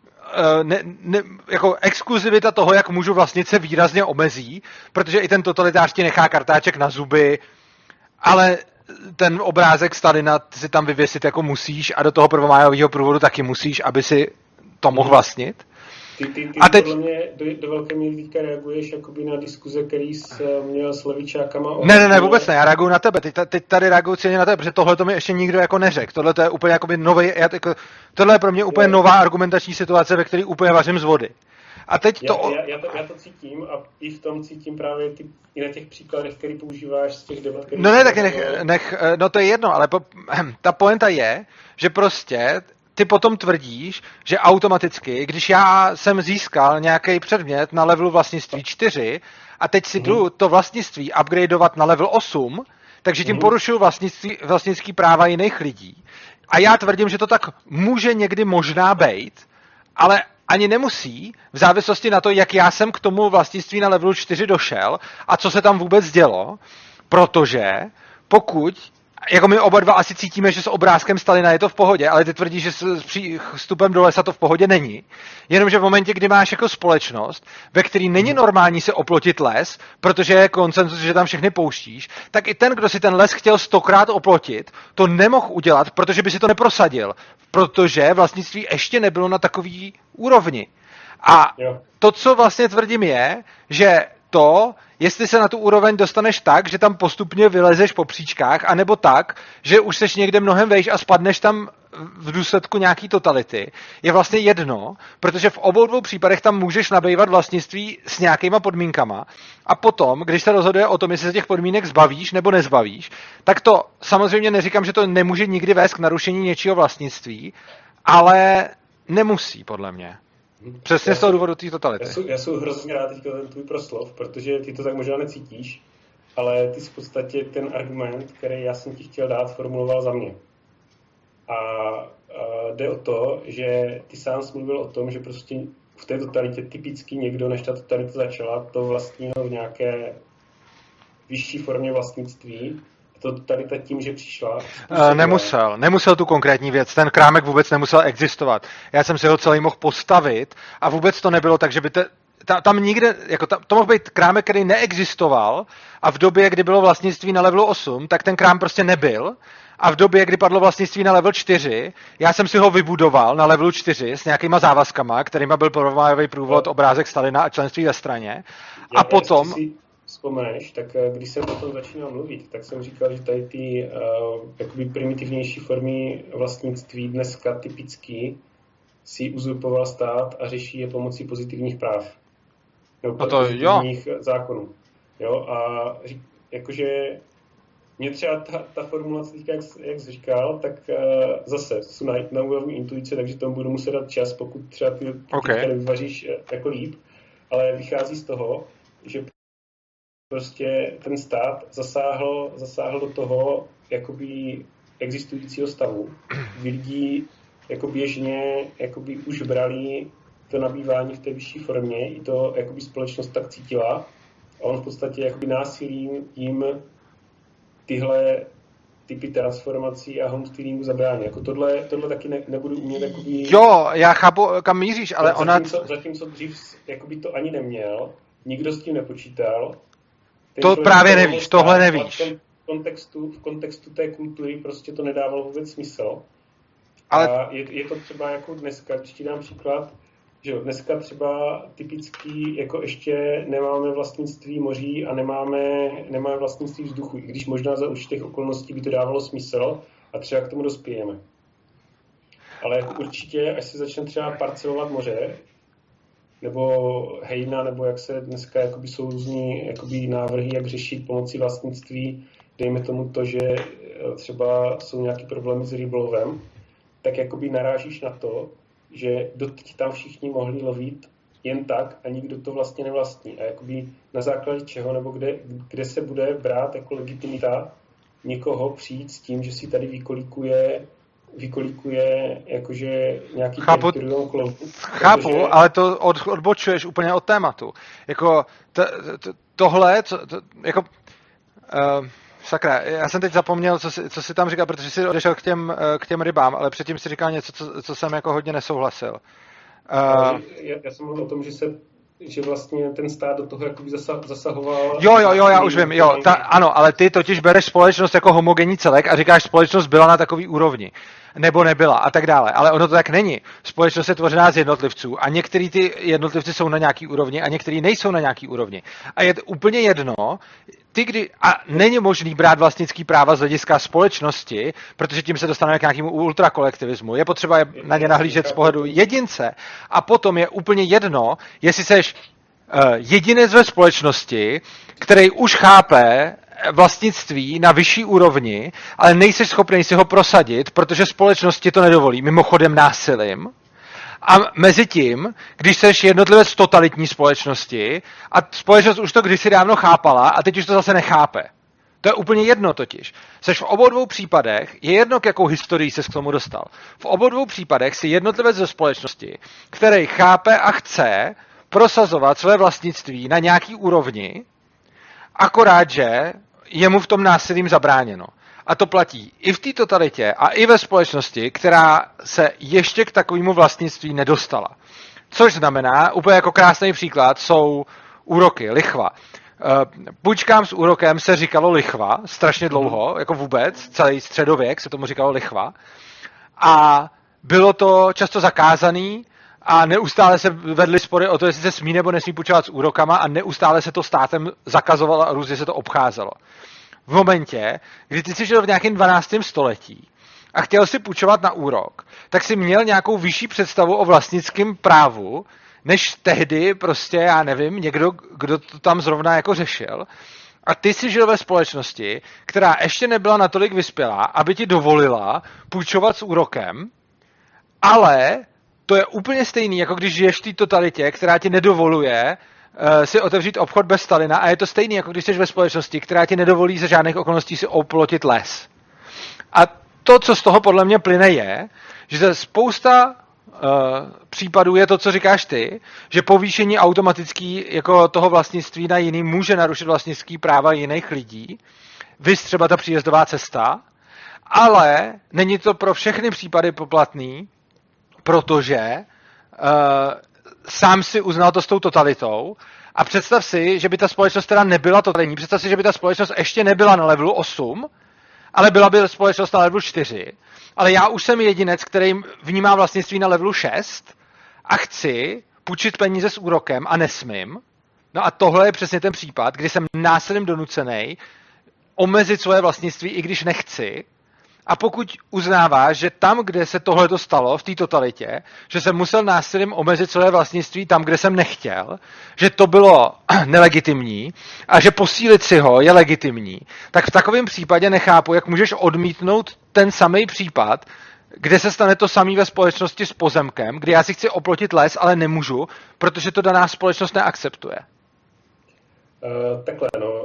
jako exkluzivita toho, jak můžu vlastnit, se výrazně omezí, protože i ten totalitář ti nechá kartáček na zuby, ale ten obrázek Stalina si tam vyvěsit jako musíš a do toho prvomájového průvodu taky musíš, aby si to mohl vlastnit. Ty a teď... podle mě do velké míry teďka reaguješ jakoby na diskuze, který jsi měl s levičákama. Ne, vůbec ne, já reaguju na tebe, teď tady reaguju celně na tebe, protože tohle to mi ještě nikdo jako neřekl, tohle to je úplně jakoby nový, tohle je pro mě úplně nová argumentační situace, ve které úplně vařím z vody. A teď to... Já to cítím a i v tom cítím právě i na těch příkladech, který používáš z těch debat. No ne, taky no to je jedno, ale ta pointa je, že prostě ty potom tvrdíš, že automaticky, když já jsem získal nějaký předmět na levelu vlastnictví 4 a teď si jdu to vlastnictví upgradeovat na level 8, takže tím porušuju vlastnický práva jiných lidí. A já tvrdím, že to tak může někdy možná být, ale ani nemusí, v závislosti na to, jak já jsem k tomu vlastnictví na levelu 4 došel a co se tam vůbec dělo, protože pokud, jako my oba dva asi cítíme, že s obrázkem Stalina je to v pohodě, ale ty tvrdíš, že s přístupem do lesa to v pohodě není, jenomže v momentě, kdy máš jako společnost, ve který není normální se oplotit les, protože je konsenzus, že tam všechny pouštíš, tak i ten, kdo si ten les chtěl 100krát oplotit, to nemohl udělat, protože by si to neprosadil, protože vlastnictví ještě nebylo na takový úrovni. A to, co vlastně tvrdím, je, že to, jestli se na tu úroveň dostaneš tak, že tam postupně vylezeš po příčkách, anebo tak, že už seš někde mnohem vejš a spadneš tam v důsledku nějaký totality, je vlastně jedno, protože v obou dvou případech tam můžeš nabývat vlastnictví s nějakýma podmínkama a potom, když se rozhoduje o tom, jestli se těch podmínek zbavíš nebo nezbavíš, tak to samozřejmě neříkám, že to nemůže nikdy vést k narušení něčího vlastnictví, ale nemusí, podle mě. Přesně z toho důvodu té totality. Já jsem hrozně rád teďka ten tvůj proslov, protože ty to tak možná necítíš, ale ty jsi v podstatě ten argument, který já jsem ti chtěl dát, formuloval za mě. A jde o to, že ty sám jsi mluvil o tom, že prostě v té totalitě typicky někdo, než ta totalita začala, to vlastnil v nějaké vyšší formě vlastnictví. To tady ta tím, že přišla. Nemusel tu konkrétní věc. Ten krámek vůbec nemusel existovat. Já jsem si ho celý mohl postavit a vůbec to nebylo tak, že by tam nikde, jako to mohl být krámek, který neexistoval a v době, kdy bylo vlastnictví na levelu 8, tak ten krám prostě nebyl. A v době, kdy padlo vlastnictví na level 4, já jsem si ho vybudoval na levelu 4 s nějakýma závazkama, kterýma byl provájový průvod, obrázek Stalina a členství ve straně. A potom... Vzpomeneš, tak když jsem o tom začínal mluvit, tak jsem říkal, že tady ty jakoby primitivnější formy vlastnictví dneska typicky si uzurpoval stát a řeší je pomocí pozitivních práv. Nebo pozitivních zákonů. Jo? A jakože mě třeba ta formulace, jak jsi říkal, tak zase jsou na úrovni intuice, takže tomu budu muset dát čas, pokud třeba ty vyvaříš jako líp, ale vychází z toho, že prostě ten stát zasáhl do toho jakoby existujícího stavu, kdy lidi jako běžně jakoby už brali to nabývání v té vyšší formě, i to jakoby společnost tak cítila a on v podstatě jakoby násilím jim tyhle typy transformací a homestylingu zabrání. Jako tohle taky nebudu umět jakoby... Jo, já chápu, kam míříš, ale Zatímco dřív jakoby to ani neměl, nikdo s tím nepočítal. To právě nevíš, tohle nevíš. V kontextu té kultury prostě to nedávalo vůbec smysl. Ale... A je to třeba jako dneska, když ti dám příklad, že jo, dneska třeba typicky jako ještě nemáme vlastnictví moří a nemáme vlastnictví vzduchu, i když možná za určitých okolností by to dávalo smysl a třeba k tomu dospějeme. Ale jako určitě, až se začne třeba parcelovat moře, nebo hejna, nebo jak se dneska jakoby jsou různý jakoby návrhy, jak řešit pomocí vlastnictví, dejme tomu to, že třeba jsou nějaké problémy s rybolovem, tak jakoby narážíš na to, že doteď tam všichni mohli lovit jen tak a nikdo to vlastně nevlastní. A jakoby na základě čeho, nebo kde se bude brát jako legitimita někoho přijít s tím, že si tady vykolikuje jakože nějaký teritorium klovu. Chápu, protože... ale to odbočuješ úplně od tématu. Jako tohle, sakra, já jsem teď zapomněl, co jsi tam říkal, protože jsi odešel k těm rybám, ale předtím jsi říkal něco, co jsem jako hodně nesouhlasil. Já jsem mluvil o tom, že vlastně ten stát do toho jakoby zasahoval... Jo, já už vím, ano, ale ty totiž bereš společnost jako homogenní celek a říkáš, společnost byla na takový úrovni, nebo nebyla a tak dále, ale ono to tak není. Společnost je tvořená z jednotlivců a některý ty jednotlivci jsou na nějaký úrovni a některý nejsou na nějaký úrovni. A je úplně jedno, a není možný brát vlastnický práva z hlediska společnosti, protože tím se dostaneme k nějakému ultrakolektivismu. Je potřeba na ně nahlížet z pohledu jedince a potom je úplně jedno, jestli seš jedinec ve společnosti, který už chápe vlastnictví na vyšší úrovni, ale nejseš schopný si ho prosadit, protože společnost ti to nedovolí, mimochodem násilím. A mezi tím, když seš jednotlivec totalitní společnosti a společnost už to kdysi dávno chápala a teď už to zase nechápe. To je úplně jedno totiž. Seš v obou dvou případech, je jedno, k jakou historii ses k tomu dostal. V obou dvou případech si jednotlivec ze společnosti, který chápe a chce prosazovat své vlastnictví na nějaký úrovni, akorát, že je mu v tom násilím zabráněno. A to platí i v té totalitě a i ve společnosti, která se ještě k takovému vlastnictví nedostala. Což znamená, úplně jako krásný příklad, jsou úroky, lichva. Půjčkám s úrokem se říkalo lichva strašně dlouho, jako vůbec, celý středověk se tomu říkalo lichva. A bylo to často zakázaný a neustále se vedly spory o to, jestli se smí nebo nesmí půjčovat s úrokama a neustále se to státem zakazovalo a různě se to obcházelo. V momentě, kdy ty jsi žil v nějakém 12. století a chtěl si půjčovat na úrok, tak si měl nějakou vyšší představu o vlastnickém právu, než tehdy prostě, já nevím, někdo, kdo to tam zrovna jako řešil. A ty jsi žil ve společnosti, která ještě nebyla natolik vyspělá, aby ti dovolila půjčovat s úrokem, ale to je úplně stejný, jako když žiješ v té totalitě, která ti nedovoluje si otevřít obchod bez Stalina a je to stejný, jako když jsi ve společnosti, která ti nedovolí za žádných okolností si oplotit les. A to, co z toho podle mě plyne, je, že spousta případů je to, co říkáš ty, že povýšení automatický jako toho vlastnictví na jiný může narušit vlastnický práva jiných lidí, viz třeba ta příjezdová cesta, ale není to pro všechny případy poplatný, protože sám si uznal to s tou totalitou a představ si, že by ta společnost teda nebyla totalitní, představ si, že by ta společnost ještě nebyla na levelu 8, ale byla by společnost na levelu 4, ale já už jsem jedinec, který vnímá vlastnictví na levelu 6 a chci půjčit peníze s úrokem a nesmím. No a tohle je přesně ten případ, kdy jsem násilím donucený omezit svoje vlastnictví, i když nechci. A pokud uznáváš, že tam, kde se tohle stalo, v té totalitě, že jsem musel násilím omezit své vlastnictví tam, kde jsem nechtěl, že to bylo nelegitimní a že posílit si ho je legitimní, tak v takovém případě nechápu, jak můžeš odmítnout ten samý případ, kde se stane to samý ve společnosti s pozemkem, kdy já si chci oplotit les, ale nemůžu, protože to daná společnost neakceptuje. Takhle, no.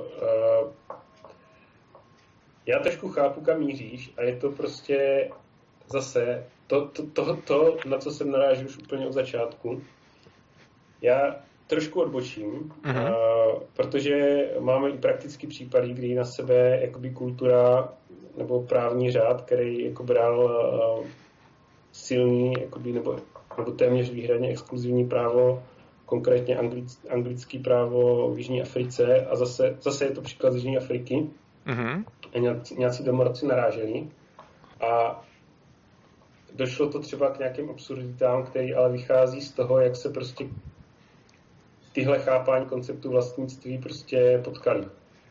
Já trošku chápu, kam míříš a je to prostě zase to, na co jsem narážil už úplně od začátku. Já trošku odbočím, protože máme i praktický případy, kdy na sebe jakoby kultura nebo právní řád, který jako bral silný jakoby, nebo téměř výhradně exkluzivní právo, konkrétně anglický právo v Jižní Africe a zase je to příklad z Jižní Afriky. A nějací domorodci naráželi a došlo to třeba k nějakým absurditám, který ale vychází z toho, jak se prostě tyhle chápání konceptu vlastnictví prostě potkali.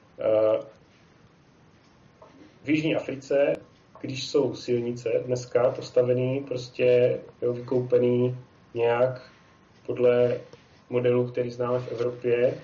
V Jižní Africe, když jsou silnice dneska postavený, prostě vykoupený nějak podle modelu, který známe v Evropě,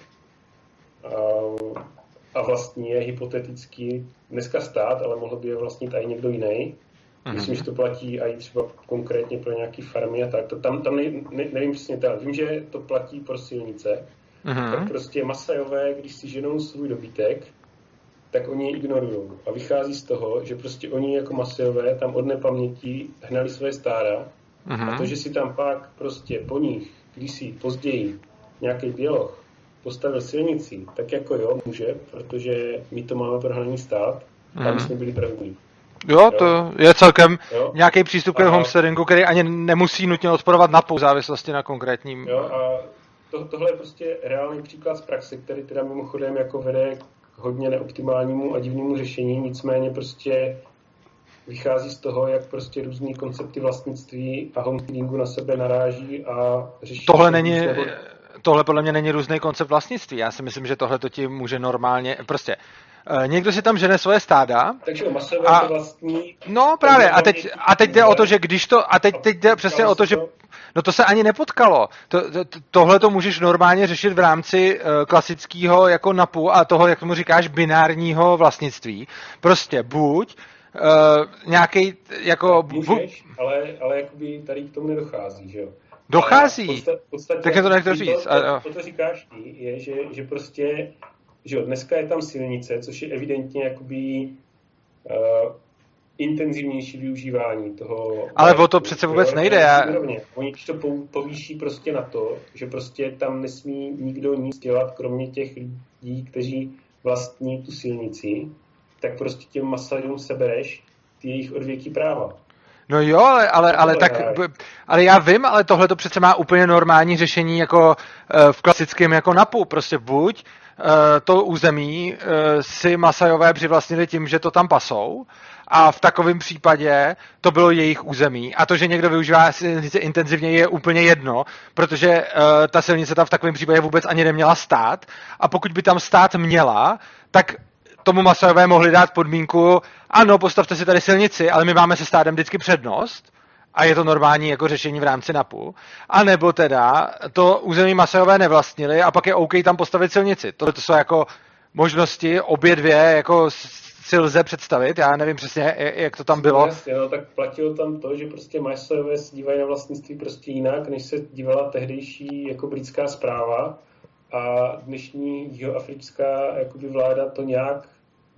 a vlastní je hypoteticky dneska stát, ale mohl by je vlastnit i někdo jiný. Myslím, že to platí i třeba konkrétně pro nějaké farmy a tak. To tam nevím přesně, vím, že to platí pro silnice. Tak prostě Masajové, když si ženou svůj dobytek, tak oni je ignorujou. A vychází z toho, že prostě oni jako Masajové tam od nepaměti hnali své stáda. A to, že si tam pak prostě po nich, kdysi později nějaký běloch postavil silnici, tak jako jo, může, protože my to máme pro hlavní stát a my jsme byli první. Jo, to je celkem nějaký přístup k homesteadingu, který ani nemusí nutně odporovat na závislosti na konkrétním. Jo, a tohle je prostě reálný příklad z praxe, který teda mimochodem jako vede k hodně neoptimálnímu a divnému řešení, nicméně prostě vychází z toho, jak prostě různý koncepty vlastnictví a homesteadingu na sebe naráží a řeší. Tohle podle mě není různý koncept vlastnictví. Já si myslím, že tohle to ti může normálně, prostě někdo si tam žene svoje stáda. Takže masové to vlastní. No právě, a teď jde o to, že když to, a teď jde přesně o to, že no to se ani nepotkalo. Tohle to můžeš normálně řešit v rámci klasického jako NAPu a toho, jak tomu říkáš, binárního vlastnictví. Prostě buď nějaký jako. Můžeš, ale jakoby tady k tomu nedochází, že jo? Dochází. Tak je to nechci říct. To říkáš ty, je, že prostě, že jo, dneska je tam silnice, což je evidentně jakoby intenzivnější využívání toho. Ale o to přece vůbec nejde. Oni když to povýší prostě na to, že prostě tam nesmí nikdo nic dělat, kromě těch lidí, kteří vlastní tu silnici, tak prostě těm Masajům sebereš ty jejich odvěký práva. No jo, ale já vím, ale tohle to přece má úplně normální řešení jako v klasickém jako NAPu. Prostě buď to území si Masajové přivlastnili tím, že to tam pasou a v takovém případě to bylo jejich území. A to, že někdo využívá silnice intenzivně, je úplně jedno, protože ta silnice tam v takovém případě vůbec ani neměla stát. A pokud by tam stát měla, tak tomu Masajové mohli dát podmínku, ano, postavte si tady silnici, ale my máme se stádem vždycky přednost a je to normální jako řešení v rámci NAPu. A nebo teda to území Masajové nevlastnili a pak je OK tam postavit silnici. Tohle to jsou jako možnosti, obě dvě jako si lze představit. Já nevím přesně, jak to tam bylo. Jasně, no, tak platilo tam to, že prostě Masajové se dívají na vlastnictví prostě jinak, než se dívala tehdejší jako britská správa. A dnešní jihoafrická jakoby vláda to nějak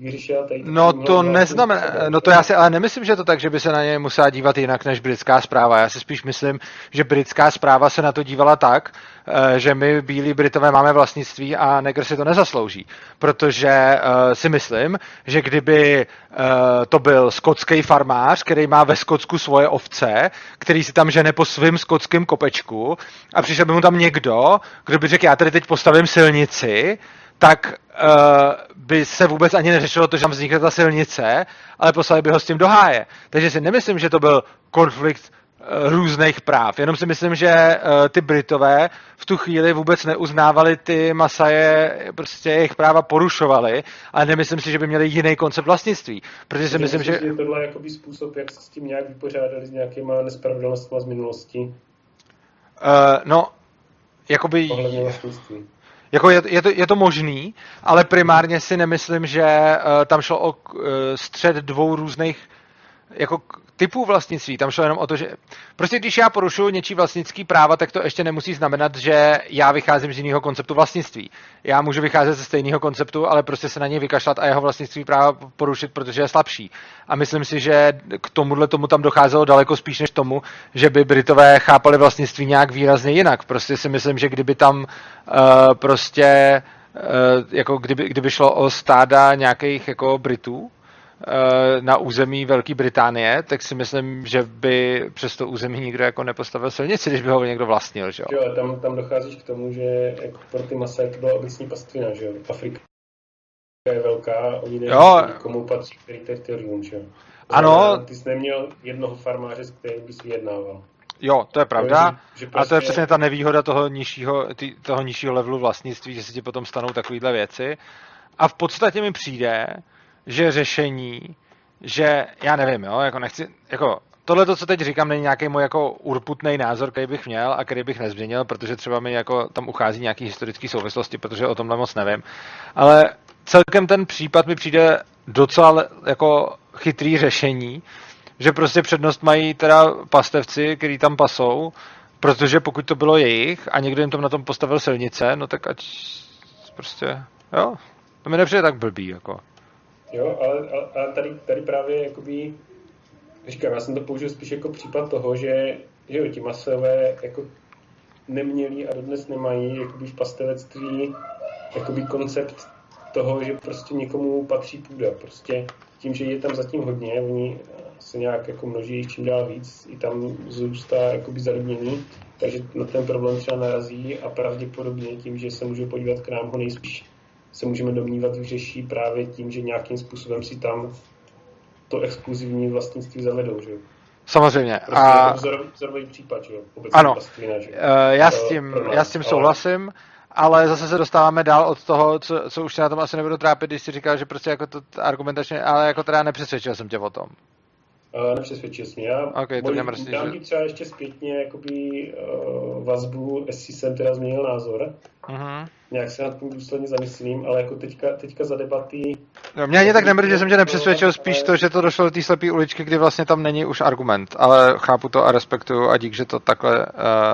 vyřešila tady... No to neznamená, no to já si ale nemyslím, že to tak, že by se na ně musela dívat jinak než britská zpráva. Já si spíš myslím, že britská zpráva se na to dívala tak, že my bílí Britové máme vlastnictví a negr si to nezaslouží. Protože si myslím, že kdyby to byl skotský farmář, který má ve Skotsku svoje ovce, který si tam žene po svým skotském kopečku a přišel by mu tam někdo, kdo by řekl, já tady teď postavím silnici, tak by se vůbec ani neřešilo to, že tam vznikne ta silnice, ale poslali by ho s tím do háje. Takže si nemyslím, že to byl konflikt různých práv. Jenom si myslím, že ty Britové v tu chvíli vůbec neuznávali ty Masaje, prostě jejich práva porušovali, ale nemyslím si, že by měli jiný koncept vlastnictví. Protože si myslím, že tohle je jakoby způsob, jak se s tím nějak vypořádali s nějakýma nespravedlnostmi z minulosti. No, jakoby... Ohledně vlastnictví. Jako je to možný, ale primárně si nemyslím, že tam šlo o střed dvou různých jako typů vlastnictví. Tam šlo jenom o to, že prostě když já porušuju něčí vlastnický práva, tak to ještě nemusí znamenat, že já vycházím z jiného konceptu vlastnictví. Já můžu vycházet ze stejného konceptu, ale prostě se na něj vykašlat a jeho vlastnictví práva porušit, protože je slabší. A myslím si, že k tomuhle tomu tam docházelo daleko spíš než tomu, že by Britové chápali vlastnictví nějak výrazně jinak. Prostě si myslím, že kdyby tam jako kdyby šlo o stáda nějakých jako Britů, na území Velké Británie, tak si myslím, že by přes to území nikdo jako nepostavil silnici, když by ho někdo vlastnil, že jo? Jo, tam docházíš k tomu, že jako pro ty Masaje to byla obecní pastvina, že jo? Afrika je velká, oni nevědí, komu patří který teritorium, že jo? Ano. Ty jsi neměl jednoho farmáře, s kterým bys vyjednával. Jo, to je pravda. Že A to je přesně ta nevýhoda toho nižšího levelu vlastnictví, že se ti potom stanou takovýhle věci. A v podstatě mi přijde, že řešení, že já nevím, jo, jako nechci, jako tohle, co teď říkám, není nějaký můj jako urputný názor, který bych měl a který bych nezměnil, protože třeba mi jako tam uchází nějaký historický souvislosti, protože o tomhle moc nevím. Ale celkem ten případ mi přijde docela jako chytrý řešení, že prostě přednost mají teda pastevci, který tam pasou, protože pokud to bylo jejich a někdo jim tam na tom postavil silnice, no tak ať prostě, jo, to mi nepřijde tak blbý, jako. Jo, ale tady právě jakoby, říkám, já jsem to použil spíš jako případ toho, že jo, ti Masové jako neměli a dodnes nemají jakoby v pastevectví jakoby koncept toho, že prostě někomu patří půda. Prostě tím, že je tam zatím hodně, oni se nějak jako množí čím dál víc, i tam zůstá jakoby zalidnění, takže na ten problém třeba narazí a pravděpodobně tím, že se můžou podívat k nám, ho nejspíš se můžeme domnívat vyřeší právě tím, že nějakým způsobem si tam to exkluzivní vlastnictví zavedou, že jo? Samozřejmě. Prostě a vzorový případ, že jo? Ano, pastvina, že? Já s tím souhlasím, ale zase se dostáváme dál od toho, co už se na tom asi nebudu trápit, když jsi říkal, že prostě jako to argumentačně, ale jako teda nepřesvědčil jsem tě o tom. Nepřesvědčil jsem. Já dám ti třeba ještě zpětně jakoby, vazbu, jestli jsem teda změnil názor. Uh-huh. Nějak se nad tím důsledně zamyslím, ale jako teďka za debaty... No, mě ani tak nemrdí, že jsem tě nepřesvědčil, spíš to, že to došlo do té slepé uličky, kdy vlastně tam není už argument, ale chápu to a respektuju a dík, že to takhle,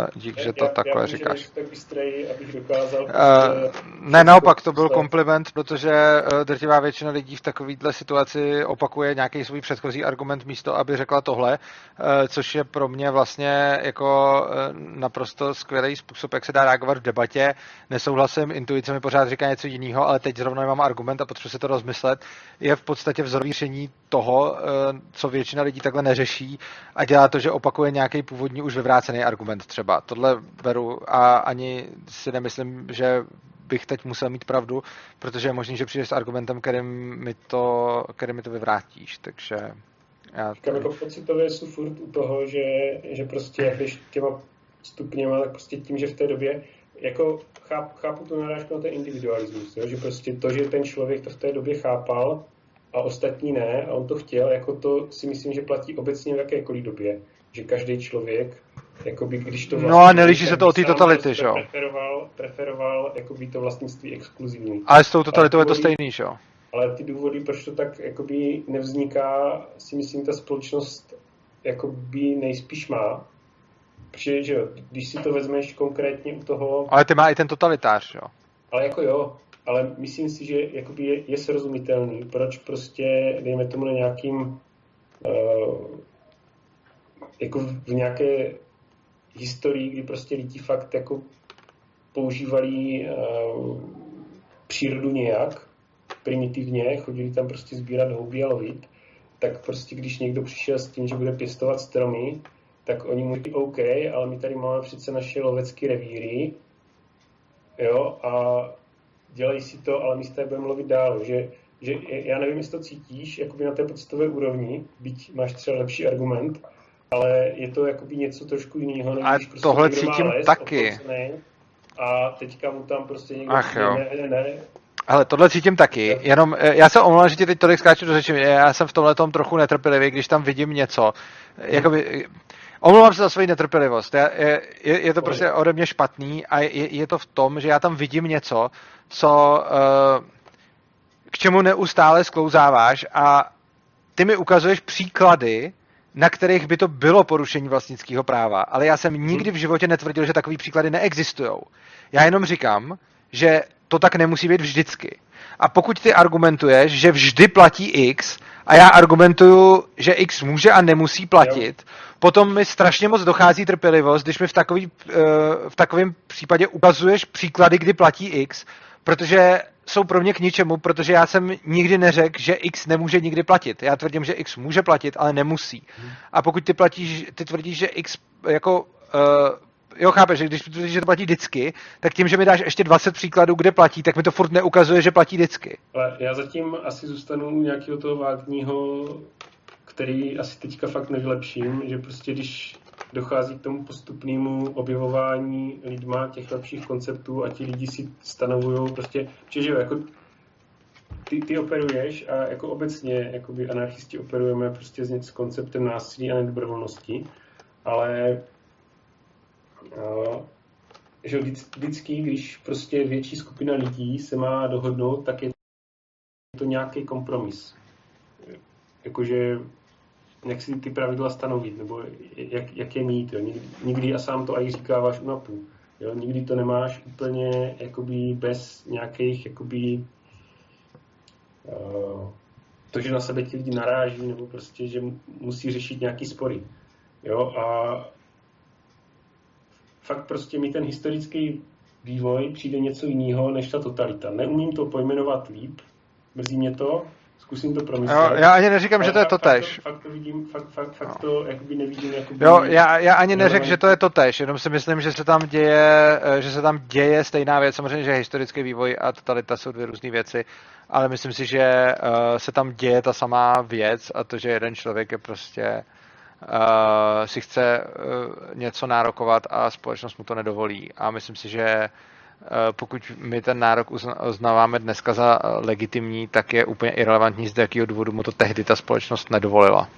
říkáš. Já tak bystrej, abych dokázal... Ne, naopak, to byl kompliment, protože drtivá většina lidí v takovéhle situaci opakuje nějaký svůj předchozí argument místo, aby řekla tohle, což je pro mě vlastně jako naprosto skvělý způsob, jak se dá reagovat v debatě. Nesouhlasím, intuice mi pořád říká něco jiného, ale teď zrovna mám argument a potřebuji si to rozmyslet. Je v podstatě vzorový řešení toho, co většina lidí takhle neřeší a dělá to, že opakuje nějaký původní už vyvrácený argument třeba. Tohle beru a ani si nemyslím, že bych teď musel mít pravdu, protože je možný, že přijdeš s argumentem, kterým mi to vyvrátíš, takže já... Říkám, jako pocitově jsou furt u toho, že prostě jak jdeš těma stupněma, tak prostě tím, že v té době jako chápu tu narážku na ten individualismus, jo? Že prostě to, že ten člověk to v té době chápal a ostatní ne a on to chtěl, jako to si myslím, že platí obecně v jakékoliv době, že každý člověk jakoby, když to vlastně... No a nelíží se to od té totality, že jo? Preferoval jakoby to vlastnictví exkluzivní. Ale s tou totalitou je to stejný, že jo? Ale ty důvody, proč to tak jakoby nevzniká, si myslím, ta společnost jakoby nejspíš má. Protože, že jo, když si to vezmeš konkrétně u toho... Ale ty má i ten totalitář, jo? Ale jako jo, ale myslím si, že jakoby je srozumitelný, proč prostě, dejme tomu na nějakým, jako v nějaké historii, kdy prostě lidi fakt jako používali přírodu nějak, primitivně, chodili tam prostě sbírat houby a lovit, tak prostě když někdo přišel s tím, že bude pěstovat stromy, tak oni mu říkají OK, ale my tady máme přece naše lovecké revíry, jo, a dělají si to, ale my se tady budeme lovit dál, že já nevím, jestli to cítíš, jakoby na té pocitové úrovni, byť máš třeba lepší argument, ale je to jakoby něco trošku jiného, než když prostě tohle někdo cítím má les taky. A teďka mu tam prostě někdo ne. Ale tohle cítím taky, jenom já se omlouvám, že ti teď tolik skáču do řeči, já jsem v tomhletom trochu netrpělivý, když tam vidím něco, jakoby, omlouvám se za svoji netrpělivost, je to prostě ode mě špatný a je to v tom, že já tam vidím něco, co k čemu neustále sklouzáváš a ty mi ukazuješ příklady, na kterých by to bylo porušení vlastnického práva, ale já jsem nikdy v životě netvrdil, že takový příklady neexistujou. Já jenom říkám, že to tak nemusí být vždycky. A pokud ty argumentuješ, že vždy platí X a já argumentuju, že X může a nemusí platit, potom mi strašně moc dochází trpělivost, když mi v takovém případě ukazuješ příklady, kdy platí X, protože jsou pro mě k ničemu, protože já jsem nikdy neřekl, že X nemůže nikdy platit. Já tvrdím, že X může platit, ale nemusí. A pokud ty tvrdíš, že X jako jo, chápeš, že když tvrdíš, že to platí vždycky, tak tím, že mi dáš ještě 20 příkladů, kde platí, tak mi to furt neukazuje, že platí vždycky. Ale já zatím asi zůstanu u nějakého toho vágního, který asi teďka fakt nevylepším, že prostě když dochází k tomu postupnému objevování lidma těch lepších konceptů a ti lidi si stanovují prostě, že jako ty operuješ a jako obecně jakoby anarchisti operujeme prostě s konceptem násilí a nedobrovolnosti, ale že vždycky, když prostě větší skupina lidí se má dohodnout, tak je to nějaký kompromis. Jakože jak si ty pravidla stanovit, nebo jak je mít. Jo. Nikdy, a sám to i říkáváš u NAPu, jo. Nikdy to nemáš úplně jakoby bez nějakých jakoby, to, že na sebe ti lidi naráží, nebo prostě, že musí řešit nějaký spory. Jo. A fakt prostě mi ten historický vývoj přijde něco jiného než ta totalita. Neumím to pojmenovat líp, mrzí mě to, zkusím to promyslet. Jo, já ani neříkám, že to je totéž. Fakt to vidím, fakt to jakoby nevidím. Jakoby, jo, já ani neřekl, že to je totéž, jenom si myslím, že se tam děje stejná věc. Samozřejmě, že historický vývoj a totalita jsou dvě různé věci, ale myslím si, že se tam děje ta samá věc a to, že jeden člověk je prostě si chce něco nárokovat a společnost mu to nedovolí. A myslím si, že pokud my ten nárok uznáváme dneska za legitimní, tak je úplně irelevantní, z jakého důvodu mu to tehdy ta společnost nedovolila.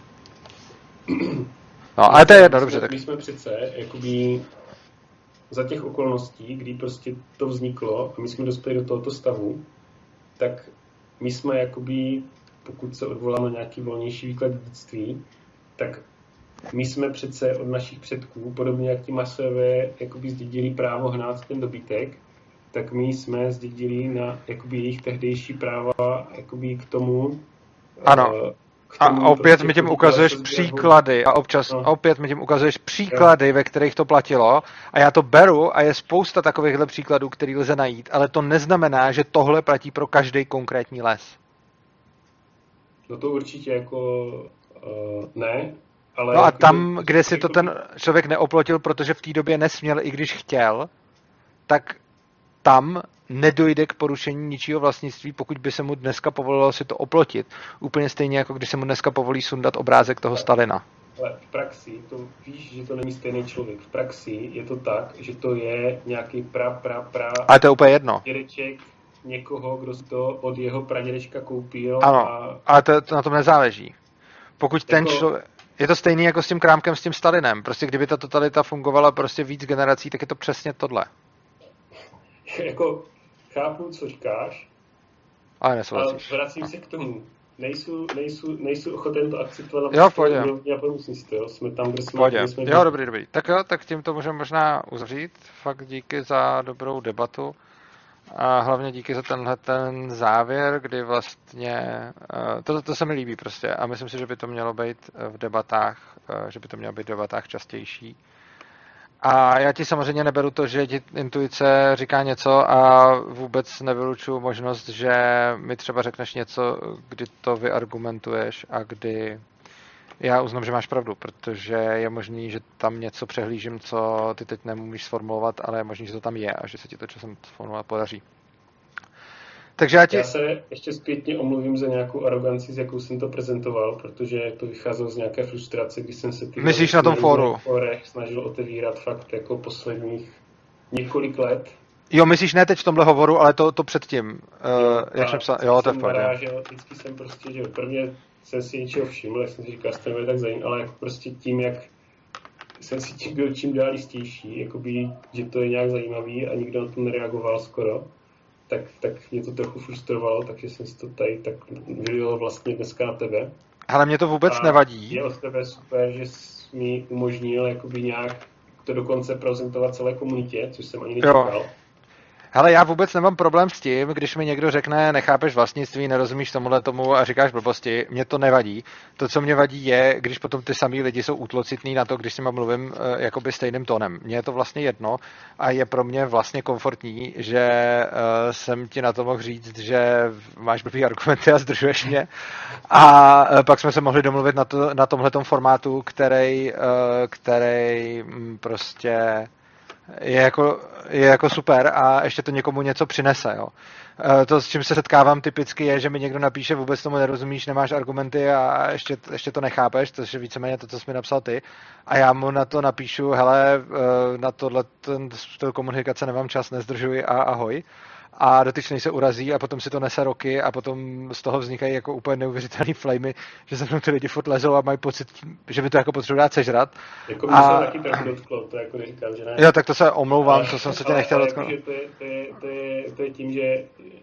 No, ale to je jedno, dobře. My jsme přece jakoby za těch okolností, kdy prostě to vzniklo a my jsme dospěli do tohoto stavu, tak my jsme jakoby, pokud se odvolám na nějaký volnější výklad dědictví, tak my jsme přece od našich předků, podobně jak ti Masové jakoby zdědili právo hnát ten dobytek, tak my jsme zdědili na jakoby jejich tehdejší práva jakoby k tomu. Ano. A opět prostě mi tím ukazuješ příklady a opět mi tím ukazuješ příklady, ve kterých to platilo a já to beru a je spousta takovýchhle příkladů, který lze najít, ale to neznamená, že tohle platí pro každý konkrétní les. No to určitě jako ne. Ale no a tam, kde si to ten člověk neoplotil, protože v té době nesměl, i když chtěl, tak tam nedojde k porušení ničího vlastnictví, pokud by se mu dneska povolilo si to oplotit. Úplně stejně, jako když se mu dneska povolí sundat obrázek toho Stalina. Ale v praxi, to víš, že to není stejný člověk. V praxi je to tak, že to je nějaký ale to je úplně jedno. dědeček někoho, kdo si to od jeho pradědečka koupil. Ano, ale to na tom nezáleží. Pokud ten člověk... Je to stejný jako s tím krámkem s tím Stalinem. Prostě kdyby ta totalita fungovala prostě víc generací, tak je to přesně tohle. Jako chápu, co říkáš, ale nesouhlasíš. Ale vracím se k tomu. Nejsou ochoten to akceptovat na úrovni a pomyslím si to, jo. Jsme tam, kde jsme. Jo, dobrý. Tak jo, tak tím to můžeme možná uzavřít. Fakt díky za dobrou debatu. A hlavně díky za tenhle ten závěr, kdy vlastně, to se mi líbí prostě a myslím si, že by to mělo být v debatách, častější. A já ti samozřejmě neberu to, že ti intuice říká něco a vůbec nevylučuju možnost, že mi třeba řekneš něco, kdy to vyargumentuješ a kdy já uznám, že máš pravdu, protože je možný, že tam něco přehlížím, co ty teď nemůžeš sformulovat, ale je možný, že to tam je a že se ti to časem sformulovat podaří. Takže já se ještě zpětně omluvím za nějakou aroganci, s jakou jsem to prezentoval, protože to vycházelo z nějaké frustrace, když jsem se myslíš na tom fóru? Snažil otevírat fakt jako posledních několik let. Jo, myslíš ne teď v tomhle hovoru, ale to předtím. Jak jsem psal, jo, to je v pohodě. Vždycky jsem prostě, že prvně jsem si něčeho všiml, jak jsem si říkal, že to tak zajímavé, ale jako prostě tím, jak jsem si tím byl čím dál jistější, jakoby, že to je nějak zajímavý a nikdo na to nereagoval skoro, tak mě to trochu frustrovalo, takže jsem si to tady tak vylil vlastně dneska na tebe. Ale mě to vůbec nevadí. Je od tebe super, že jsi mi umožnil jakoby nějak to dokonce prezentovat celé komunitě, což jsem ani nečekal. Jo. Hele, já vůbec nemám problém s tím, když mi někdo řekne, nechápeš vlastnictví, nerozumíš tomu a říkáš blbosti, mě to nevadí. To, co mě vadí, je, když potom ty samý lidi jsou útlocitný na to, když s nima mluvím jakoby stejným tónem. Mně je to vlastně jedno a je pro mě vlastně komfortní, že jsem ti na to mohl říct, že máš blbý argumenty a zdržuješ mě. A pak jsme se mohli domluvit na tomhletom formátu, který prostě je jako super a ještě to někomu něco přinese. Jo. To, s čím se setkávám typicky, je, že mi někdo napíše, vůbec tomu nerozumíš, nemáš argumenty a ještě to nechápeš, což je víceméně to, co jsi mi napsal ty. A já mu na to napíšu, hele, na tohle ten styl komunikace nemám čas, nezdržuj a ahoj. A dotyčný se urazí a potom si to nese roky a potom z toho vznikají jako úplně neuvěřitelný flamy, že se mnou ty lidi furt lezou a mají pocit, že mi to jako potřebuji dát sežrat. Jako mě se taky trochu dotklo, to jako neříkám, že ne. Jo, tak to se omlouvám, co jsem se tě nechtěl dotknout. To je tím, že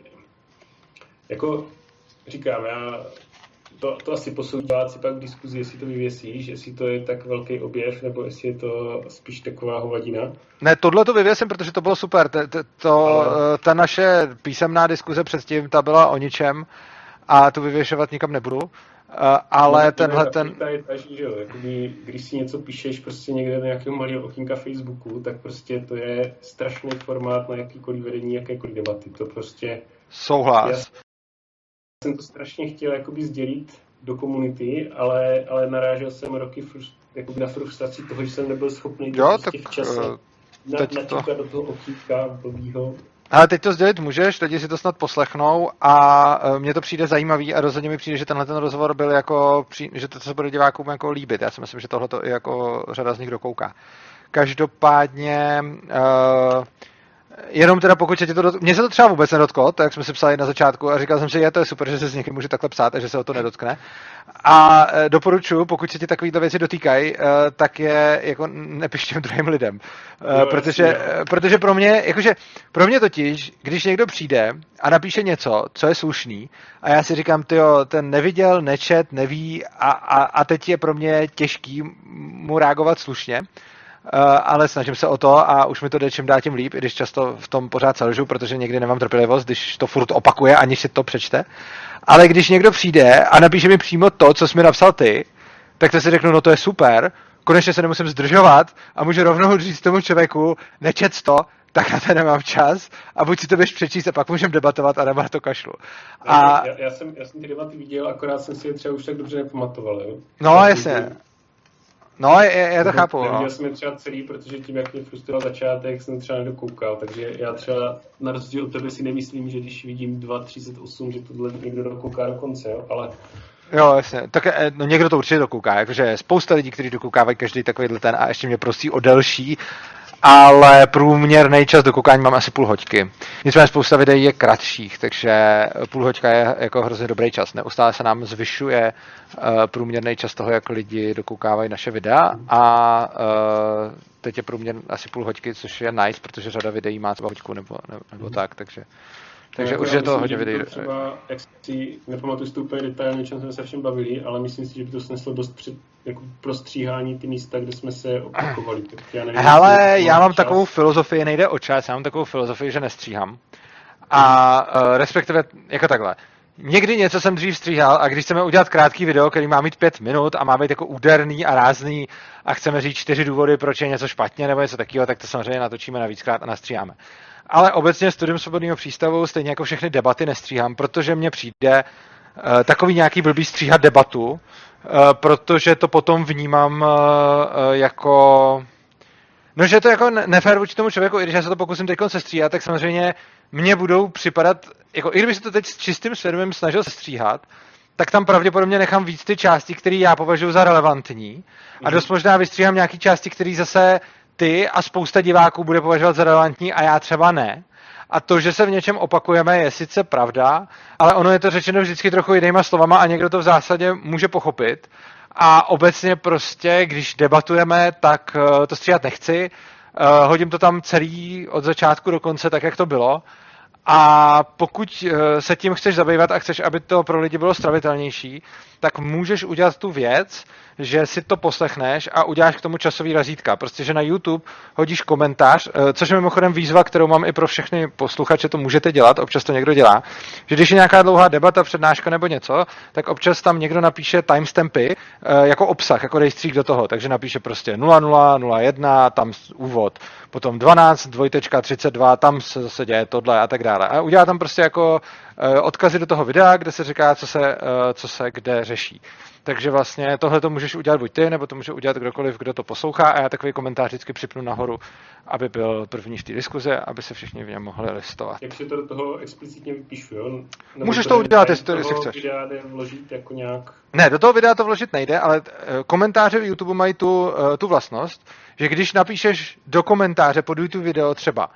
jako říkám, já to asi posoudíváci pak v diskuzi, jestli to vyvěsíš, jestli to je tak velký objev, nebo jestli je to spíš taková hovadina. Ne, tohle to vyvěsím, protože to bylo super. Ta naše písemná diskuze předtím, ta byla o ničem a tu vyvěšovat nikam nebudu. Ale tenhle ten... Když si něco píšeš prostě někde na nějakého malého okýnka Facebooku, tak prostě to je strašný formát na jakýkoliv vedení, jakékoliv debaty. To prostě... Souhlas. Já jsem to strašně chtěl jakoby sdělit do komunity, ale narážel jsem roky na frustraci toho, že jsem nebyl schopný prostě v čase natíkat do toho okýtka blbýho. Ale teď to sdělit můžeš, lidi si to snad poslechnou a mně to přijde zajímavý a rozhodně mi přijde, že tenhle ten rozhovor byl jako, že to se bude divákům jako líbit. Já si myslím, že tohle i jako řada z nich dokouká. Každopádně jenom teda pokud se ti to mně se to třeba vůbec nedotklo, tak jak jsme si psali na začátku a říkal jsem si, to je super, že se s někým může takhle psát a že se o to nedotkne. A doporučuji, pokud se ti takovýhle věci dotýkají, tak je jako nepiš těm druhým lidem. Protože pro mě totiž, když někdo přijde a napíše něco, co je slušný a já si říkám, ten neviděl, nečet, neví a teď je pro mě těžký mu reagovat slušně, ale snažím se o to a už mi to jde čím dál tím líp, i když často v tom pořád selžu, protože někdy nemám trpělivost, když to furt opakuje, aniž si to přečte. Ale když někdo přijde a napíše mi přímo to, co jsi mi napsal ty, tak to si řeknu, no to je super, konečně se nemusím zdržovat a můžu rovnou říct tomu člověku, nečet to, tak na to nemám čas a buď si to běž přečíst a pak můžeme debatovat a nebo na to kašlu. Já jsem ty debaty viděl, akorát jsem si je třeba už tak dobře nepamatoval. Jo? No jasně. No, já to chápu. Neviděl jsem je třeba celý, protože tím, jak mě frustroval začátek, jsem třeba nedokoukal, takže já třeba na rozdíl od tebe si nemyslím, že když vidím 2.38, že tohle někdo dokouká do konce, jo, ale... Jo, jasně. Tak no, někdo to určitě dokouká, jakože spousta lidí, kteří dokoukávají každý takovýhle ten a ještě mě prosí o delší, ale průměrný čas do koukání mám asi půl hoďky. Nicméně spousta videí je kratších, takže půl hoďka je jako hrozně dobrý čas. Neustále se nám zvyšuje průměrný čas toho, jak lidi dokoukávají naše videa a teď je průměr asi půl hoďky, což je nice, protože řada videí má třeba hoďku nebo tak, takže už je to hodně videí. Třeba, jak si nepamatuji to úplně detailně, o čem jsme se všem bavili, ale myslím si, že by to sneslo dost jako pro stříhání ty místa, kde jsme se opakovali. Hele, já mám takovou filozofii, nejde o čas, já mám takovou filozofii, že nestříhám. A respektive jako takhle. Někdy něco jsem dřív stříhal a když chceme udělat krátký video, který má mít 5 minut a má být jako úderný a rázný a chceme říct 4 důvody, proč je něco špatně nebo něco takového, tak to samozřejmě natočíme navíckrát a nastříháme. Ale obecně Studium svobodného přístavu, stejně jako všechny debaty, nestříhám, protože mně přijde takový nějaký blbý stříhat debatu, protože to potom vnímám jako... No, že to jako nefér vůči tomu člověku, i když já se to pokusím teď sestříhat, tak samozřejmě mně budou připadat, jako i kdyby se to teď s čistým svědomím snažil sestříhat, tak tam pravděpodobně nechám víc ty části, které já považuji za relevantní a dost možná vystříhám nějaký části, které zase ty a spousta diváků bude považovat za relevantní a já třeba ne. A to, že se v něčem opakujeme, je sice pravda, ale ono je to řečeno vždycky trochu jinýma slovama a někdo to v zásadě může pochopit. A obecně prostě, když debatujeme, tak to stříhat nechci. Hodím to tam celý od začátku do konce, tak jak to bylo. A pokud se tím chceš zabývat a chceš, aby to pro lidi bylo stravitelnější, tak můžeš udělat tu věc, že si to poslechneš a uděláš k tomu časový razítka. Prostě, že na YouTube hodíš komentář, což je mimochodem výzva, kterou mám i pro všechny posluchače, to můžete dělat, občas to někdo dělá, že když je nějaká dlouhá debata, přednáška nebo něco, tak občas tam někdo napíše timestampy jako obsah, jako rejstřík do toho, takže napíše prostě 0001, tam úvod, potom 12, 2.32, tam se zase děje tohle a tak dále. A udělá tam prostě jako odkazy do toho videa, kde se říká, co se kde řeší. Takže vlastně tohle to můžeš udělat buď ty, nebo to může udělat kdokoliv, kdo to poslouchá a já takový komentář vždycky připnu nahoru, aby byl první v té diskuze, aby se všichni v něm mohli listovat. Jak si to do toho explicitně vypíšu, jo? Nebo můžeš to udělat, jestli chceš. Videa jde vložit jako nějak... Ne, do toho videa to vložit nejde, ale komentáře v YouTube mají tu vlastnost, že když napíšeš do komentáře pod YouTube video třeba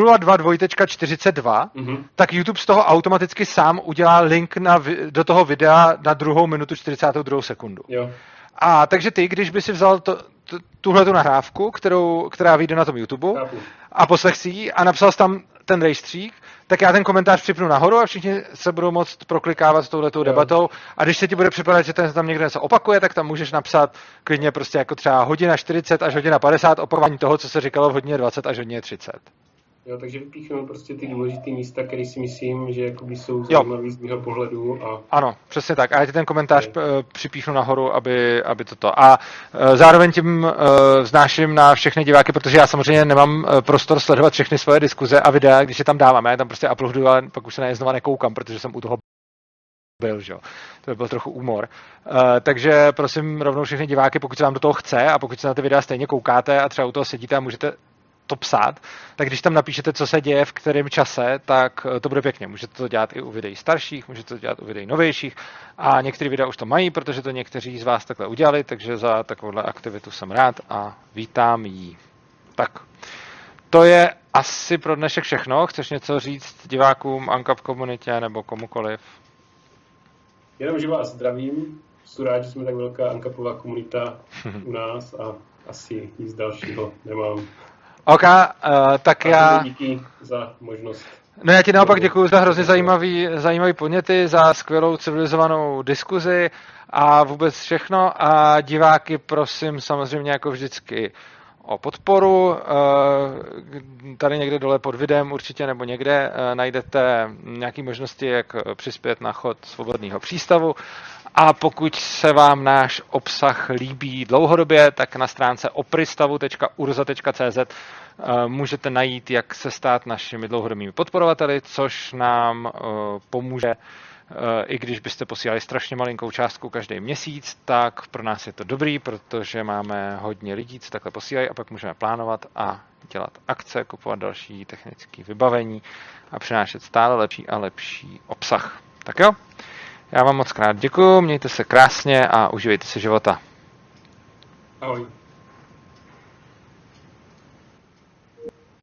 022.42, tak YouTube z toho automaticky sám udělá link do toho videa na 2 minutu 42 sekundu. Jo. A takže ty, když by si vzal tuhletu nahrávku, která vyjde na tom YouTube, a poslech si ji a napsal jsi tam ten rejstřík, tak já ten komentář připnu nahoru a všichni se budou moct proklikávat s touhletou debatou a když se ti bude připadat, že tam někde něco opakuje, tak tam můžeš napsat klidně prostě jako třeba hodina 40 až hodina 50 opakování toho, co se říkalo v hodině 20 až hodině 30. Jo, takže vypíchnu prostě ty důležité místa, které si myslím, že jakoby jsou zajímavý z mého pohledu. A... Ano, přesně tak. A já ti ten komentář připíchnu nahoru, aby toto. A zároveň tím vznáším na všechny diváky, protože já samozřejmě nemám prostor sledovat všechny svoje diskuze a videa, když je tam dávám. Já tam prostě uploaduju, ale pak už se na ně znova nekoukám, protože jsem u toho byl, že jo. To by byl trochu úmor. Takže prosím rovnou všechny diváky, pokud se vám do toho chce a pokud se na ty videa stejně koukáte a třeba u toho sedíte a můžete to psát, tak když tam napíšete, co se děje v kterém čase, tak to bude pěkně. Můžete to dělat i u videí starších, můžete to dělat u videí novějších a některé videa už to mají, protože to někteří z vás takhle udělali, takže za takovouhle aktivitu jsem rád a vítám ji. Tak, to je asi pro dnešek všechno. Chceš něco říct divákům ANCAP komunitě nebo komukoliv? Jenom, že vás zdravím. Jsem rád, že jsme tak velká ANCAPová komunita u nás a asi nic dalšího nemám. OK, tak já... Díky za možnost. No já ti naopak děkuji za hrozně zajímavý podněty, za skvělou civilizovanou diskuzi a vůbec všechno a diváky prosím samozřejmě jako vždycky o podporu. Tady někde dole pod videem určitě nebo někde najdete nějaké možnosti, jak přispět na chod svobodného přístavu. A pokud se vám náš obsah líbí dlouhodobě, tak na stránce opristavu.urza.cz můžete najít, jak se stát našimi dlouhodobými podporovateli, což nám pomůže, i když byste posílali strašně malinkou částku každý měsíc, tak pro nás je to dobrý, protože máme hodně lidí, co takhle posílají a pak můžeme plánovat a dělat akce, kupovat další technické vybavení a přinášet stále lepší a lepší obsah. Tak jo? Já vám moc krát děkuju, mějte se krásně a užívejte si života. Ahoj.